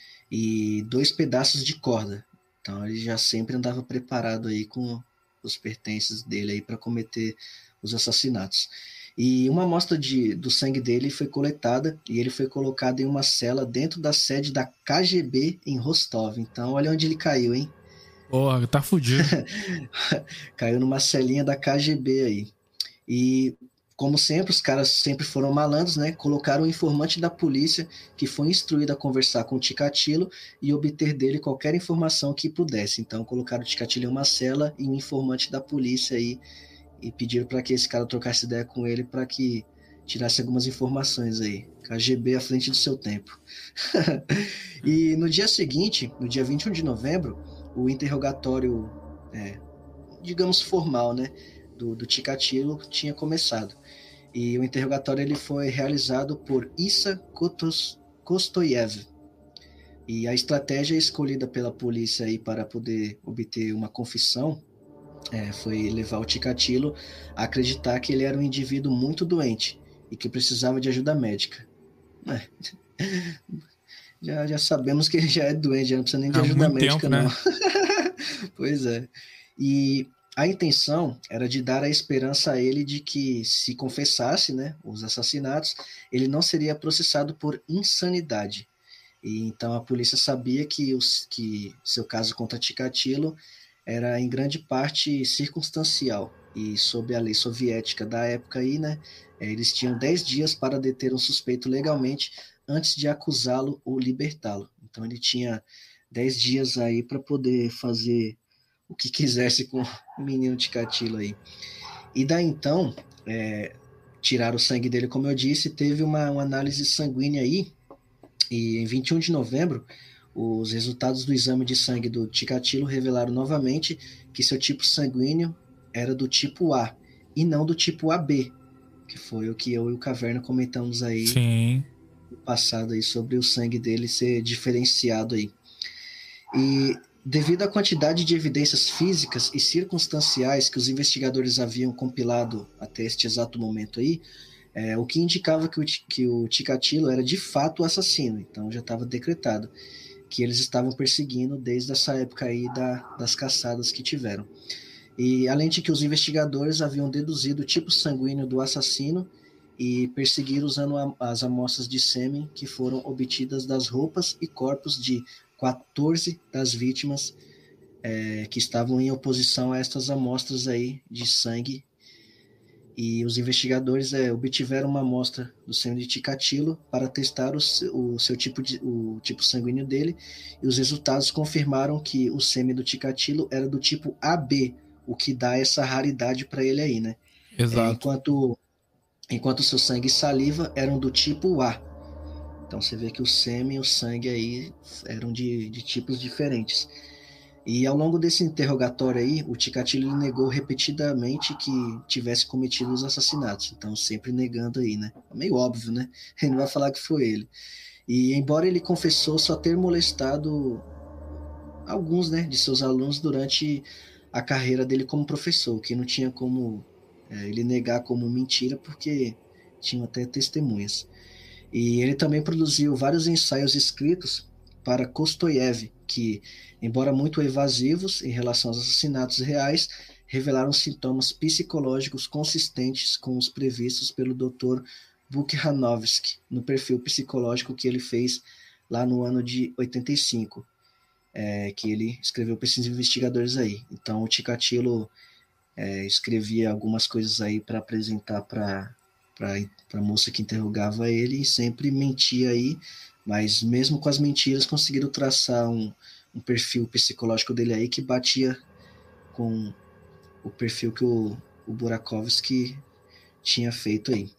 e 2 pedaços de corda. Então ele já sempre andava preparado aí com os pertences dele aí para cometer os assassinatos. E uma amostra do sangue dele foi coletada e ele foi colocado em uma cela dentro da sede da KGB em Rostov. Então olha onde ele caiu, hein? Porra, tá fudido. Caiu numa celinha da KGB aí. E como sempre, os caras sempre foram malandros, né? Colocaram um informante da polícia que foi instruído a conversar com o Chikatilo e obter dele qualquer informação que pudesse. Então colocaram o Chikatilo em uma cela e um informante da polícia aí e pediram para que esse cara trocasse ideia com ele para que tirasse algumas informações aí. KGB à frente do seu tempo. E no dia seguinte, no dia 21 de novembro, o interrogatório, digamos formal, né, do Chikatilo tinha começado. E o interrogatório ele foi realizado por Issa Kostoyev. E a estratégia escolhida pela polícia aí para poder obter uma confissão foi levar o Chikatilo a acreditar que ele era um indivíduo muito doente e que precisava de ajuda médica. Já sabemos que ele já é doente, já não precisa nem de ajuda médica, tempo, não. Né? Pois é. E a intenção era de dar a esperança a ele de que, se confessasse, né, os assassinatos, ele não seria processado por insanidade. E então a polícia sabia que seu caso contra Chikatilo era em grande parte circunstancial. E sob a lei soviética da época aí, né, eles tinham 10 dias para deter um suspeito legalmente antes de acusá-lo ou libertá-lo. Então ele tinha 10 dias aí para poder fazer o que quisesse com o menino Chikatilo aí. E daí então, tiraram o sangue dele, como eu disse, teve uma análise sanguínea aí, e em 21 de novembro, os resultados do exame de sangue do Chikatilo revelaram novamente que seu tipo sanguíneo era do tipo A, e não do tipo AB, que foi o que eu e o Caverna comentamos aí no passado aí, sobre o sangue dele ser diferenciado aí. E devido à quantidade de evidências físicas e circunstanciais que os investigadores haviam compilado até este exato momento aí, o que indicava que o Chikatilo era de fato o assassino, então já estava decretado que eles estavam perseguindo desde essa época aí das caçadas que tiveram. E além de que os investigadores haviam deduzido o tipo sanguíneo do assassino e perseguiram usando as amostras de sêmen que foram obtidas das roupas e corpos de 14 das vítimas que estavam em oposição a estas amostras aí de sangue. E os investigadores obtiveram uma amostra do sêmen de Chikatilo para testar o tipo sanguíneo dele, e os resultados confirmaram que o sêmen do Chikatilo era do tipo AB, o que dá essa raridade para ele aí, né? Exato. Enquanto seu sangue e saliva eram do tipo A. Então você vê que o sêmen e o sangue aí eram de tipos diferentes. E ao longo desse interrogatório aí, o Chikatilo negou repetidamente que tivesse cometido os assassinatos. Então sempre negando aí, né? É meio óbvio, né? Ele não vai falar que foi ele. E embora ele confessou só ter molestado alguns, né, de seus alunos durante a carreira dele como professor, que não tinha como ele negar como mentira, porque tinham até testemunhas. E ele também produziu vários ensaios escritos para Kostoyev, que, embora muito evasivos em relação aos assassinatos reais, revelaram sintomas psicológicos consistentes com os previstos pelo Dr. Bukhanovsky no perfil psicológico que ele fez lá no ano de 85, que ele escreveu para esses investigadores aí. Então o Chikatilo escrevia algumas coisas aí para apresentar para a moça que interrogava ele, e sempre mentia aí, mas mesmo com as mentiras conseguiram traçar um perfil psicológico dele aí que batia com o perfil que o Burakovsky tinha feito aí.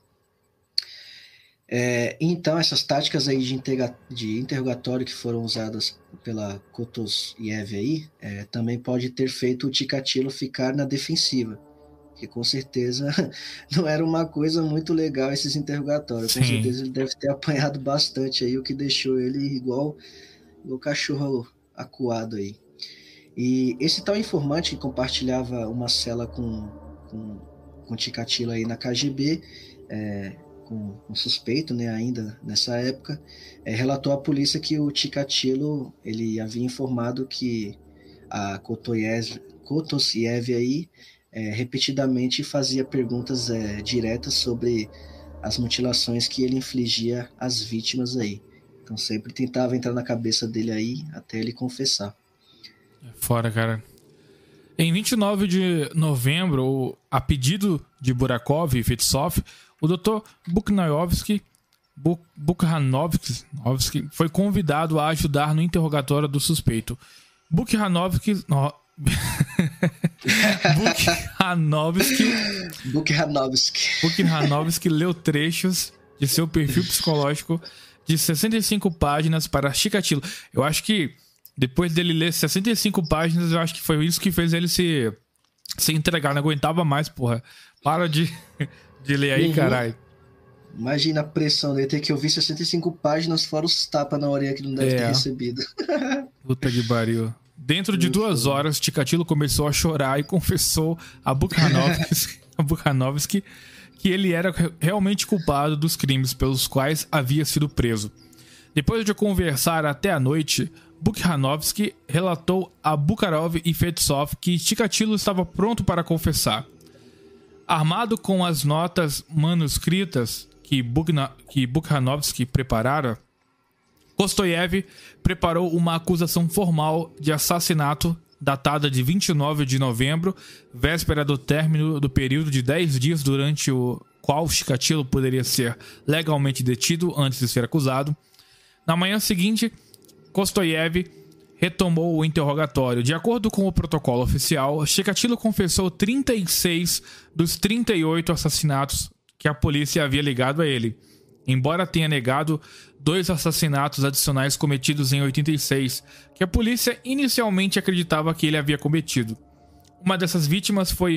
Então essas táticas aí de interrogatório que foram usadas pela Kostoyev aí também pode ter feito o Chikatilo ficar na defensiva, que com certeza não era uma coisa muito legal esses interrogatórios. Sim. Com certeza ele deve ter apanhado bastante aí, o que deixou ele igual cachorro acuado aí. E esse tal informante que compartilhava uma cela com Chikatilo aí na KGB, com suspeito, né, ainda nessa época, relatou à polícia que o Chikatilo ele havia informado que a Kostoyev aí repetidamente fazia perguntas diretas sobre as mutilações que ele infligia às vítimas aí. Então sempre tentava entrar na cabeça dele aí até ele confessar. Fora, cara. Em 29 de novembro, a pedido de Burakov e Fetisov, o Dr. Bukhanovsky foi convidado a ajudar no interrogatório do suspeito. Bukhanovsky leu trechos de seu perfil psicológico de 65 páginas para Chikatilo. Eu acho que depois dele ler 65 páginas, eu acho que foi isso que fez ele se entregar. Não aguentava mais, porra. Para de ler aí, caralho. Imagina a pressão dele ter que ouvir 65 páginas fora os tapas na orelha que não deve ter recebido. Puta que pariu. Dentro de 2 horas, Chikatilo começou a chorar e confessou a Bukhanovsky que ele era realmente culpado dos crimes pelos quais havia sido preso. Depois de conversar até a noite, Bukhanovsky relatou a Bukharov e Fetisov que Chikatilo estava pronto para confessar. Armado com as notas manuscritas que Bukhanovsky preparara, Kostoyev preparou uma acusação formal de assassinato datada de 29 de novembro, véspera do término do período de 10 dias durante o qual Chikatilo poderia ser legalmente detido antes de ser acusado. Na manhã seguinte, Kostoyev retomou o interrogatório. De acordo com o protocolo oficial, Chikatilo confessou 36 dos 38 assassinatos que a polícia havia ligado a ele, embora tenha negado 2 assassinatos adicionais cometidos em 86, que a polícia inicialmente acreditava que ele havia cometido. Uma dessas vítimas foi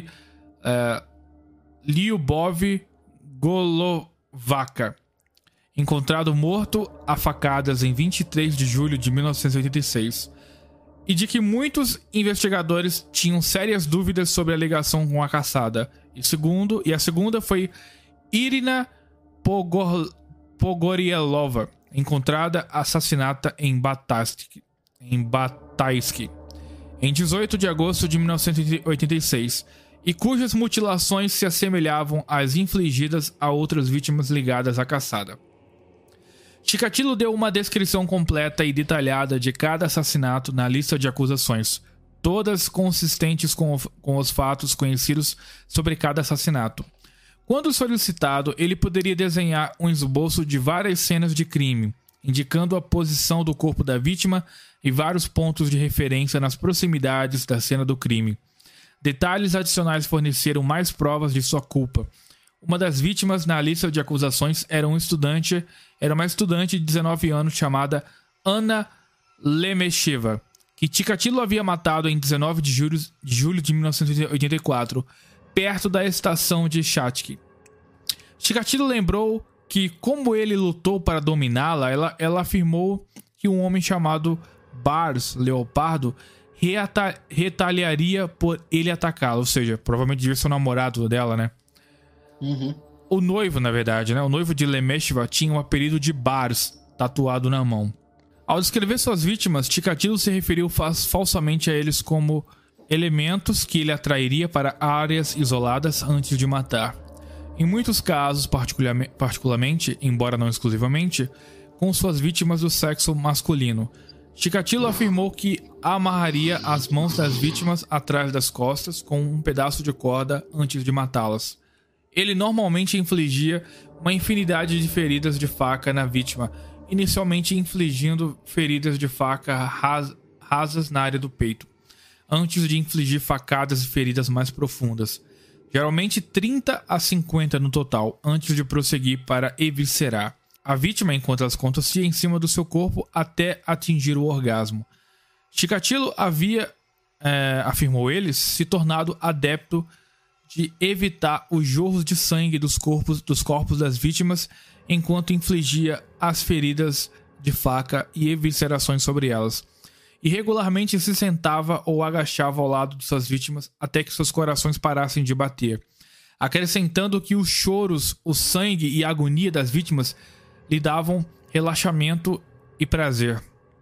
Lyubov Golovaka, encontrado morto a facadas em 23 de julho de 1986, e de que muitos investigadores tinham sérias dúvidas sobre a ligação com a caçada. E a segunda foi Irina Pogorielova, encontrada assassinada em em Bataisk, em 18 de agosto de 1986, e cujas mutilações se assemelhavam às infligidas a outras vítimas ligadas à caçada. Chikatilo deu uma descrição completa e detalhada de cada assassinato na lista de acusações, todas consistentes com os fatos conhecidos sobre cada assassinato. Quando solicitado, ele poderia desenhar um esboço de várias cenas de crime, indicando a posição do corpo da vítima e vários pontos de referência nas proximidades da cena do crime. Detalhes adicionais forneceram mais provas de sua culpa. Uma das vítimas na lista de acusações era uma estudante de 19 anos chamada Anna Lemesheva, que Chikatilo havia matado em 19 de julho de 1984, perto da estação de Chatki. Chikatilo lembrou que, como ele lutou para dominá-la, ela afirmou que um homem chamado Bars Leopardo retaliaria por ele atacá-la, ou seja, provavelmente devia ser o namorado dela, né? Uhum. O noivo, na verdade, né? O noivo de Lemesheva tinha um apelido de Bars tatuado na mão. Ao descrever suas vítimas, Chikatilo se referiu falsamente a eles como elementos que ele atrairia para áreas isoladas antes de matar. Em muitos casos, particularmente, embora não exclusivamente, com suas vítimas do sexo masculino. Chikatilo afirmou que amarraria as mãos das vítimas atrás das costas com um pedaço de corda antes de matá-las. Ele normalmente infligia uma infinidade de feridas de faca na vítima, inicialmente infligindo feridas de faca rasas na área do peito, antes de infligir facadas e feridas mais profundas, geralmente 30 a 50 no total, antes de prosseguir para eviscerar a vítima enquanto ela acontecia em cima do seu corpo até atingir o orgasmo. Chikatilo havia, afirmou ele, se tornado adepto de evitar os jorros de sangue dos corpos das vítimas enquanto infligia as feridas de faca e eviscerações sobre elas. E regularmente se sentava ou agachava ao lado de suas vítimas até que seus corações parassem de bater, acrescentando que os choros, o sangue e a agonia das vítimas lhe davam relaxamento e prazer.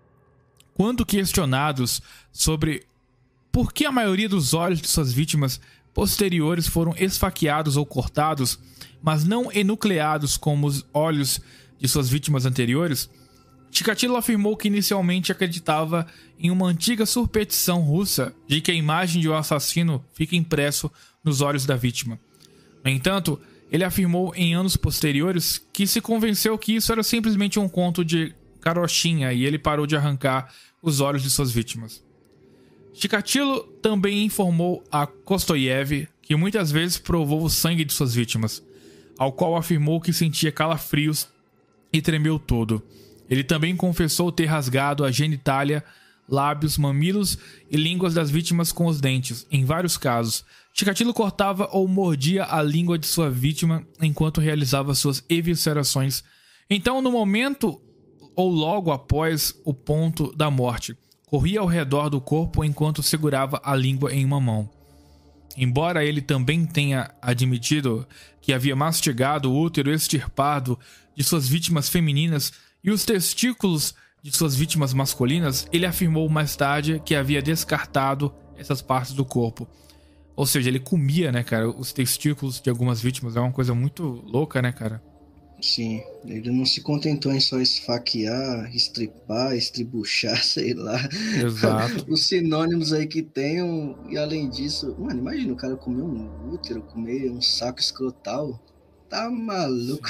Quando questionados sobre por que a maioria dos olhos de suas vítimas posteriores foram esfaqueados ou cortados, mas não enucleados como os olhos de suas vítimas anteriores, Chikatilo afirmou que inicialmente acreditava em uma antiga superstição russa de que a imagem de um assassino fica impresso nos olhos da vítima. No entanto, ele afirmou em anos posteriores que se convenceu que isso era simplesmente um conto de carochinha e ele parou de arrancar os olhos de suas vítimas. Chikatilo também informou a Kostoyev que muitas vezes provou o sangue de suas vítimas, ao qual afirmou que sentia calafrios e tremeu todo. Ele também confessou ter rasgado a genitália, lábios, mamilos e línguas das vítimas com os dentes. Em vários casos, Chikatilo cortava ou mordia a língua de sua vítima enquanto realizava suas eviscerações. Então, no momento ou logo após o ponto da morte, corria ao redor do corpo enquanto segurava a língua em uma mão. Embora ele também tenha admitido que havia mastigado o útero extirpado de suas vítimas femininas e os testículos de suas vítimas masculinas, ele afirmou mais tarde que havia descartado essas partes do corpo. Ou seja, ele comia, né, cara, os testículos de algumas vítimas. É uma coisa muito louca, né, cara? Sim, ele não se contentou em só esfaquear, estripar, estribuchar, sei lá. Exato. Os sinônimos aí que tem, e além disso, mano, imagina o cara comer um útero, comer um saco escrotal. Tá maluco.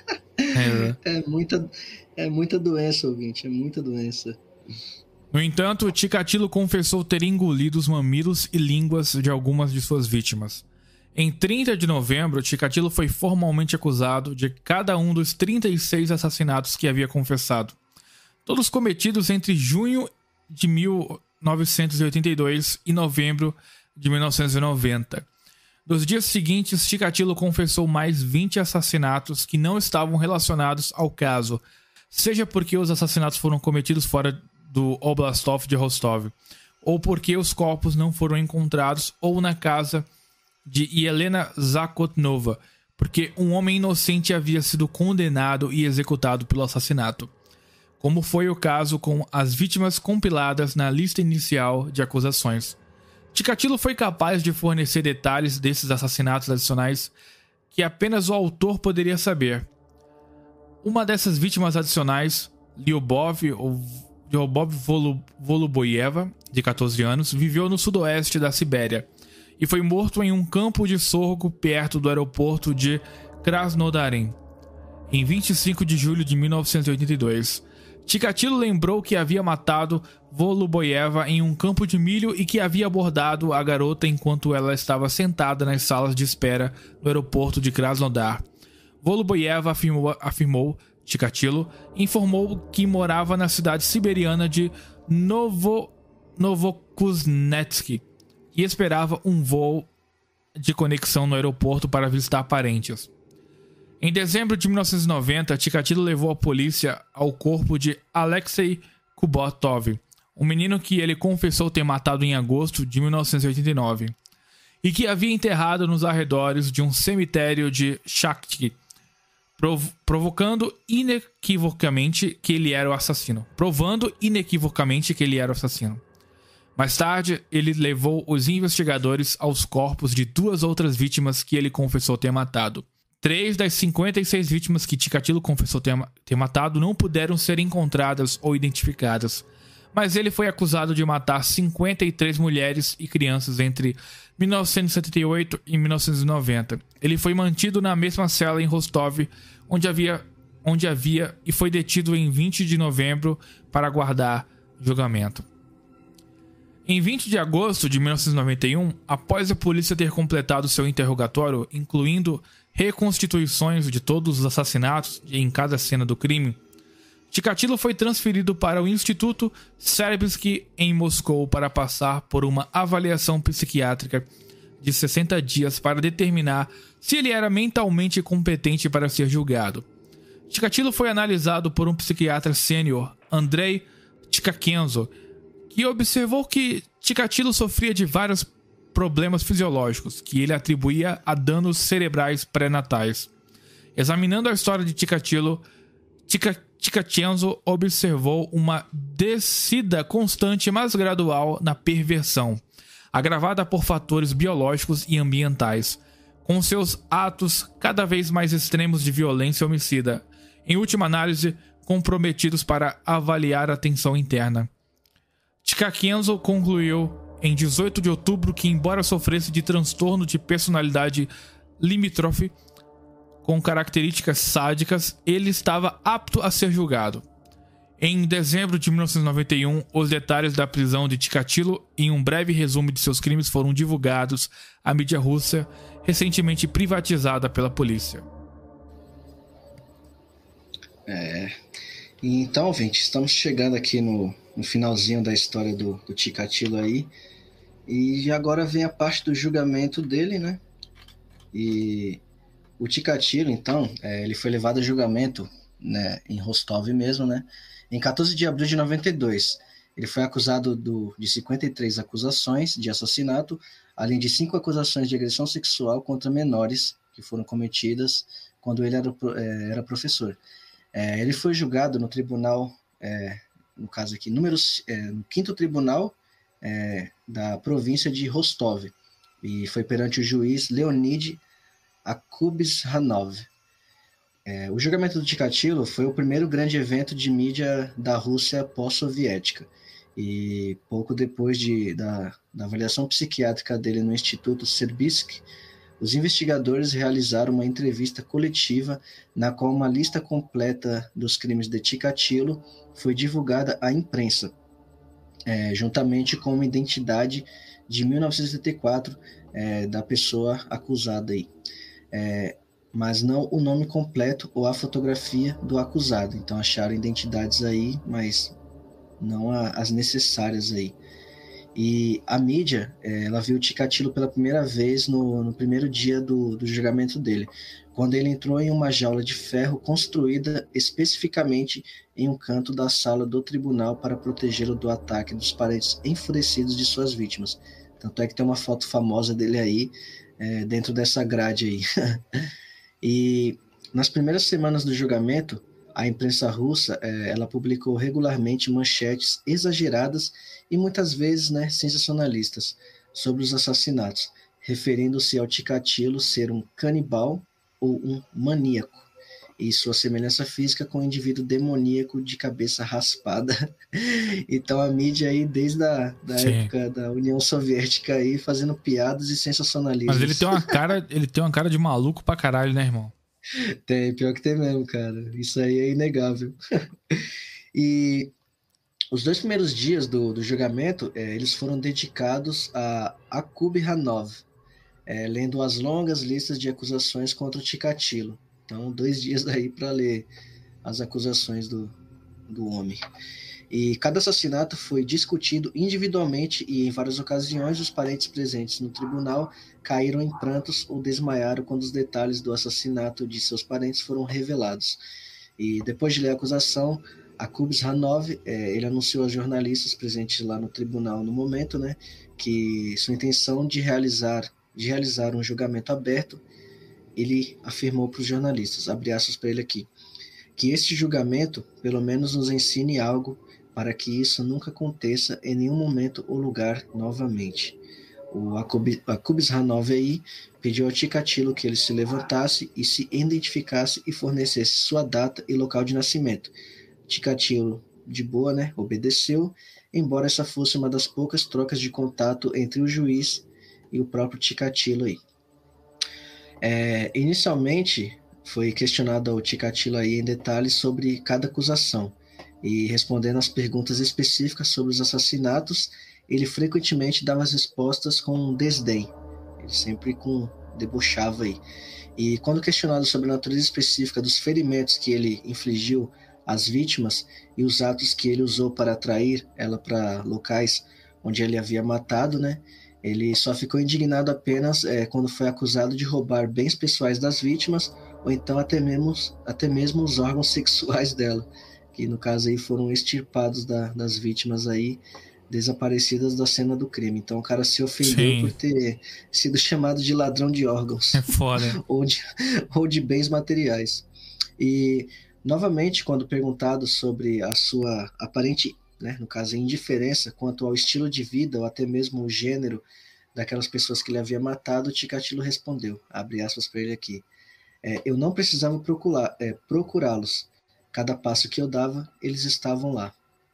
É muita doença, ouvinte, é muita doença. No entanto, Chikatilo confessou ter engolido os mamilos e línguas de algumas de suas vítimas. Em 30 de novembro, Chikatilo foi formalmente acusado de cada um dos 36 assassinatos que havia confessado, todos cometidos entre junho de 1982 e novembro de 1990. Nos dias seguintes, Chikatilo confessou mais 20 assassinatos que não estavam relacionados ao caso, seja porque os assassinatos foram cometidos fora do Oblastov de Rostov, ou porque os corpos não foram encontrados, ou na casa de Yelena Zakotnova, porque um homem inocente havia sido condenado e executado pelo assassinato. como foi o caso com as vítimas compiladas na lista inicial de acusações. Chikatilo foi capaz de fornecer detalhes desses assassinatos adicionais que apenas o autor poderia saber. Uma dessas vítimas adicionais, Lyubov Voluboyeva, de 14 anos, viveu no sudoeste da Sibéria e foi morto em um campo de sorgo perto do aeroporto de Krasnodarim, em 25 de julho de 1982. Chikatilo lembrou que havia matado Voluboyeva em um campo de milho e que havia abordado a garota enquanto ela estava sentada nas salas de espera do aeroporto de Krasnodar. Voluboyeva afirmou, Chikatilo informou que morava na cidade siberiana de Novokuznetsk e esperava um voo de conexão no aeroporto para visitar parentes. Em dezembro de 1990, Chikatilo levou a polícia ao corpo de Alexei Kubotov, um menino que ele confessou ter matado em agosto de 1989 e que havia enterrado nos arredores de um cemitério de Shakhty, provando inequivocamente que ele era o assassino. Mais tarde, ele levou os investigadores aos corpos de 2 outras vítimas que ele confessou ter matado. 3 das 56 vítimas que Chikatilo confessou ter matado não puderam ser encontradas ou identificadas, mas ele foi acusado de matar 53 mulheres e crianças entre 1978 e 1990. Ele foi mantido na mesma cela em Rostov, onde havia e foi detido em 20 de novembro para aguardar julgamento. Em 20 de agosto de 1991, após a polícia ter completado seu interrogatório, incluindo reconstituições de todos os assassinatos em cada cena do crime, Chikatilo foi transferido para o Instituto Serbsky em Moscou para passar por uma avaliação psiquiátrica de 60 dias para determinar se ele era mentalmente competente para ser julgado. Chikatilo foi analisado por um psiquiatra sênior, Andrei Tikakenzo, que observou que Chikatilo sofria de vários problemas fisiológicos que ele atribuía a danos cerebrais pré-natais. Examinando a história de Chikatilo, Tikakenzo observou uma descida constante mas gradual na perversão, agravada por fatores biológicos e ambientais, com seus atos cada vez mais extremos de violência homicida, em última análise, comprometidos para avaliar a tensão interna. Tikakenzo concluiu em 18 de outubro que, embora sofresse de transtorno de personalidade limítrofe com características sádicas, ele estava apto a ser julgado. Em dezembro de 1991, os detalhes da prisão de Chikatilo e um breve resumo de seus crimes foram divulgados à mídia russa, recentemente privatizada pela polícia. Então, gente, estamos chegando aqui no finalzinho da história do Chikatilo aí. E agora vem a parte do julgamento dele, né? E o Chikatilo, então, ele foi levado a julgamento, né, em Rostov mesmo, né? Em 14 de abril de 92. Ele foi acusado de 53 acusações de assassinato, além de 5 acusações de agressão sexual contra menores que foram cometidas quando ele era professor. Ele foi julgado no tribunal, no caso aqui, no 5º tribunal da província de Rostov, e foi perante o juiz Leonid Akubzhanov. O julgamento do Chikatilo foi o primeiro grande evento de mídia da Rússia pós-soviética, e pouco depois da avaliação psiquiátrica dele no Instituto Serbsky, os investigadores realizaram uma entrevista coletiva na qual uma lista completa dos crimes de Chikatilo foi divulgada à imprensa, juntamente com uma identidade de 1974 da pessoa acusada aí. Mas não o nome completo ou a fotografia do acusado. Então acharam identidades aí, mas não as necessárias aí. E a mídia, ela viu o Chikatilo pela primeira vez no primeiro dia do julgamento dele, quando ele entrou em uma jaula de ferro construída especificamente em um canto da sala do tribunal para protegê-lo do ataque dos parentes enfurecidos de suas vítimas. Tanto é que tem uma foto famosa dele aí, dentro dessa grade aí. E nas primeiras semanas do julgamento, a imprensa russa ela publicou regularmente manchetes exageradas e muitas vezes, né, sensacionalistas sobre os assassinatos, referindo-se ao Chikatilo ser um canibal ou um maníaco, e sua semelhança física com um indivíduo demoníaco de cabeça raspada. Então a mídia aí, desde a da Sim. época da União Soviética aí, fazendo piadas e Mas sensacionalismos. ele tem uma cara de maluco pra caralho, né, irmão? Tem, pior que tem mesmo, cara. Isso aí é inegável. E os 2 primeiros dias do julgamento, eles foram dedicados a Akub Hanov, lendo as longas listas de acusações contra o Chikatilo. Então, 2 dias aí para ler as acusações do homem. E cada assassinato foi discutido individualmente e, em várias ocasiões, os parentes presentes no tribunal caíram em prantos ou desmaiaram quando os detalhes do assassinato de seus parentes foram revelados. E depois de ler a acusação, Akub Hanov, ele anunciou aos jornalistas presentes lá no tribunal no momento, né, que sua intenção de realizar um julgamento aberto. Ele afirmou para os jornalistas, abre aspas para ele aqui, que este julgamento pelo menos nos ensine algo para que isso nunca aconteça em nenhum momento ou lugar novamente. O Akub Hanov aí pediu ao Chikatilo que ele se levantasse e se identificasse e fornecesse sua data e local de nascimento. Chikatilo, de boa, né, obedeceu, embora essa fosse uma das poucas trocas de contato entre o juiz e o próprio Chikatilo aí. Inicialmente, foi questionado ao Chikatilo aí em detalhes sobre cada acusação, e respondendo às perguntas específicas sobre os assassinatos, ele frequentemente dava as respostas com desdém, ele sempre debochava aí. E quando questionado sobre a natureza específica dos ferimentos que ele infligiu às vítimas e os atos que ele usou para atrair ela para locais onde ele havia matado, né, ele só ficou indignado apenas quando foi acusado de roubar bens pessoais das vítimas, ou então até mesmo os órgãos sexuais dela, que no caso aí foram extirpados das vítimas aí, desaparecidas da cena do crime. Então o cara se ofendeu Sim. por ter sido chamado de ladrão de órgãos É foda. ou de bens materiais. E novamente, quando perguntado sobre a sua aparente, né, no caso, indiferença quanto ao estilo de vida ou até mesmo o gênero daquelas pessoas que ele havia matado, o Chikatilo respondeu, abre aspas para ele aqui, eu não precisava procurá-los. Cada passo que eu dava, eles estavam lá.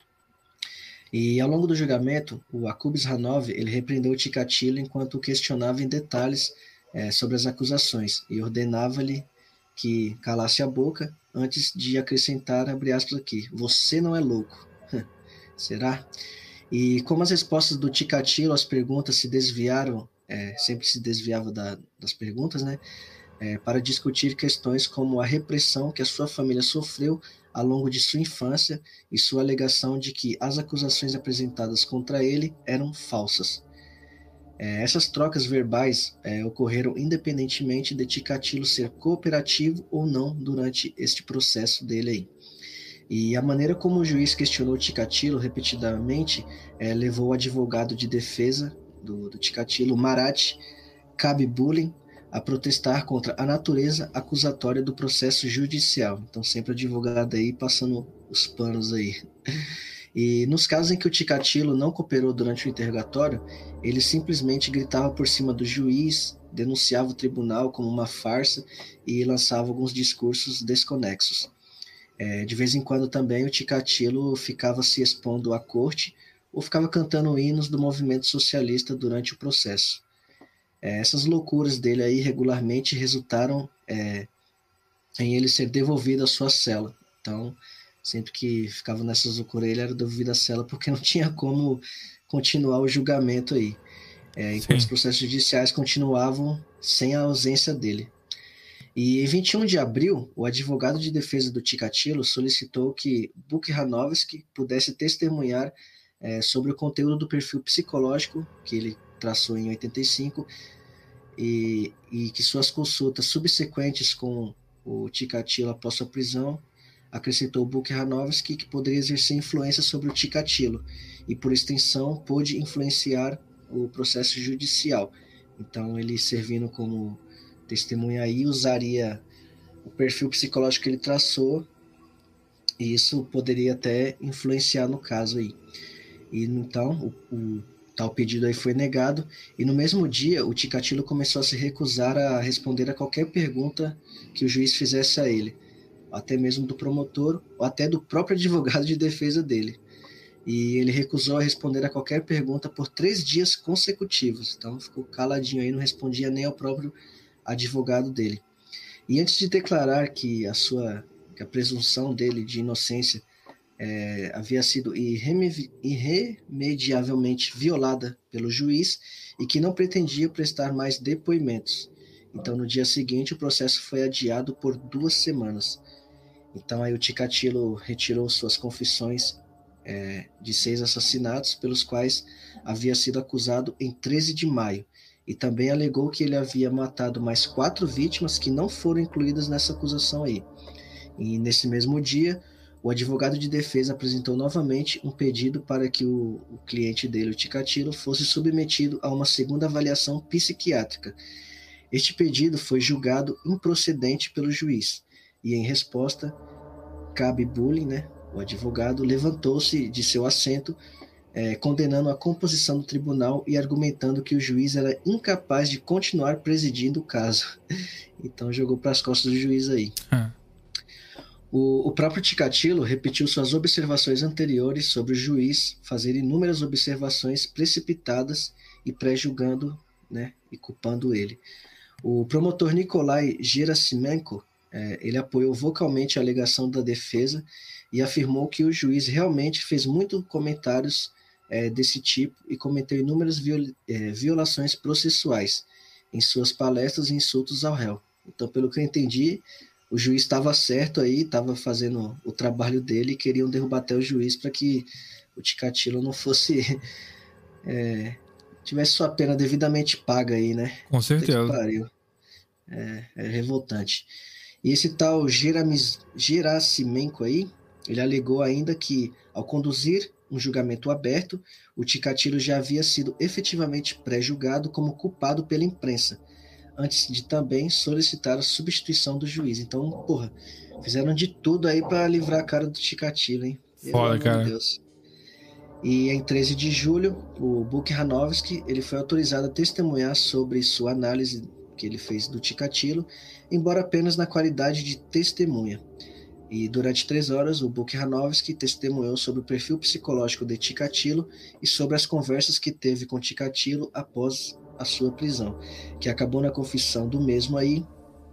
E ao longo do julgamento, o Akub Hanov ele repreendeu o Chikatilo enquanto o questionava em detalhes sobre as acusações e ordenava-lhe que calasse a boca antes de acrescentar, abre aspas aqui, você não é louco. Será? E como as respostas do Chikatilo às perguntas se desviaram, sempre se desviava das perguntas, né? Para discutir questões como a repressão que a sua família sofreu ao longo de sua infância e sua alegação de que as acusações apresentadas contra ele eram falsas. Essas trocas verbais ocorreram independentemente de Chikatilo ser cooperativo ou não durante este processo dele aí. E a maneira como o juiz questionou Chikatilo repetidamente levou o advogado de defesa do Chikatilo, Marat Khabibulin, a protestar contra a natureza acusatória do processo judicial. Então sempre o advogado aí passando os panos aí. E nos casos em que o Chikatilo não cooperou durante o interrogatório, ele simplesmente gritava por cima do juiz, denunciava o tribunal como uma farsa e lançava alguns discursos desconexos. De vez em quando também o Chikatilo ficava se expondo à corte ou ficava cantando hinos do movimento socialista durante o processo. Essas loucuras dele aí regularmente resultaram em ele ser devolvido à sua cela. Então, sempre que ficava nessas loucuras, ele era devolvido à cela porque não tinha como continuar o julgamento aí. Enquanto os processos judiciais continuavam sem a ausência dele. E em 21 de abril, o advogado de defesa do Chikatilo solicitou que Bukhanovsky pudesse testemunhar sobre o conteúdo do perfil psicológico que ele traçou em 85 e que suas consultas subsequentes com o Chikatilo após sua prisão acrescentou Bukhanovsky que poderia exercer influência sobre o Chikatilo e, por extensão, pôde influenciar o processo judicial. Então, ele servindo como testemunha aí, usaria o perfil psicológico que ele traçou E isso poderia até influenciar no caso aí. E então o tal pedido aí foi negado, e no mesmo dia o Ticatilo começou a se recusar a responder a qualquer pergunta que o juiz fizesse a ele, até mesmo do promotor ou até do próprio advogado de defesa dele. E ele recusou a responder a qualquer pergunta por 3 dias consecutivos. Então ficou caladinho aí, não respondia nem ao próprio advogado dele. E antes de declarar que a presunção dele de inocência havia sido irremediavelmente violada pelo juiz e que não pretendia prestar mais depoimentos. Então, no dia seguinte, o processo foi adiado por 2 semanas. Então, aí o Ticatilo retirou suas confissões de 6 assassinatos, pelos quais havia sido acusado em 13 de maio, e também alegou que ele havia matado mais 4 vítimas que não foram incluídas nessa acusação aí. E nesse mesmo dia, o advogado de defesa apresentou novamente um pedido para que o cliente dele, o Ticatilo, fosse submetido a uma segunda avaliação psiquiátrica. Este pedido foi julgado improcedente pelo juiz, e em resposta, Cabby Bulling, o advogado, levantou-se de seu assento, condenando a composição do tribunal e argumentando que o juiz era incapaz de continuar presidindo o caso. Então jogou para as costas do juiz aí. O próprio Ticatilo repetiu suas observações anteriores sobre o juiz fazer inúmeras observações precipitadas e pré-julgando, e culpando ele. O promotor Nikolai Gerasimenko, ele apoiou vocalmente a alegação da defesa e afirmou que o juiz realmente fez muitos comentários desse tipo e cometeu inúmeras violações processuais em suas palestras e insultos ao réu. Então, pelo que eu entendi, o juiz estava certo aí, estava fazendo o trabalho dele e queriam derrubar até o juiz para que o Ticatilo não fosse... tivesse sua pena devidamente paga aí, né? Com certeza. Pariu. É revoltante. E esse tal Gerasimenko aí, ele alegou ainda que, ao conduzir um julgamento aberto, o Ticatilo já havia sido efetivamente pré-julgado como culpado pela imprensa, antes de também solicitar a substituição do juiz. Então, fizeram de tudo aí para livrar a cara do Ticatilo, hein? Foda, cara. Deus. E em 13 de julho, o Bukhanovsky, ele foi autorizado a testemunhar sobre sua análise que ele fez do Ticatilo, embora apenas na qualidade de testemunha. E durante 3 horas, o Bukhanovsky testemunhou sobre o perfil psicológico de Ticatilo e sobre as conversas que teve com Ticatilo após a sua prisão, que acabou na confissão do mesmo aí.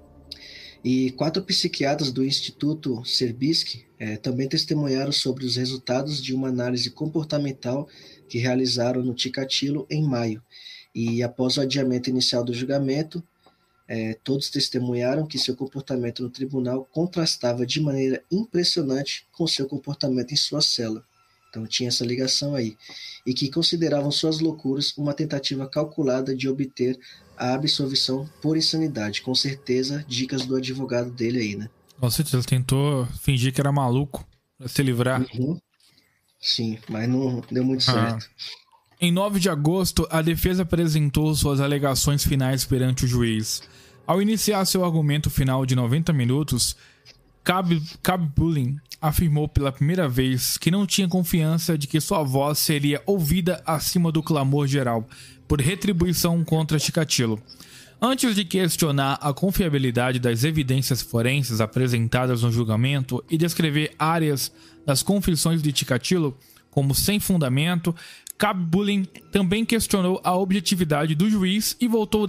E 4 psiquiatras do Instituto Serbsky também testemunharam sobre os resultados de uma análise comportamental que realizaram no Ticatilo em maio. E após o adiamento inicial do julgamento, todos testemunharam que seu comportamento no tribunal contrastava de maneira impressionante com seu comportamento em sua cela. Então tinha essa ligação aí. E que consideravam suas loucuras uma tentativa calculada de obter a absolvição por insanidade. Com certeza, dicas do advogado dele aí, né? Com certeza, tentou fingir que era maluco pra se livrar. Uhum. Sim, mas não deu muito certo. Em 9 de agosto, a defesa apresentou suas alegações finais perante o juiz. Ao iniciar seu argumento final de 90 minutos, Cabby Bulling afirmou pela primeira vez que não tinha confiança de que sua voz seria ouvida acima do clamor geral por retribuição contra Ticatilo. Antes de questionar a confiabilidade das evidências forenses apresentadas no julgamento e descrever áreas das confissões de Ticatilo como sem fundamento, Cabby Bulling também questionou a objetividade do juiz e voltou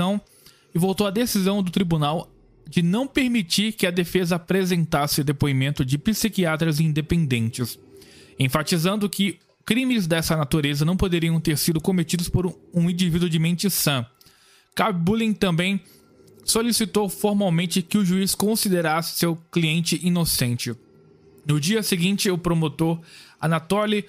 à decisão do tribunal de não permitir que a defesa apresentasse depoimento de psiquiatras independentes, enfatizando que crimes dessa natureza não poderiam ter sido cometidos por um indivíduo de mente sã. Cabby Bulling também solicitou formalmente que o juiz considerasse seu cliente inocente. No dia seguinte, o promotor Anatoly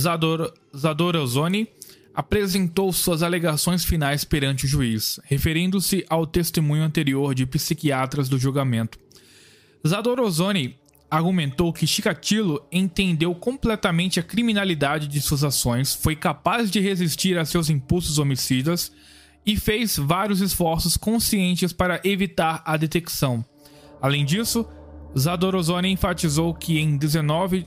Zadorozhny apresentou suas alegações finais perante o juiz, referindo-se ao testemunho anterior de psiquiatras do julgamento. Zadorozhny argumentou que Ticatilo entendeu completamente a criminalidade de suas ações, foi capaz de resistir a seus impulsos homicidas e fez vários esforços conscientes para evitar a detecção. Além disso, Zadorozhny enfatizou que em 19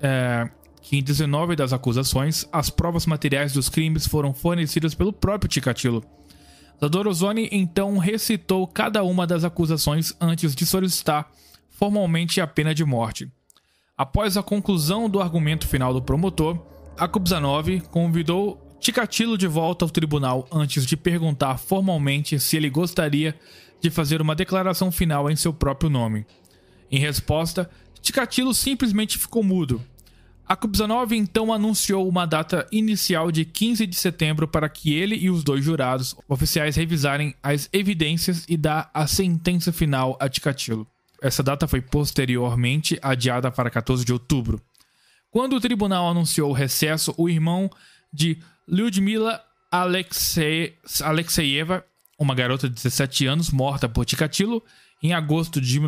das acusações, as provas materiais dos crimes foram fornecidas pelo próprio Chikatilo. Zadorozhny então recitou cada uma das acusações antes de solicitar formalmente a pena de morte. Após a conclusão do argumento final do promotor, Akubzhanov convidou Chikatilo de volta ao tribunal antes de perguntar formalmente se ele gostaria de fazer uma declaração final em seu próprio nome. Em resposta, Chikatilo simplesmente ficou mudo. Akubzhanov então anunciou uma data inicial de 15 de setembro para que ele e os dois jurados oficiais revisarem as evidências e dar a sentença final a Chikatilo. Essa data foi posteriormente adiada para 14 de outubro. Quando o tribunal anunciou o recesso, o irmão de Lyudmila Alexeyeva, uma garota de 17 anos morta por Chikatilo, em agosto de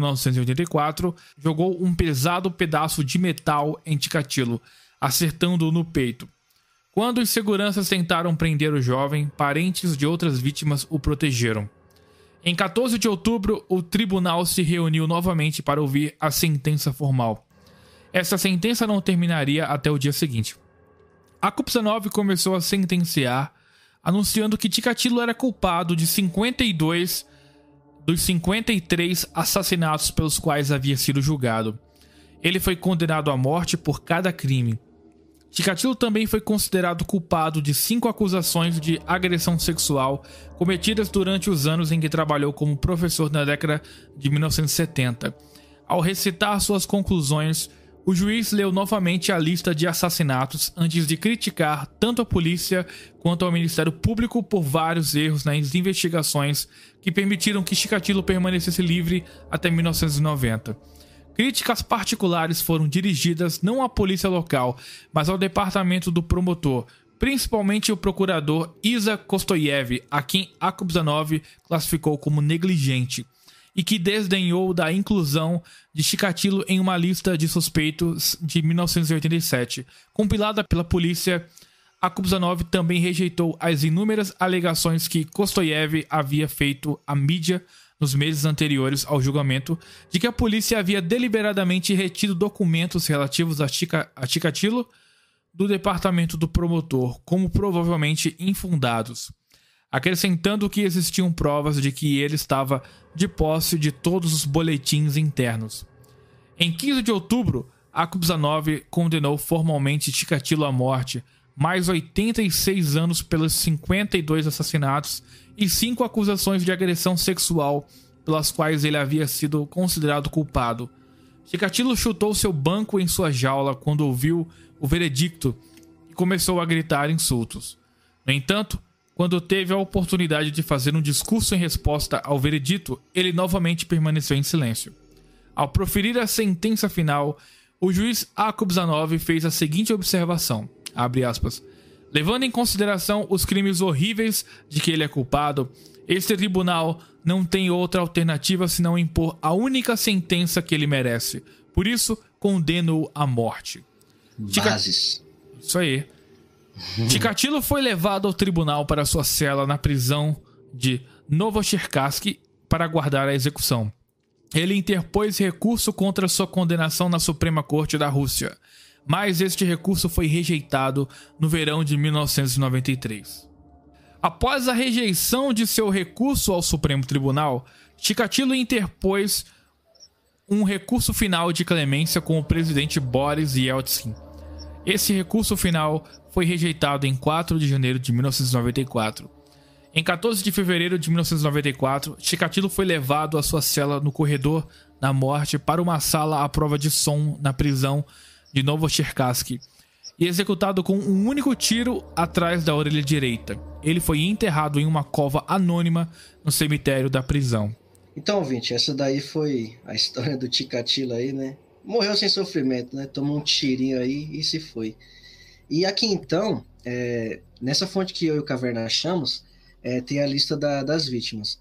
1984, jogou um pesado pedaço de metal em Chikatilo, acertando-o no peito. Quando os seguranças tentaram prender o jovem, parentes de outras vítimas o protegeram. Em 14 de outubro, o tribunal se reuniu novamente para ouvir a sentença formal. Essa sentença não terminaria até o dia seguinte. Akubzhanov começou a sentenciar, anunciando que Chikatilo era culpado de 52 dos 53 assassinatos pelos quais havia sido julgado. Ele foi condenado à morte por cada crime. Chikatilo também foi considerado culpado de 5 acusações de agressão sexual cometidas durante os anos em que trabalhou como professor na década de 1970. Ao recitar suas conclusões, o juiz leu novamente a lista de assassinatos antes de criticar tanto a polícia quanto ao Ministério Público por vários erros nas investigações que permitiram que Chikatilo permanecesse livre até 1990. Críticas particulares foram dirigidas não à polícia local, mas ao departamento do promotor, principalmente o procurador Isa Kostoyev, a quem Akubzhanov classificou como negligente, e que desdenhou da inclusão de Chikatilo em uma lista de suspeitos de 1987, compilada pela polícia. Akubzhanov também rejeitou as inúmeras alegações que Kostoyev havia feito à mídia nos meses anteriores ao julgamento, de que a polícia havia deliberadamente retido documentos relativos a Chikatilo do departamento do promotor, como provavelmente infundados, acrescentando que existiam provas de que ele estava de posse de todos os boletins internos. Em 15 de outubro, Akubzhanov condenou formalmente Chikatilo à morte, mais 86 anos pelos 52 assassinatos e 5 acusações de agressão sexual pelas quais ele havia sido considerado culpado. Chikatilo chutou seu banco em sua jaula quando ouviu o veredicto e começou a gritar insultos. No entanto, quando teve a oportunidade de fazer um discurso em resposta ao veredito, ele novamente permaneceu em silêncio. Ao proferir a sentença final, o juiz Akubzhanov fez a seguinte observação, abre aspas, levando em consideração os crimes horríveis de que ele é culpado, este tribunal não tem outra alternativa senão impor a única sentença que ele merece. Por isso, condeno-o à morte. Bases. Isso aí. Chikatilo foi levado ao tribunal para sua cela na prisão de Novocherkassk para aguardar a execução. Ele interpôs recurso contra sua condenação na Suprema Corte da Rússia, mas este recurso foi rejeitado no verão de 1993. Após a rejeição de seu recurso ao Supremo Tribunal, Chikatilo interpôs um recurso final de clemência com o presidente Boris Yeltsin. Esse recurso final foi rejeitado em 4 de janeiro de 1994. Em 14 de fevereiro de 1994, Chikatilo foi levado à sua cela no corredor da morte para uma sala à prova de som na prisão de Novocherkassk e executado com um único tiro atrás da orelha direita. Ele foi enterrado em uma cova anônima no cemitério da prisão. Então, ouvinte, essa daí foi a história do Chikatilo aí, né? Morreu sem sofrimento, né? Tomou um tirinho aí e se foi. E aqui então, nessa fonte que eu e o Caverna achamos, tem a lista das vítimas.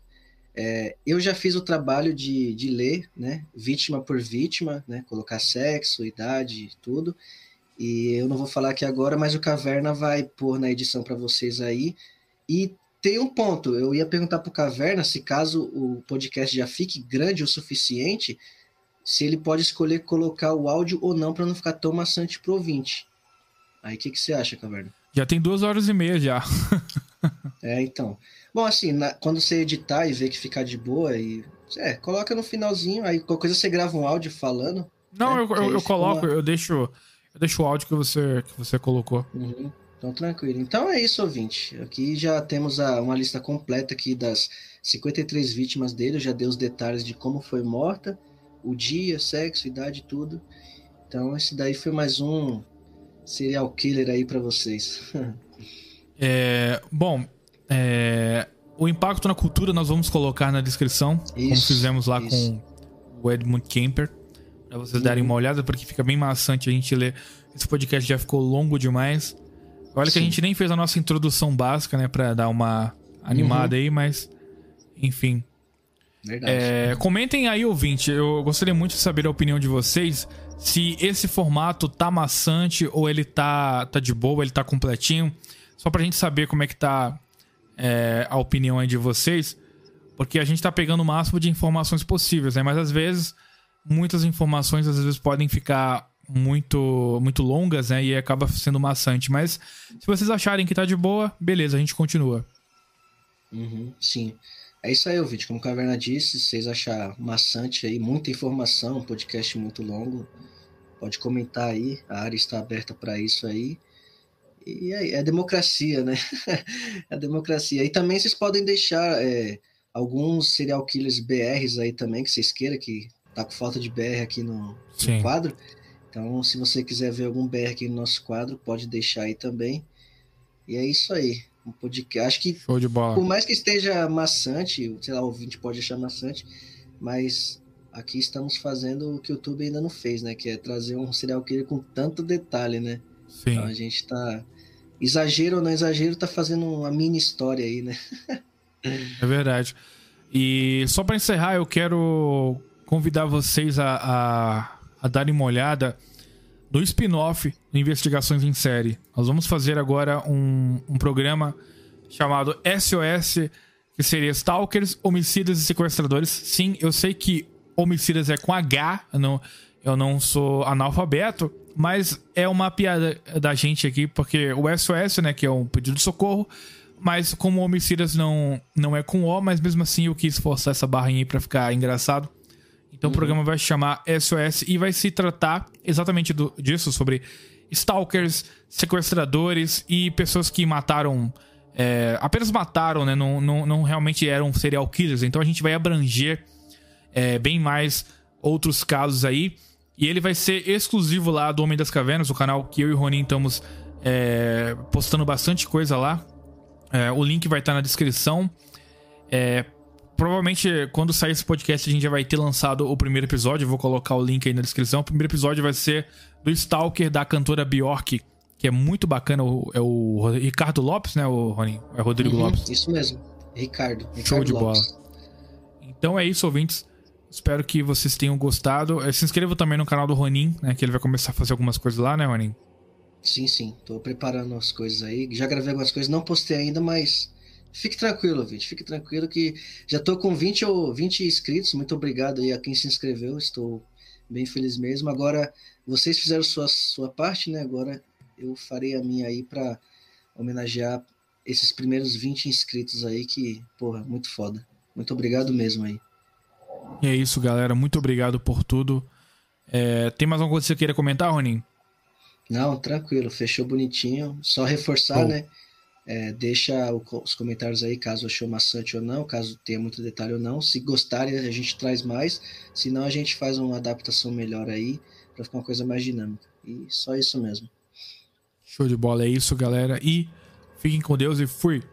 Eu já fiz o trabalho de ler, né? Vítima por vítima, né? Colocar sexo, idade, tudo. E eu não vou falar aqui agora, mas o Caverna vai pôr na edição para vocês aí. E tem um ponto, eu ia perguntar pro Caverna se caso o podcast já fique grande o suficiente, se ele pode escolher colocar o áudio ou não para não ficar tão maçante pro ouvinte. Aí o que você acha, Caverna? Já tem 2h30 já. Então. Bom, assim, quando você editar e ver que ficar de boa, coloca no finalzinho, aí qualquer coisa você grava um áudio falando. Não, eu coloco, eu deixo o áudio que você colocou. Uhum. Então, tranquilo. Então é isso, ouvinte. Aqui já temos uma lista completa aqui das 53 vítimas dele. Eu já dei os detalhes de como foi morta, o dia, sexo, idade, tudo. Então, esse daí foi mais um serial killer aí pra vocês. O impacto na cultura nós vamos colocar na descrição, como fizemos lá com o Edmund Kemper, pra vocês darem uma olhada, porque fica bem maçante a gente ler. Esse podcast já ficou longo demais. Olha que a gente nem fez a nossa introdução básica, né, pra dar uma animada aí, mas enfim. Verdade. Comentem aí, ouvinte, eu gostaria muito de saber a opinião de vocês, se esse formato tá maçante ou ele tá de boa, ele tá completinho, só pra gente saber como é que tá a opinião aí de vocês, porque a gente tá pegando o máximo de informações possíveis, né, mas às vezes, muitas informações às vezes podem ficar muito, muito longas, né, e acaba sendo maçante, mas se vocês acharem que tá de boa, beleza, a gente continua. Sim. É isso aí, ouvinte. Como a Caverna disse, se vocês acharem maçante aí, muita informação, um podcast muito longo, pode comentar aí, a área está aberta para isso aí. E é democracia, né? É democracia. E também vocês podem deixar alguns serial killers BRs aí também, que vocês queiram, que tá com falta de BR aqui no quadro. Então, se você quiser ver algum BR aqui no nosso quadro, pode deixar aí também. E é isso aí. Um podcast. Acho que, show de bola. Por mais que esteja maçante, sei lá, o ouvinte pode achar maçante, mas aqui estamos fazendo o que o YouTube ainda não fez, né? Que é trazer um serial killer com tanto detalhe, né? Sim. Então a gente tá... Exagero ou não exagero, tá fazendo uma mini história aí, né? É verdade. E só pra encerrar, eu quero convidar vocês a darem uma olhada no spin-off de Investigações em Série. Nós vamos fazer agora um programa chamado SOS, que seria Stalkers, Homicidas e Sequestradores. Sim, eu sei que homicidas é com H, eu não sou analfabeto, mas é uma piada da gente aqui, porque o SOS, né, que é um pedido de socorro, mas como homicidas não é com O, mas mesmo assim eu quis forçar essa barrinha aí pra ficar engraçado. Então o programa vai se chamar SOS e vai se tratar exatamente disso, sobre stalkers, sequestradores e pessoas que mataram, apenas mataram, né? Não realmente eram serial killers. Então a gente vai abranger bem mais outros casos aí. E ele vai ser exclusivo lá do Homem das Cavernas, o canal que eu e o Ronin estamos postando bastante coisa lá. O link vai estar na descrição. Provavelmente, quando sair esse podcast, a gente já vai ter lançado o primeiro episódio. Eu vou colocar o link aí na descrição. O primeiro episódio vai ser do Stalker da cantora Bjork, que é muito bacana. É o Ricardo Lopes, né, o Ronin? É Rodrigo Lopes. Isso mesmo. Ricardo Show de Lopes. bola. Então é isso, ouvintes. Espero que vocês tenham gostado. Se inscreva também no canal do Ronin, né, que ele vai começar a fazer algumas coisas lá, né, Ronin? Sim. Tô preparando as coisas aí. Já gravei algumas coisas, não postei ainda, mas... Fique tranquilo, Vinte. Fique tranquilo que já tô com 20 inscritos. Muito obrigado aí a quem se inscreveu. Estou bem feliz mesmo. Agora, vocês fizeram sua parte, né? Agora eu farei a minha aí para homenagear esses primeiros 20 inscritos aí que, porra, muito foda. Muito obrigado mesmo aí. E é isso, galera. Muito obrigado por tudo. Tem mais alguma coisa que você queira comentar, Ronin? Não, tranquilo. Fechou bonitinho. Só reforçar, né? Deixa os comentários aí, caso achou maçante ou não, caso tenha muito detalhe ou não. Se gostarem, a gente traz mais. Se não, a gente faz uma adaptação melhor aí, para ficar uma coisa mais dinâmica. E só isso mesmo. Show de bola, é isso, galera. E fiquem com Deus e fui!